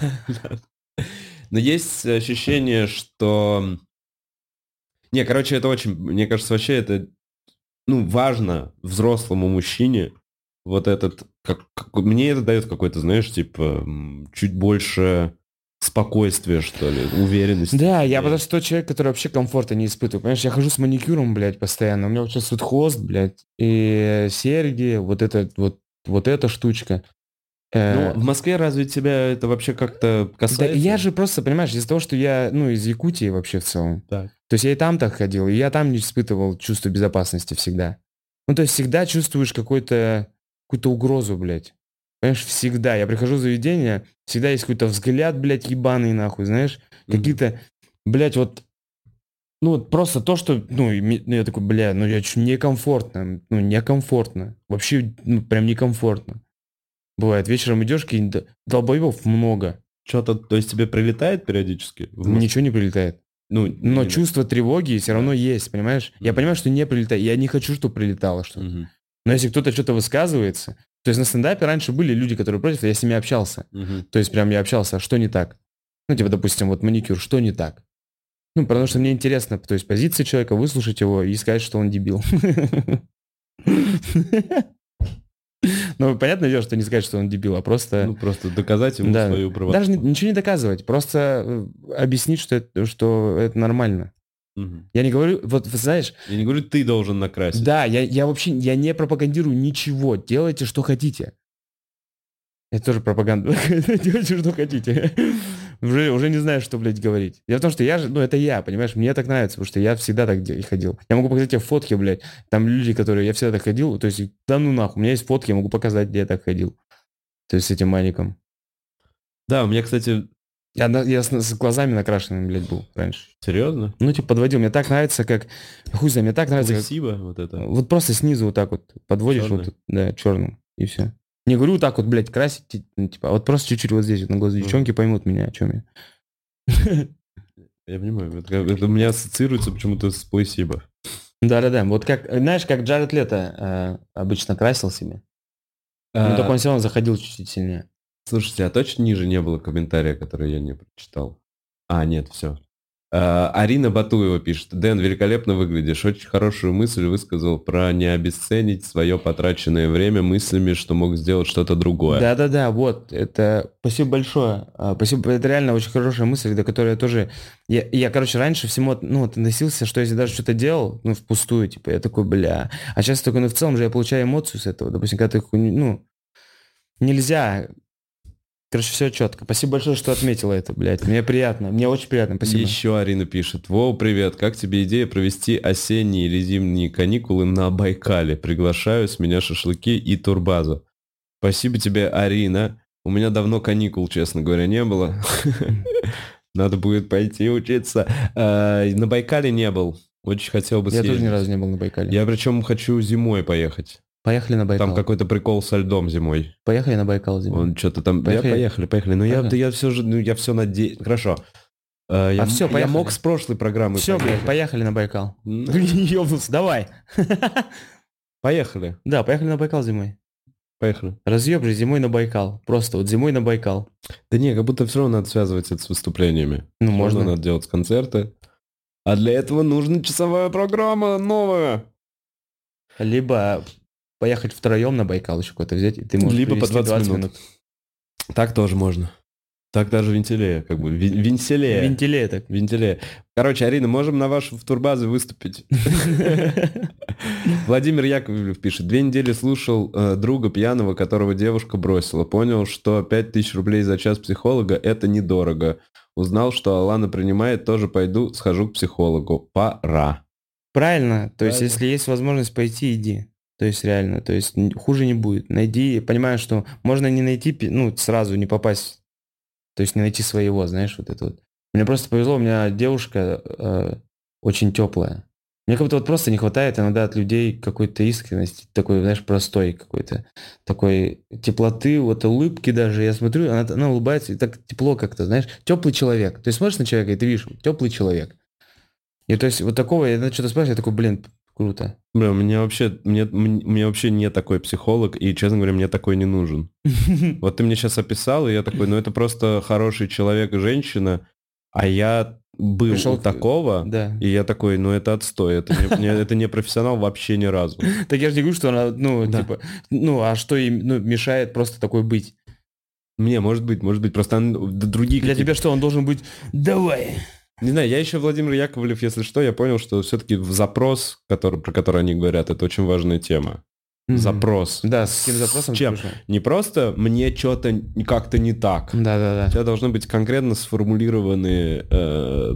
Но есть ощущение, что... Не, короче, это очень... Мне кажется, вообще это ну, важно взрослому мужчине вот этот... Как, как- мне это дает какой-то, знаешь, типа, м, чуть больше спокойствия, что ли, уверенности. Да, я в себе. потому что тот человек, который вообще комфорта не испытывает. Понимаешь, я хожу с маникюром, блядь, постоянно. У меня вот сейчас вот хвост, блядь, и серьги, вот это вот, вот эта штучка. Э, Ну, в Москве разве тебя это вообще как-то да, касается? я же просто, понимаешь, из-за того, что я, ну, из Якутии вообще в целом. Так. То есть я и там так ходил, и я там не испытывал чувство безопасности всегда. Ну, то есть всегда чувствуешь какой-то, какую-то угрозу, блядь. Понимаешь, всегда. Я прихожу в заведение, всегда есть какой-то взгляд, блядь, ебаный, нахуй, знаешь? Какие-то, блядь, вот... Ну, вот просто то, что... Ну, ну я такой, бля, ну, я чуть некомфортно. Ну, некомфортно. Вообще, ну, прям некомфортно. Бывает, вечером идешь, какие-нибудь долбоебов много. Что-то, то есть тебе прилетает периодически? Ничего не прилетает. Ну, но именно... чувство тревоги все равно да. есть, понимаешь? Mm-hmm. Я понимаю, что не прилетает. Я не хочу, чтобы прилетало что-то. Mm-hmm. Но если кто-то что-то высказывается... То есть на стендапе раньше были люди, которые против, я с ними общался. Mm-hmm. То есть прям я общался, что не так? Ну, типа, допустим, вот маникюр, что не так? Ну, потому что мне интересно, то есть позиция человека, выслушать его и сказать, что он дебил. Ну, понятное дело, что не сказать, что он дебил, а просто... Ну, просто доказать ему да, свою правоту. Даже ничего не доказывать, просто объяснить, что это, что это нормально. Угу. Я не говорю, вот знаешь... Я не говорю, ты должен накрасить. Да, я, я вообще, я не пропагандирую ничего, делайте, что хотите. Это тоже пропаганда. Делайте, что хотите. Уже, уже не знаю, что, блядь, говорить. Дело в том, что я же, ну, это я, понимаешь, мне так нравится, потому что я всегда так ходил. Я могу показать тебе фотки, блядь, там люди, которые, я всегда так ходил, то есть, да ну нахуй, у меня есть фотки, я могу показать, где я так ходил. То есть с этим маником. Да, у меня, кстати... Я, я с, с глазами накрашенными, блядь, был раньше. Серьезно? Ну, типа, подводил. Мне так нравится, как... Хуй знает, мне так нравится, Лысиба, как... вот это? Вот просто снизу вот так вот подводишь, черный. Вот, да, черным, и все. Не говорю так вот, блядь, красить, ну, типа, а вот просто чуть-чуть вот здесь, вот на глазу. Девчонки mm. поймут меня, о чем я. Я понимаю, это, это у меня ассоциируется почему-то с плейсибо. Да-да-да, вот как, знаешь, как Джаред Лето э, обычно красил себе. А... Но только он все равно заходил чуть-чуть сильнее. Слушайте, а точно ниже не было комментария, который я не прочитал? А, нет, все. А, Арина Батуева пишет. Дэн, великолепно выглядишь. Очень хорошую мысль высказал про не обесценить свое потраченное время мыслями, что мог сделать что-то другое. Да-да-да, вот. Это... Спасибо большое. Спасибо. Это реально очень хорошая мысль, до которой я тоже... Я, я короче, раньше всему ну, относился, что если даже что-то делал, ну, впустую, типа, я такой, бля. А сейчас только, ну, в целом же я получаю эмоцию с этого. Допустим, когда ты, ну, нельзя... Короче, все четко. Спасибо большое, что отметила это, блядь. Мне приятно. Мне очень приятно. Спасибо. Еще Арина пишет. Воу, привет. Как тебе идея провести осенние или зимние каникулы на Байкале? Приглашаю, с меня шашлыки и турбазу. Спасибо тебе, Арина. У меня давно каникул, честно говоря, не было. Надо будет пойти учиться. На Байкале не был. Очень хотел бы съездить. Я тоже ни разу не был на Байкале. Я причем хочу зимой поехать. Поехали на Байкал. Там какой-то прикол со льдом зимой. Поехали на Байкал зимой. Он что-то там... Поехали, я, поехали, поехали. Но я, да, я все же... Ну, я все надеюсь... Хорошо. А я, все, поехали. Я мог с прошлой программы Все, блядь, поехали на Байкал. Ёбнулся, давай. Поехали. Да, поехали на Байкал зимой. Поехали. Разъеб же зимой на Байкал. Просто вот зимой на Байкал. Да не, как будто все равно надо связывать это с выступлениями. Ну, все можно. Надо делать концерты. А для этого нужна часовая программа новая. Либо... Поехать втроем на Байкал еще какой-то взять, и ты можешь либо по двадцать, двадцать минут. минут. Так тоже можно. Так даже вентилее, как бы. Вентилее. Вентилее так. Вентилее. Короче, Арина, можем на вашу в турбазе выступить. Владимир Яковлев пишет. Две недели слушал э, друга пьяного, которого девушка бросила. Понял, что пять тысяч рублей за час психолога – это недорого. Узнал, что Алана принимает, тоже пойду, схожу к психологу. Пора. Правильно. То Правильно. есть, если есть возможность пойти, иди. То есть реально, то есть хуже не будет. Найди, понимаю, что можно не найти, ну, сразу не попасть, то есть не найти своего, знаешь, вот это вот. Мне просто повезло, у меня девушка э, очень теплая. Мне как будто вот просто не хватает иногда от людей какой-то искренности, такой, знаешь, простой какой-то, такой теплоты, вот улыбки даже. Я смотрю, она, она улыбается, и так тепло как-то, знаешь, теплый человек. То есть смотришь на человека, и ты видишь, теплый человек. И то есть вот такого, я что-то спрашиваю, я такой, блин, круто. Бля, у меня вообще, мне, мне вообще не такой психолог, и, честно говоря, мне такой не нужен. Вот ты мне сейчас описал, и я такой, ну это просто хороший человек и женщина, а я был Пришел... у такого, да. И я такой, ну это отстой, это не, не, это не профессионал вообще ни разу. Так я же не говорю, что она, ну, да. типа, ну, а что им ну, мешает просто такой быть? Мне, может быть, может быть, просто другие... Для тебя что, он должен быть, давай... Не знаю, я еще Владимир Яковлев, если что, я понял, что все-таки запрос, который, про который они говорят, это очень важная тема. Mm-hmm. Запрос. Да, с каким запросом? С чем? Не просто мне что-то как-то не так. Да-да-да. У тебя должны быть конкретно сформулированные... Э...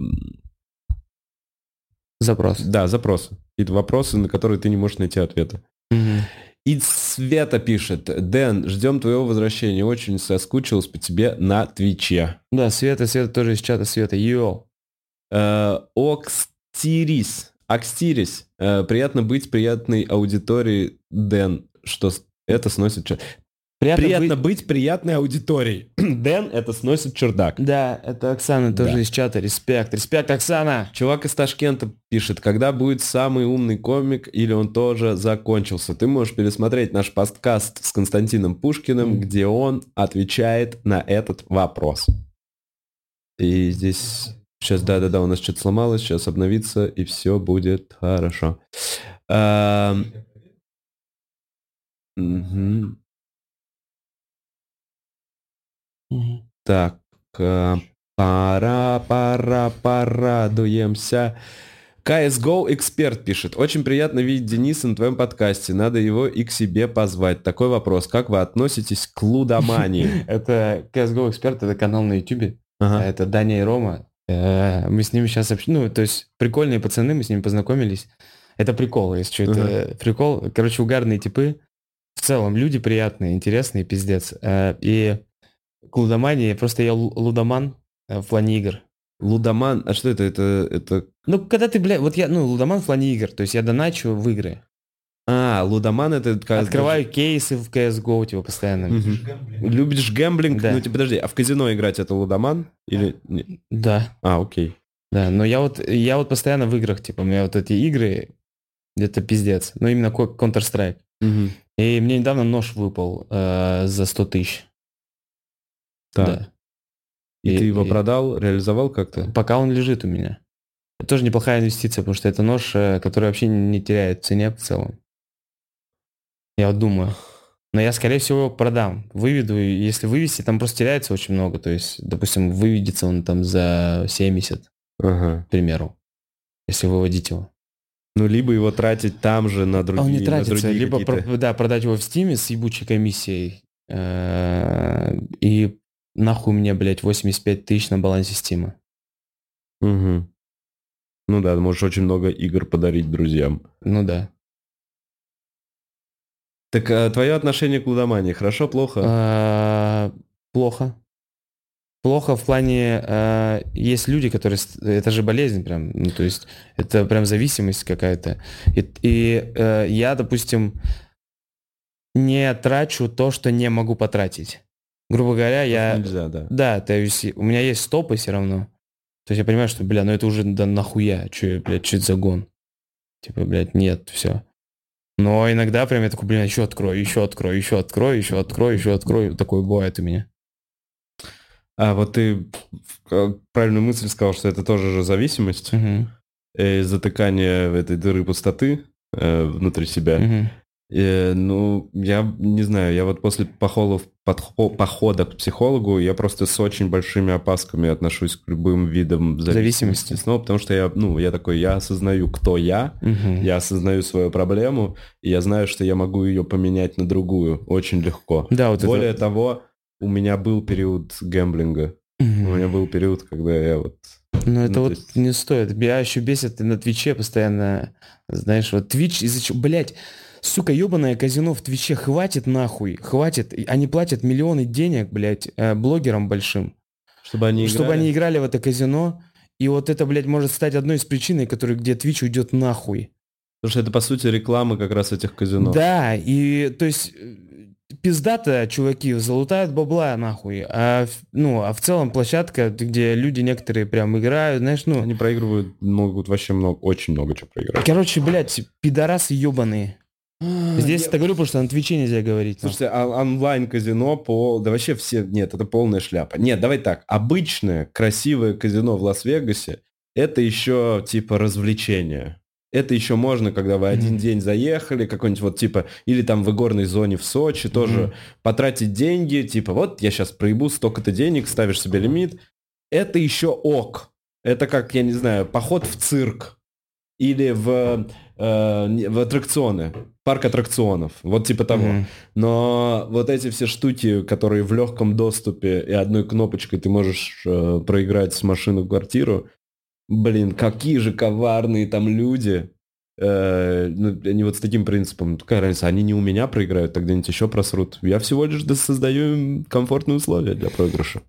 Запросы. Да, запросы. И вопросы, на которые ты не можешь найти ответа. Mm-hmm. И Света пишет: Дэн, ждем твоего возвращения. Очень соскучилась по тебе на Твиче. Да, Света, Света тоже из чата Света. Йоу. Э, Окстирис. Акстирис. Э, приятно быть приятной аудиторией, Дэн. Что с- это сносит чердак. Приятно, Приятно быть- быть приятной аудиторией. Дэн, это сносит чердак. Да, это Оксана тоже Да. из чата. Респект. Респект, Оксана. Чувак из Ташкента пишет: когда будет самый умный комик, или он тоже закончился? Ты можешь пересмотреть наш подкаст с Константином Пушкиным, Мгм. где он отвечает на этот вопрос. И здесь сейчас, да-да-да, у нас что-то сломалось, сейчас обновится, и все будет хорошо. Ам, мгм. Мгм. Так, э, пора, пора, порадуемся. си эс го эксперт пишет: очень приятно видеть Дениса на твоем подкасте. Надо его и к себе позвать. Такой вопрос: как вы относитесь к лудомании? Это си эс го Эксперт, это канал на Ютубе. Ага. Это Даня и Рома. Э, Мы с ними сейчас общаемся. Ну, то есть прикольные пацаны, мы с ними познакомились. Это прикол, если что, это прикол. Короче, угарные типы. В целом, люди приятные, интересные, пиздец. Э, И к лудомании, просто я лу- лудоман э, в плане игр. Лудоман, а что это? Это, это... Ну, когда ты, бля, вот я, ну, лудоман в плане игр, то есть я доначу в игры. А, лудоман это... как- Открываю кейсы в си эс го, типа, постоянно. Мгм. Любишь гэмблинг? Да. Ну, типа, подожди, а в казино играть это лудоман? Или... не? Да, А, окей. да, но я вот, я вот постоянно в играх, типа, у меня вот эти игры, это пиздец. Ну, именно ко- Counter-Strike. Мгм. И мне недавно нож выпал э, за сто тысяч. Так. Да. И, И- ты его и- продал, реализовал как-то? Пока он лежит у меня. Это тоже неплохая инвестиция, потому что это нож, э, который вообще не теряет в цене в целом. Я вот думаю. Но я, скорее всего, его продам. Выведу, и если вывести, там просто теряется очень много. То есть, допустим, выведется он там за семьдесят, Ага. к примеру, если выводить его. Ну, либо его тратить там же на другие, Он не на тратится, другие либо какие-то- про- да, продать его в Стиме с ебучей комиссией. э, И нахуй мне, блядь, восемьдесят пять тысяч на балансе Стима. Мгм. Ну да, ты можешь очень много игр подарить друзьям. Ну да. Так а, твое отношение к лудомании хорошо, плохо? А, Плохо. Плохо в плане, э, есть люди, которые, ст- это же болезнь прям, ну то есть это прям зависимость какая-то. И, и, э, я, допустим, не трачу то, что не могу потратить. Грубо говоря, я, Нельзя, да. да, то есть у меня есть стопы все равно. То есть я понимаю, что, бля, ну это уже да нахуя, че, блядь, что это за гон? Типа, блядь, нет, все. Но иногда прям я такой, блин, еще открою, еще открою, еще открою, еще открою, еще открою. Такое бывает у меня. А вот ты э, правильную мысль сказал, что это тоже же зависимость, Мгм. э, затыкание этой дыры пустоты э, внутри себя. Мгм. Э, ну, я не знаю, я вот после походов, подхо- похода к психологу, я просто с очень большими опасками отношусь к любым видам зависимости. Зависимости. Снова, потому что я, ну, я такой, я осознаю, кто я, Мгм. я осознаю свою проблему, и я знаю, что я могу ее поменять на другую очень легко. Да, вот Более это... того, у меня был период гэмблинга. Мгм. У меня был период, когда я вот... Ну, это то вот есть- не стоит. Меня еще бесит на Твиче постоянно, знаешь, вот Твич из-за чего, блядь, сука, ебаное казино в Твиче, хватит нахуй, хватит. И они платят миллионы денег, блядь, э, блогерам большим, Чтобы они чтобы играли. они играли в это казино, и вот это, блядь, может стать одной из причин, которой, где Твич уйдет нахуй. Потому что это, по сути, реклама как раз этих казино. Да, и то есть э, пиздато чуваки залутают бабла нахуй, а в- ну а в целом площадка, где люди некоторые прям играют, знаешь, ну Они проигрывают, могут вообще много, очень много чего проиграть. короче, блядь, пидорасы ебаные. Здесь Нет. это говорю, потому что на Твиче нельзя говорить. нахуй. Слушайте, а онлайн-казино по... Да вообще все... Нет, это полная шляпа. Нет, давай так. Обычное красивое казино в Лас-Вегасе это еще типа развлечение. Это еще можно, когда вы один Мгм. день заехали, какой-нибудь вот типа, или там в игорной зоне в Сочи тоже Мгм. потратить деньги, типа вот я сейчас проебу столько-то денег, ставишь себе лимит. Это еще ок. Это как, я не знаю, поход в цирк или в, э, не- в аттракционы, парк аттракционов, вот типа того. Мгм. Но вот эти все штуки, которые в легком доступе и одной кнопочкой ты можешь э, проиграть с машины в квартиру, блин, какие же коварные там люди. э, ну, они вот с таким принципом, какая разница, они не у меня проиграют, так где-нибудь еще просрут. Я всего лишь создаю им комфортные условия для проигрыша.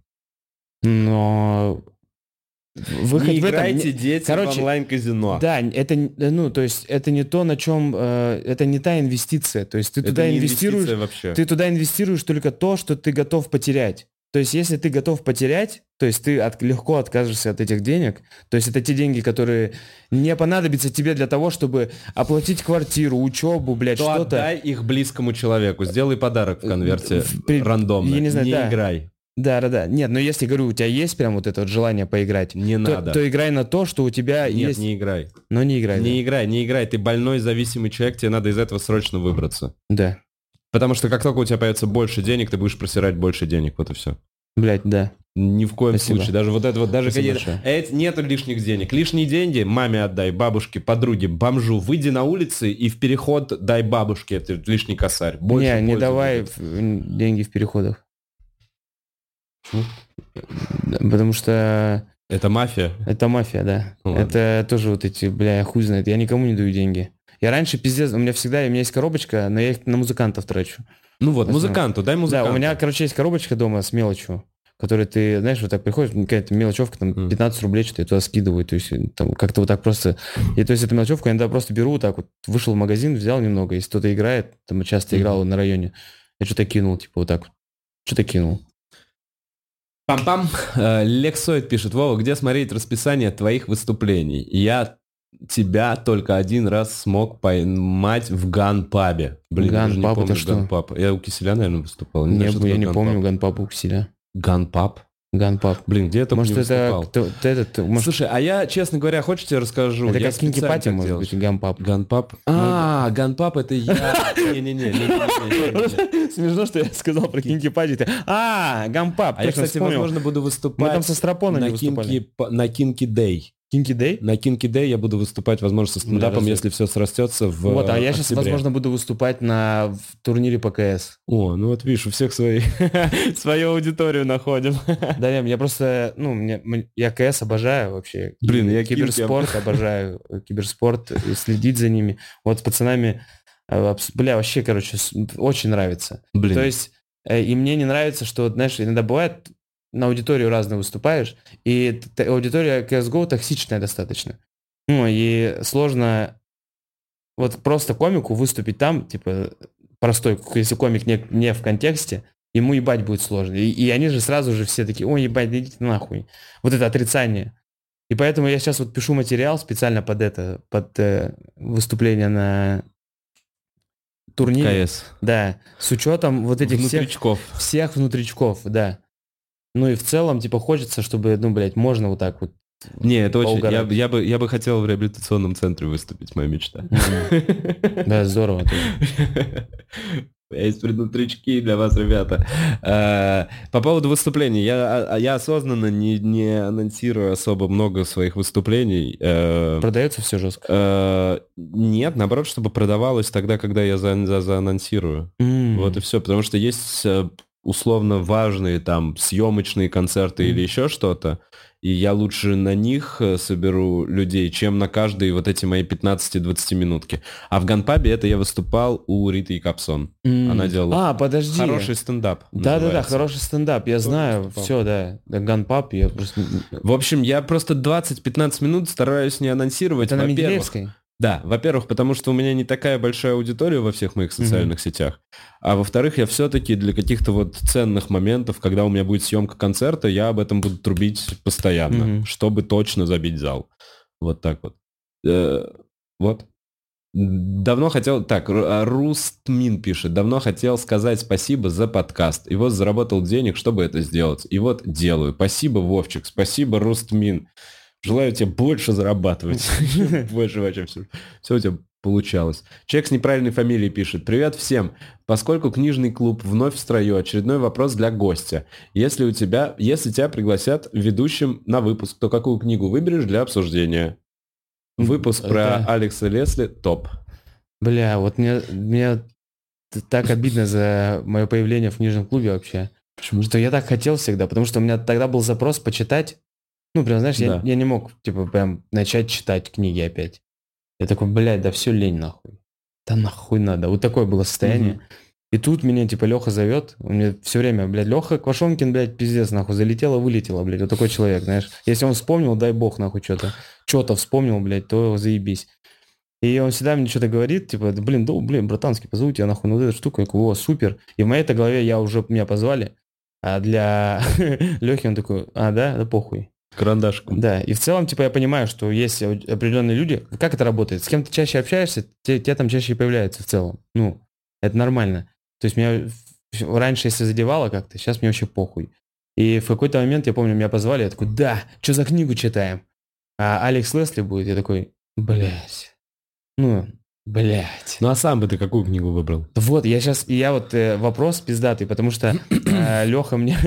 Но... Вы не хоть в этом... играйте, дети, Короче, в онлайн-казино. Да, это, ну, то есть это не то, на чем... Э, это не та инвестиция. То есть ты Это туда не инвестируешь... вообще. Ты туда инвестируешь только то, что ты готов потерять. То есть если ты готов потерять, то есть ты от, легко откажешься от этих денег, то есть это те деньги, которые не понадобятся тебе для того, чтобы оплатить квартиру, учебу, блядь, то что-то. Отдай их близкому человеку, сделай подарок в конверте При... рандомно, Я не, знаю, не да. играй. Да, да, да. Нет, но если, говорю, у тебя есть прям вот это вот желание поиграть, не то, надо. то играй на то, что у тебя Нет, есть... не играй. Но не играй, Не да. играй, не играй. Ты больной, зависимый человек, тебе надо из этого срочно выбраться. Да. Потому что как только у тебя появится больше денег, ты будешь просирать больше денег, вот и все. Блять, да. Ни в коем Спасибо. случае. Даже вот это вот, даже Спасибо какие-то... Э, нету лишних денег. Лишние деньги маме отдай, бабушке, подруге, бомжу. Выйди на улицы и в переход дай бабушке этот лишний косарь. Больше не, не пользы давай будет. в- деньги в переходах. Ну. Да, потому что Это мафия? это мафия, да. Ну, ладно. Это тоже вот эти, бля, хуй знает. Я никому не даю деньги. Я раньше пиздец, у меня всегда, у меня есть коробочка, но я их на музыкантов трачу. Ну вот, Основном. музыканту, дай музыканту. Да, у меня, короче, есть коробочка дома с мелочью, которой ты, знаешь, вот так приходишь, какая-то мелочевка, там, пятнадцать рублей, что-то я туда скидываю, то есть там как-то вот так просто... И то есть эту мелочевку я иногда просто беру, вот так вот, вышел в магазин, взял немного, если кто-то играет, там часто Mm-hmm. играл на районе, я что-то кинул, типа вот так вот, что-то кинул. Пам-пам. Э, Лексоид пишет: Вова, где смотреть расписание твоих выступлений? Я тебя только один раз смог поймать в Ганпабе. Блин, я даже не Ганпаб, помню это что? Ганпаб. Я у Киселя, наверное, выступал. Не, знаю, что я такое не Ганпаб. помню Ганпаб у Киселя. Ганпаб? Ганпаб. Блин, где я только Может, не это выступал? кто, ты этот, может, Слушай, а я, честно говоря, хочешь, тебе расскажу? это Я как Кинки специально Пати, так может делал. быть, Ганпаб. Ганпаб? А, Ганпаб это я. Не-не-не. Смешно, что я сказал про Кинки Пати. ты- А, Ганпаб, А я, точно кстати, вспомнил. возможно, буду выступать Мы там со Страпоном на не выступали. Кинки, на Кинки Дэй. Кинки Дэй? На Кинки Дэй я буду выступать, возможно, со стендапом, разве- если все срастется в Вот, а я октябре. сейчас, возможно, буду выступать на в турнире по КС. О, ну вот видишь, у всех свои... свою аудиторию находим. Да, я, я просто, ну, мне, м- я КС обожаю вообще. Блин, И я киберспорт обожаю, э, киберспорт, и следить за ними. Вот с пацанами, э, абс- бля, вообще, короче, с- очень нравится. Блин. То есть, э, и мне не нравится, что, вот, знаешь, иногда бывает, на аудиторию разную выступаешь, и т- аудитория си эс го токсичная достаточно. Ну, и сложно вот просто комику выступить там, типа, простой, если комик не, не в контексте, ему ебать будет сложно. И, и они же сразу же все такие: ой, ебать, да идите нахуй. Вот это отрицание. И поэтому я сейчас вот пишу материал специально под это, под э, выступление на турнире. КС. Да, с учетом вот этих всех, Внутричков. всех внутричков, да. Ну и в целом, типа, хочется, чтобы, ну, блядь, можно вот так вот. Не, это очень... Я, Поугарать. я, бы, я бы хотел в реабилитационном центре выступить, моя мечта. Да, здорово. тоже. Есть преднутрички для вас, ребята. Э, По поводу выступлений. Я, а- я осознанно не, не анонсирую особо много своих выступлений. Э, Продается все жестко. э, Нет, наоборот, чтобы продавалось тогда, когда я за, за- заанонсирую. Вот и все. Потому что есть э, условно важные там съемочные концерты Мгм. или еще что-то. И я лучше на них э, соберу людей, чем на каждые вот эти мои пятнадцать-двадцать минутки. А в Ганпабе это я выступал у Риты и Капсон. М. Она делала А, подожди. хороший стендап. Да-да-да, называется. хороший стендап, я Тоже знаю, выступал. все, да. Да, Ганпап, я просто... В общем, я просто двадцать-пятнадцать минут стараюсь не анонсировать. Это на во-первых. Менделеевской? Да, во-первых, потому что у меня не такая большая аудитория во всех моих социальных сетях. А во-вторых, я все-таки для каких-то вот ценных моментов, когда у меня будет съемка концерта, я об этом буду трубить постоянно, Мгм. чтобы точно забить зал. Вот так вот. Э, Вот. Давно хотел... Так, Ру- а, Рустмин пишет. Давно хотел сказать спасибо за подкаст. И вот заработал денег, чтобы это сделать. И вот делаю. Спасибо, Вовчик. Спасибо, Рустмин. Желаю тебе больше зарабатывать. Больше вообще все. Все у тебя получалось. Человек с неправильной фамилией пишет. Привет всем. Поскольку книжный клуб вновь в строю, очередной вопрос для гостя. Если у тебя, если тебя пригласят ведущим на выпуск, то какую книгу выберешь для обсуждения? Выпуск Это- про Алекса Лесли топ. Бля, вот мне, мне т- так обидно за мое появление в книжном клубе вообще. Почему? Что я так хотел всегда, потому что у меня тогда был запрос почитать. Ну, прям, знаешь, я, Да. я не мог, типа, прям начать читать книги опять. Я такой, блядь, да все лень нахуй. Да нахуй надо. Вот такое было состояние. Mm-hmm. И тут меня, типа, Леха зовет. Он мне все время, блядь, Леха Квашонкин, блядь, пиздец, нахуй, залетело, вылетело, блядь. Вот такой человек, знаешь. Если он вспомнил, дай бог, нахуй, что-то. Что-то вспомнил, блядь, то заебись. И он всегда мне что-то говорит, типа, блин, да, блин, братанский, позову тебя, нахуй, ну, вот эта штука. Я говорю, о, супер. И в моей-то голове я уже, меня позвали. А для Лехи он такой, а, да, да похуй. Карандашком. Да, и в целом, типа, я понимаю, что есть определенные люди. Как это работает? С кем ты чаще общаешься, те, те там чаще и появляются в целом. Ну, это нормально. То есть меня раньше, если задевало как-то, сейчас мне вообще похуй. И в какой-то момент, я помню, меня позвали, я такой, да, что за книгу читаем? А Алекс Лесли будет, я такой, блядь, ну, блядь. Ну а сам бы ты какую книгу выбрал? Вот, я сейчас, я вот э, вопрос пиздатый, потому что э, Леха мне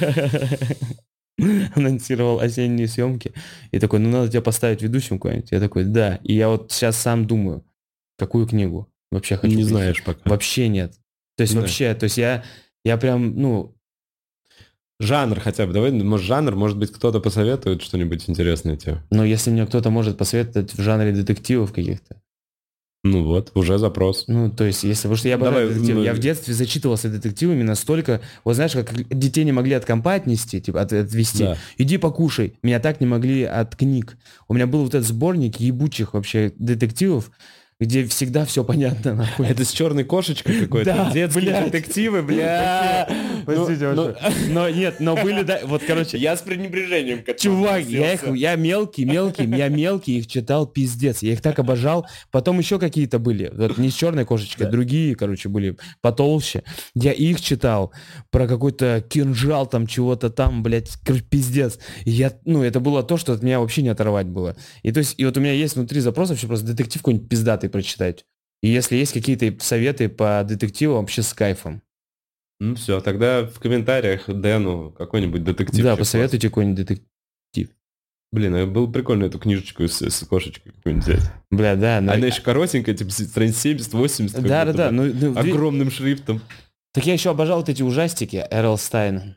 анонсировал осенние съемки, и такой, ну надо тебя поставить ведущим куда-нибудь. Я такой, да, и я вот сейчас сам думаю, какую книгу вообще хочу. Не знаешь пока. Вообще нет. То есть Не вообще, знаю. То есть я, я прям, ну... Жанр хотя бы, давай, может, жанр, может быть, кто-то посоветует что-нибудь интересное тебе. Ну, если мне кто-то может посоветовать в жанре детективов каких-то. Ну вот, уже запрос. Ну, то есть, если... Потому что я обожаю детективы. Ну... Я в детстве зачитывался детективами настолько... Вот знаешь, как детей не могли от компа отнести, типа, от, отвести. Да. Иди покушай. Меня так не могли от книг. У меня был вот этот сборник ебучих вообще детективов, где всегда все понятно, нахуй. Это с черной кошечкой какой-то? Да, детские блядь. Детективы, бля. Простите, ну, но нет, но были, да, вот, короче. Я с пренебрежением к этому. Чувак, я их, я мелкий, мелкий, я мелкий, их читал, пиздец. Я их так обожал. Потом еще какие-то были, вот не с черной кошечкой, да. Другие, короче, были потолще. Я их читал, про какой-то кинжал там, чего-то там, блядь, пиздец. И я, ну, это было то, что от меня вообще не оторвать было. И то есть, и вот у меня есть внутри запросов, что просто детектив какой-нибудь пиздатый прочитать. И если есть какие-то советы по детективу, вообще с кайфом. Ну все, тогда в комментариях Дэну какой-нибудь детектив. Да, посоветуйте какой-нибудь детектив. Блин, а было прикольно эту книжечку с, с кошечкой какую-нибудь взять. Бля, да. Но... Она еще коротенькая, типа страниц семьдесят-восемьдесят. Да, да, да. Ну, ну, огромным ви... шрифтом. Так я еще обожал вот эти ужастики Эрл Стайн.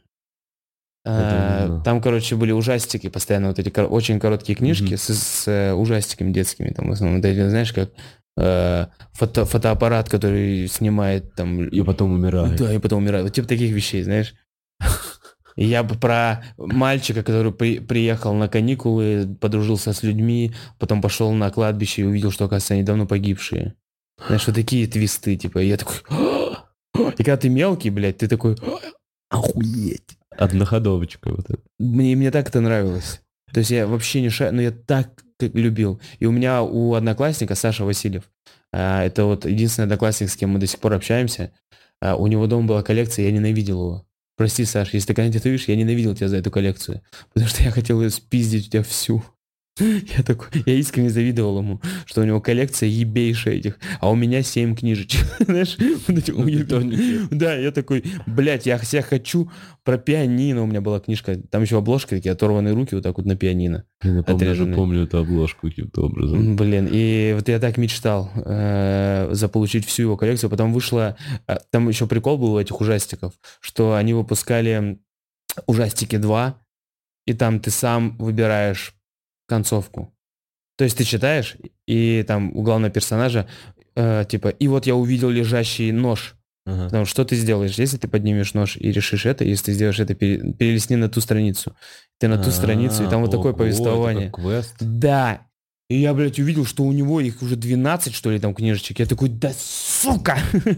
А, там, короче, были ужастики постоянно, вот эти кор- очень короткие книжки mm-hmm. с, с ужастиками детскими. Там, в основном, это, знаешь, как э, фото, фотоаппарат, который снимает там... И потом умирает. Да, и потом умирает. Вот типа таких вещей, знаешь. И я бы про мальчика, который при, приехал на каникулы, подружился с людьми, потом пошел на кладбище и увидел, что, оказывается, они давно погибшие. Знаешь, вот такие твисты, типа. И я такой... И когда ты мелкий, блядь, ты такой... Охуеть. Одноходовочка вот эта. Мне, мне так это нравилось. То есть я вообще не ша... но я так любил. И у меня у одноклассника Саша Васильев, а, это вот единственный одноклассник, с кем мы до сих пор общаемся, а, у него дома была коллекция, я ненавидел его. Прости, Саш, если ты когда-нибудь это видишь, я ненавидел тебя за эту коллекцию. Потому что я хотел ее спиздить у тебя всю. Я такой, я искренне завидовал ему, что у него коллекция ебейшая этих, а у меня семь книжечек. Знаешь, вот эти уебки. Да, я такой, блядь, я себя хочу про пианино, у меня была книжка, там еще обложка, такие оторванные руки вот так вот на пианино. Я помню, помню эту обложку каким-то образом. Блин, и вот я так мечтал э, заполучить всю его коллекцию, потом вышло, э, там еще прикол был у этих ужастиков, что они выпускали ужастики два, и там ты сам выбираешь концовку. То есть ты читаешь, и там у главного персонажа э, типа, и вот я увидел лежащий нож. Ага. Потому что ты сделаешь, если ты поднимешь нож и решишь это, если ты сделаешь это, перелистни на ту страницу. Ты на ту страницу, и там вот такое повествование. Да. И я, блядь, увидел, что у него их уже двенадцать, что ли, там книжечек. Я такой, да сука!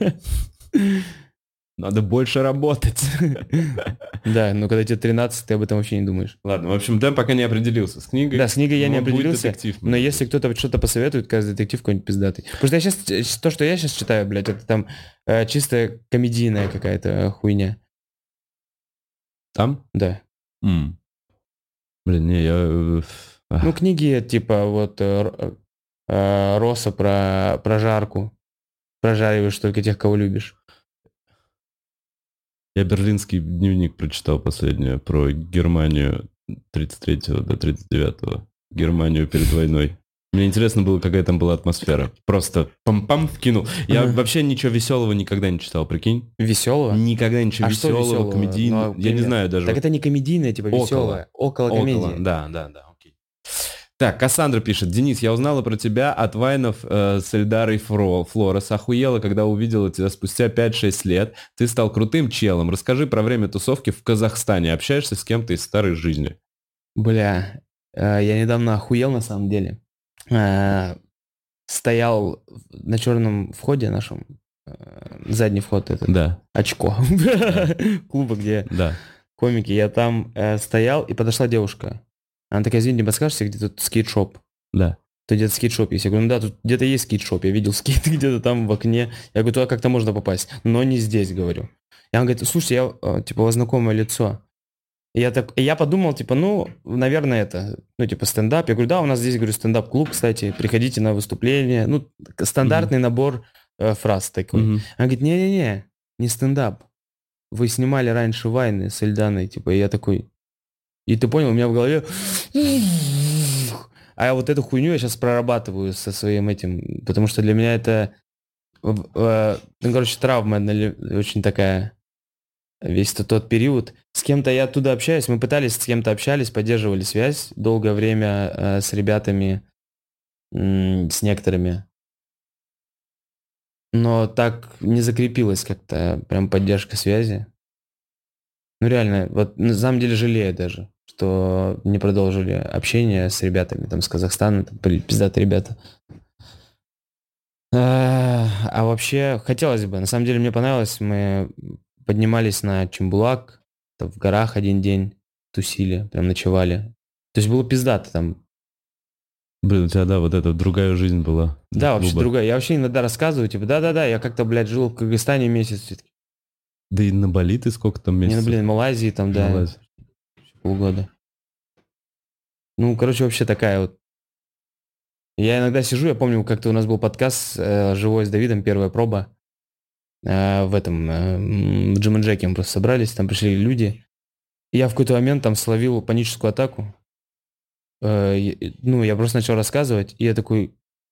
Надо больше работать. Да, но когда тебе тринадцать, ты об этом вообще не думаешь. Ладно, в общем, Дэн пока не определился с книгой. Да, с книгой я не определился, но если кто-то что-то посоветует, каждый детектив какой-нибудь пиздатый. Просто я сейчас, то, что я сейчас читаю, блядь, это там э, чисто комедийная какая-то хуйня. Там? Да. Mm. Блин, не, я... Ну, книги типа вот э, э, Росса про прожарку. Прожариваешь только тех, кого любишь. Я берлинский дневник прочитал последнее про Германию тридцать третьего до тридцать девятого. Германию перед войной. Мне интересно было, какая там была атмосфера. Просто пам-пам вкинул. Я uh-huh. вообще ничего веселого никогда не читал, прикинь. Веселого? Никогда ничего а веселого, комедийного. Ну, я не знаю даже. Так это не комедийное, типа веселое. Около, около комедии. Да, да, да, окей. Так, Кассандра пишет. Денис, я узнала про тебя от вайнов э, с Эльдарой Фро, Флорес. Охуела, когда увидела тебя спустя пять-шесть лет. Ты стал крутым челом. Расскажи про время тусовки в Казахстане. Общаешься с кем-то из старой жизни? Бля, э, я недавно охуел на самом деле. Э, стоял на черном входе нашем, э, задний вход этот, Да. очко, клуба, где Да. комики. Я там э, стоял, и подошла девушка. Она такая: извини, не подскажете, где тут скейт-шоп? Да. Тут где-то скейт-шоп есть. Я говорю: ну да, тут где-то есть скейт-шоп. Я видел скейт где-то там в окне. Я говорю: туда как-то можно попасть, но не здесь, говорю. И она говорит: слушайте, я, э, типа, у вас знакомое лицо. И я, так, и я подумал, типа, ну, наверное, это, ну, типа, стендап. Я говорю: да, у нас здесь, говорю, стендап-клуб, кстати, приходите на выступление. Ну, стандартный mm-hmm. набор э, фраз такой. Mm-hmm. Она говорит: не-не-не, не стендап. Вы снимали раньше вайны с Эльданой, типа, и я такой... И ты понял, у меня в голове... А я вот эту хуйню я сейчас прорабатываю со своим этим, потому что для меня это, э, ну, короче, травма очень такая, весь тот, тот период. С кем-то я оттуда общаюсь, мы пытались, с кем-то общались, поддерживали связь долгое время э, с ребятами, э, с некоторыми. Но так не закрепилась как-то прям поддержка связи. Ну реально, вот на самом деле жалею даже, что не продолжили общение с ребятами там с Казахстана, там, пиздатые ребята. А, а вообще хотелось бы, на самом деле мне понравилось, мы поднимались на Чембулак, там, в горах один день тусили, прям ночевали. То есть было пиздато там. Блин, у тебя, да, вот эта другая жизнь была. Да, вообще другая. Я вообще иногда рассказываю, типа, да-да-да, я как-то, блядь, жил в Кыргызстане месяц. Да и на Бали ты сколько там месяцев? Не, ну, блин, в Малайзии там, да, Малайзия. полгода. Ну, короче, вообще такая вот. Я иногда сижу, я помню, как-то у нас был подкаст э, «Живой с Давидом», первая проба. Э, в этом, э, в Джим и Джеке мы просто собрались, там пришли люди. И я в какой-то момент там словил паническую атаку. Э, и, ну, я просто начал рассказывать, и я такой...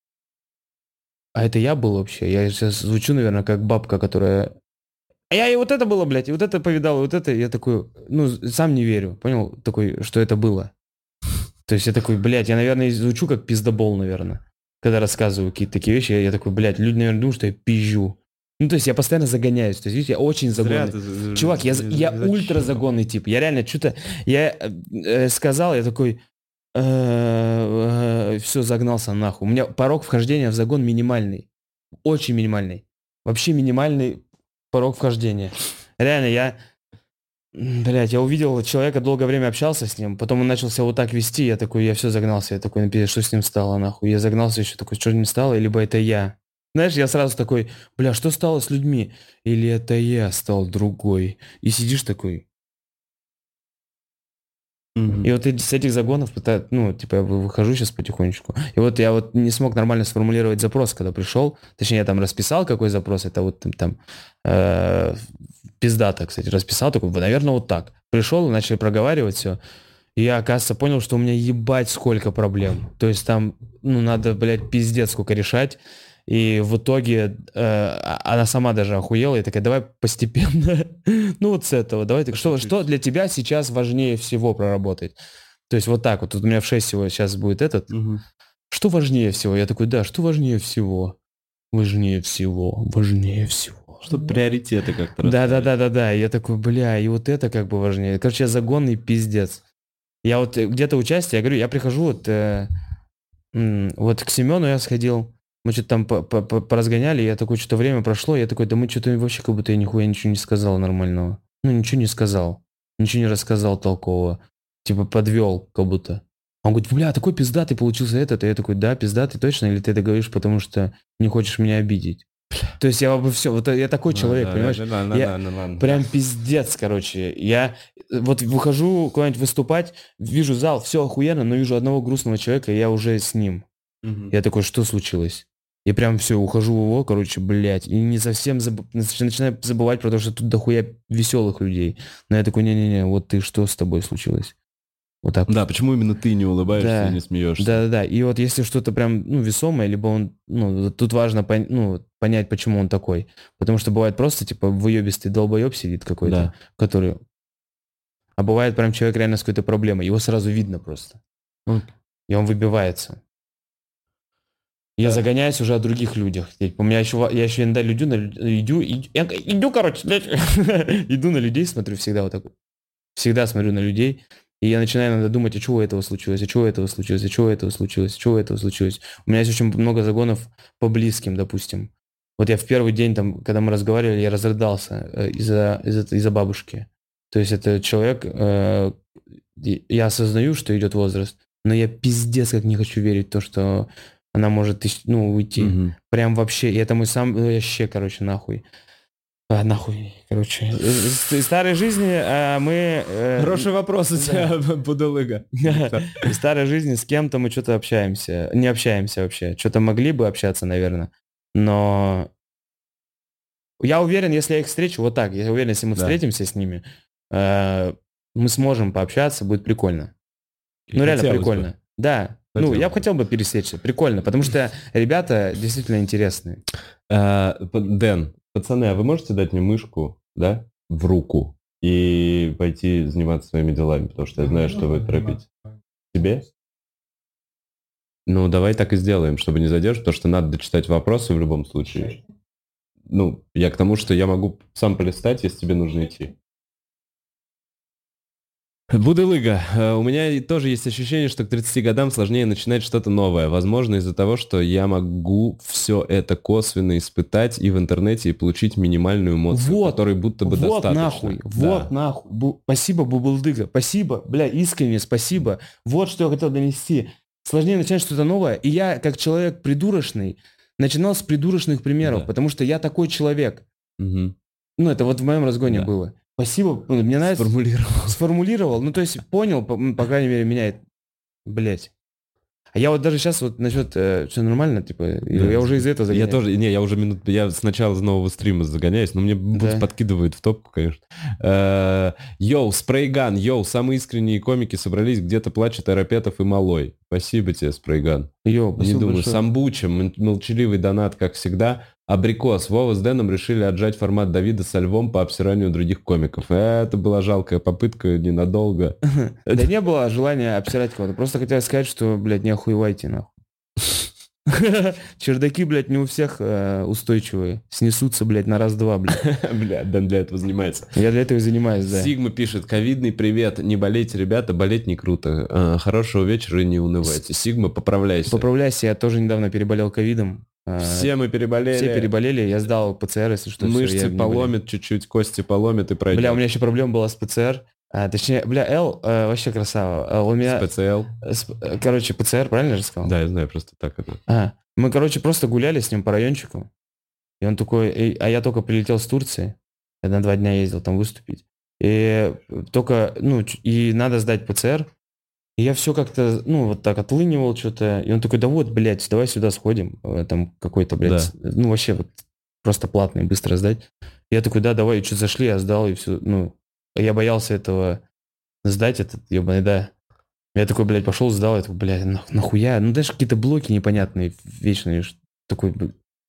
А это я был вообще? Я сейчас звучу, наверное, как бабка, которая... А я и вот это было, блядь, и вот это повидал, и вот это. Я такой, ну, сам не верю, понял? Такой, что это было. То есть я такой, блядь, я, наверное, звучу как пиздобол, наверное. Когда рассказываю какие-то такие вещи, я, я такой, блядь, люди, наверное, думают, что я пизжу. Ну, то есть я постоянно загоняюсь. То есть, видите, я очень загонный. Ты... Чувак, я, я ультра загонный тип. Я реально что-то... Я э, сказал, я такой... Э, э, все, загнался нахуй. У меня порог вхождения в загон минимальный. Очень минимальный. Вообще минимальный порог вхождения. Реально, я... Блять, я увидел человека, долгое время общался с ним, потом он начал себя вот так вести, я такой, я все загнался, я такой, написал, что с ним стало, нахуй. Я загнался еще такой, что с ним стало, либо это я. Знаешь, я сразу такой, бля, что стало с людьми? Или это я стал другой? И сидишь такой. Mm-hmm. И вот с этих загонов, ну, типа, я выхожу сейчас потихонечку. И вот я вот не смог нормально сформулировать запрос, когда пришел. Точнее, я там расписал, какой запрос. Это вот там э, пиздато, кстати, расписал. Такой, наверное, вот так. Пришел, начали проговаривать все. И я, оказывается, понял, что у меня ебать сколько проблем. То есть там, ну, надо, блядь, пиздец сколько решать. И в итоге э, она сама даже охуела и такая, давай постепенно, ну вот с этого, давай, так, что, что для тебя сейчас важнее всего проработать? То есть вот так вот, тут у меня в шесть всего сейчас будет этот. Угу. Что важнее всего? Я такой, да, что важнее всего? Важнее всего, важнее всего. Что приоритеты как-то Да-да-да-да-да, я такой, бля, и вот это как бы важнее. Короче, я загонный пиздец. Я вот где-то участие, я говорю, я прихожу вот, э, вот к Семену я сходил, мы что-то там поразгоняли, я такой, что-то время прошло, я такой, да мы что-то вообще как будто я нихуя ничего не сказал нормального. Ну, ничего не сказал. Ничего не рассказал толкового. Типа подвел как будто. Он говорит, бля, такой пиздатый получился этот. И я такой, да, пиздатый точно? Или ты это говоришь, потому что не хочешь меня обидеть? То есть я бы все, вот я такой человек, да, понимаешь? Да, да, да, я да, да, да. Прям пиздец, короче. Я вот выхожу куда-нибудь выступать, вижу зал, все охуенно, но вижу одного грустного человека, и я уже с ним. Угу. Я такой, что случилось? И прям все, ухожу в его, короче, блядь, и не совсем заб... начинаю забывать про то, что тут дохуя веселых людей. Но я такой, не-не-не, вот ты, что с тобой случилось? Вот так. Да, почему именно ты не улыбаешься да. и не смеешься? Да-да-да, и вот если что-то прям, ну, весомое, либо он, ну, тут важно пон... ну, понять, почему он такой. Потому что бывает просто, типа, выебистый долбоеб сидит какой-то, да. который... А бывает прям человек реально с какой-то проблемой, его сразу видно просто. Он и он выбивается. Я Да. загоняюсь уже о других людях. У меня еще, я еще иногда иду, на, иду, иду, я иду, короче, иду на людей, смотрю всегда вот так вот. Всегда смотрю на людей, и я начинаю иногда думать, а чего этого случилось, а чего этого случилось, а чего этого случилось, а чего этого случилось. У меня есть очень много загонов по близким, допустим. Вот я в первый день, там, когда мы разговаривали, я разрыдался э, из-за, из-за, из-за бабушки. То есть это человек, э, я осознаю, что идет возраст, но я пиздец как не хочу верить в то, что она может, ну, уйти. Мгм. Прям вообще. И это мой сам, ну, вообще, короче, нахуй. А, нахуй, короче. Из, из старой жизни а, мы... э, Хороший вопрос у тебя, Будалыга. Из старой жизни с кем-то мы что-то общаемся. Не общаемся вообще. Что-то могли бы общаться, наверное. Но я уверен, если я их встречу, вот так, я уверен, если мы Да. встретимся с ними, э, мы сможем пообщаться, будет прикольно. Ну, реально Хотелось бы. прикольно. Да. Ну, Хотелось я бы. бы хотел бы пересечься. Прикольно, потому что ребята действительно интересные. А, п- Дэн, пацаны, а вы можете дать мне мышку, да, в руку и пойти заниматься своими делами, потому что я знаю, что вы торопитесь. Тебе? Ну, давай так и сделаем, чтобы не задерживать, потому что надо дочитать вопросы в любом случае. Ну, я к тому, что я могу сам полистать, если тебе нужно идти. Будылыга, э, у меня и тоже есть ощущение, что к тридцати годам сложнее начинать что-то новое. Возможно, из-за того, что я могу все это косвенно испытать и в интернете, и получить минимальную эмоцию, Вот, которой будто бы вот достаточно. нахуй, Да. вот нахуй. Бу- спасибо, Бубылдыга, спасибо, бля, искренне спасибо. Вот что я хотел донести. Сложнее начинать что-то новое. И я, как человек придурочный, начинал с придурочных примеров, Да. потому что я такой человек. Мгм. Ну, это вот в моем разгоне Да. было. Спасибо, ну, мне нравится. Сформулировал. Сформулировал, ну, то есть понял, по, м, по крайней мере, меня это... Блять. А я вот даже сейчас вот насчет, э, все нормально, типа, или Да. я уже из этого Я загоняю. тоже, не, я уже минут, я сначала с нового стрима загоняюсь, но мне Да. подкидывают в топку, конечно. Э, Йоу, спрейган, йоу, самые искренние комики собрались, где-то плачет Аэропетов и Малой. Спасибо тебе, спрейган. Йоу, Не спасибо думаю, большое. Самбуча, м- молчаливый донат, как всегда. Абрикос, Вова с Дэном решили отжать формат Давида со львом по обсиранию других комиков. Это была жалкая попытка ненадолго. Да не было желания обсирать кого-то. Просто хотел сказать, что, блядь, не охуевайте, нахуй. Чердаки, блядь, не у всех э, устойчивые. Снесутся, блядь, на раз-два, блядь. Бля, Дэн для этого занимается. Я для этого и занимаюсь, да. Сигма пишет, ковидный привет, не болейте, ребята, болеть не круто. А, хорошего вечера и не унывайте. Сигма, поправляйся. Поправляйся, я тоже недавно переболел ковидом. А, Все мы переболели. Все переболели, я сдал ПЦР, если что. всё, Мышцы я не болею. поломит чуть-чуть, кости поломит и пройдет. Бля, у меня еще проблема была с ПЦР. А, точнее, бля, Эл э, вообще красава. А, у меня, С ПЦЛ. с- э, короче, ПЦР, правильно я же сказал? Да, я знаю, просто так это. А, мы, короче, просто гуляли с ним по райончику. И он такой, и- а я только прилетел с Турции. Я на два дня ездил там выступить. И только, ну, ч- и надо сдать ПЦР. И я все как-то, ну, вот так отлынивал что-то. И он такой, да вот, блядь, давай сюда сходим. Э, Там какой-то, блядь, ну, вообще вот просто платный, быстро сдать. Я такой, да, давай, и что зашли, я сдал, и все, ну. Я боялся этого сдать, этот ебаный, да. Я такой, блядь, пошел, сдал, я такой, блядь, нах- нахуя? Ну, даже какие-то блоки непонятные, вечные. ш- Такой, б-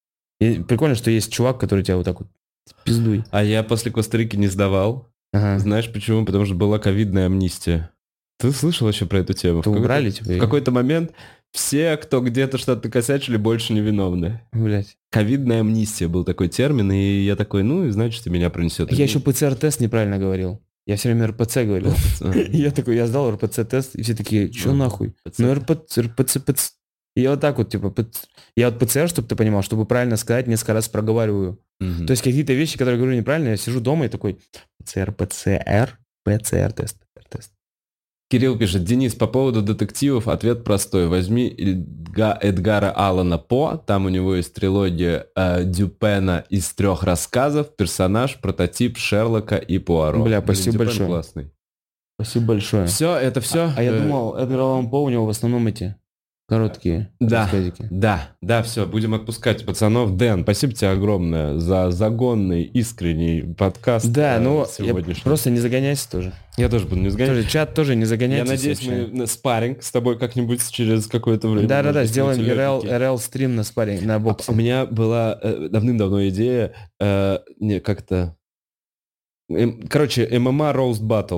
и прикольно, что есть чувак, который тебя вот так вот пиздуй. А я после Коста-Рики не сдавал. Ага. Знаешь почему? Потому что была ковидная амнистия. Ты слышал еще про эту тему? То В какой-то- убрали тебя? В какой-то момент все, кто где-то что-то косячили, больше не виновны. Блядь. Ковидная амнистия был такой термин, и я такой, ну, и значит, и меня пронесет. Я еще ПЦР-тест неправильно говорил. Я все время РПЦ говорил. И я такой, я сдал РПЦ-тест, и все такие, что А, нахуй? ПЦ. Ну, РПЦ, РПЦ, ПЦ. И я вот так вот, типа, ПЦ. Я вот ПЦР, чтобы ты понимал, чтобы правильно сказать, несколько раз проговариваю. Мгм. То есть какие-то вещи, которые я говорю неправильно, я сижу дома и такой, ПЦР, ПЦР, ПЦР-тест, тест. Кирилл пишет, Денис, по поводу детективов ответ простой. Возьми Эдга- Эдгара Аллана По, там у него есть трилогия э, Дюпена из трех рассказов, персонаж, прототип Шерлока и Пуаро. Бля, Блин, спасибо Дюпен большое. классный. Спасибо большое. Все, это все. А я думал, Эдгар Аллан По, у него в основном эти короткие Да, рассказики. да, да, все, будем отпускать пацанов. Дэн, спасибо тебе огромное за загонный, искренний подкаст. Да, э, ну, я сегодняшний. просто не загоняйся тоже. Я тоже буду не сгонять. Тоже, чат тоже не Я загоняйтесь. надеюсь, вообще. мы на спарринг с тобой как-нибудь через какое-то время. Да-да-да, может, сделаем на РЛ, телепике. РЛ стрим на спарринг, на А боксе. У меня была э, давным-давно идея, э, не, как-то... эм, короче, ММА Roast Battle.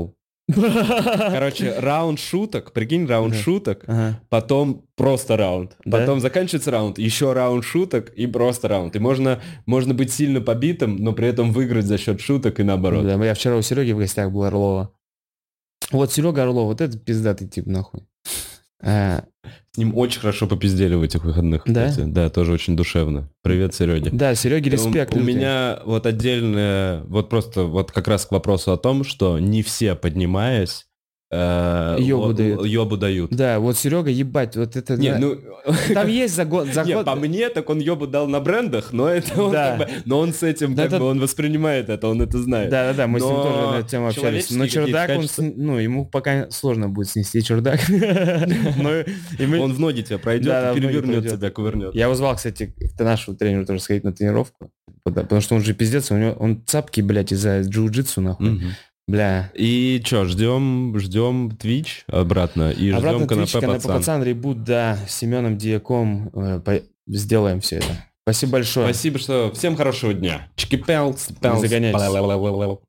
Короче, раунд шуток, прикинь, раунд Ага. шуток, Ага. потом просто раунд. Да? Потом заканчивается раунд, еще раунд шуток и просто раунд. И можно, можно быть сильно побитым, но при этом выиграть за счет шуток и наоборот. Да, я вчера у Сереги в гостях был, Орлова. Вот Серега Орлов, вот это пиздатый тип, нахуй. А, С ним очень хорошо попиздели в этих выходных. Да? кстати. Да, тоже очень душевно. Привет, Сереге. да, Сереге респект. У, у лютый. меня вот отдельное, вот просто вот как раз к вопросу о том, что не все, поднимаясь, э, Ёбу л- дают. ёбу дают. Да, вот Серега, ебать, вот это... Не, да. ну, Там есть загон... не, заход... по мне, так он ёбу дал на брендах, но это он Да. как бы, но он с этим, Да как это- бы, он воспринимает это, он это знает. Да-да-да, мы с ним Но тоже на эту тему общались. Но человеческие чердак, какие-то он, качества- сни- ну, ему пока сложно будет снести чердак. Но и мы- Он в ноги тебя пройдет, Да, да, и в ноги перевернет пройдет. тебя, кувырнет. Я его звал, кстати, к нашему тренеру тоже сходить на тренировку. Потому потому что он же пиздец, у него он цапки, блядь, из-за джиу-джитсу, нахуй. Мгм. Бля. И чё, ждем, ждем Twitch обратно и Обратно ждем Twitch, КНП КНП пацан. пацан, ребут, да, с Семеном Дьяком. э, по- Сделаем все это. Спасибо большое. Спасибо, что всем хорошего дня. Чики-пелс, пелс, загоняйтесь. пла-ла-ла-ла-ла.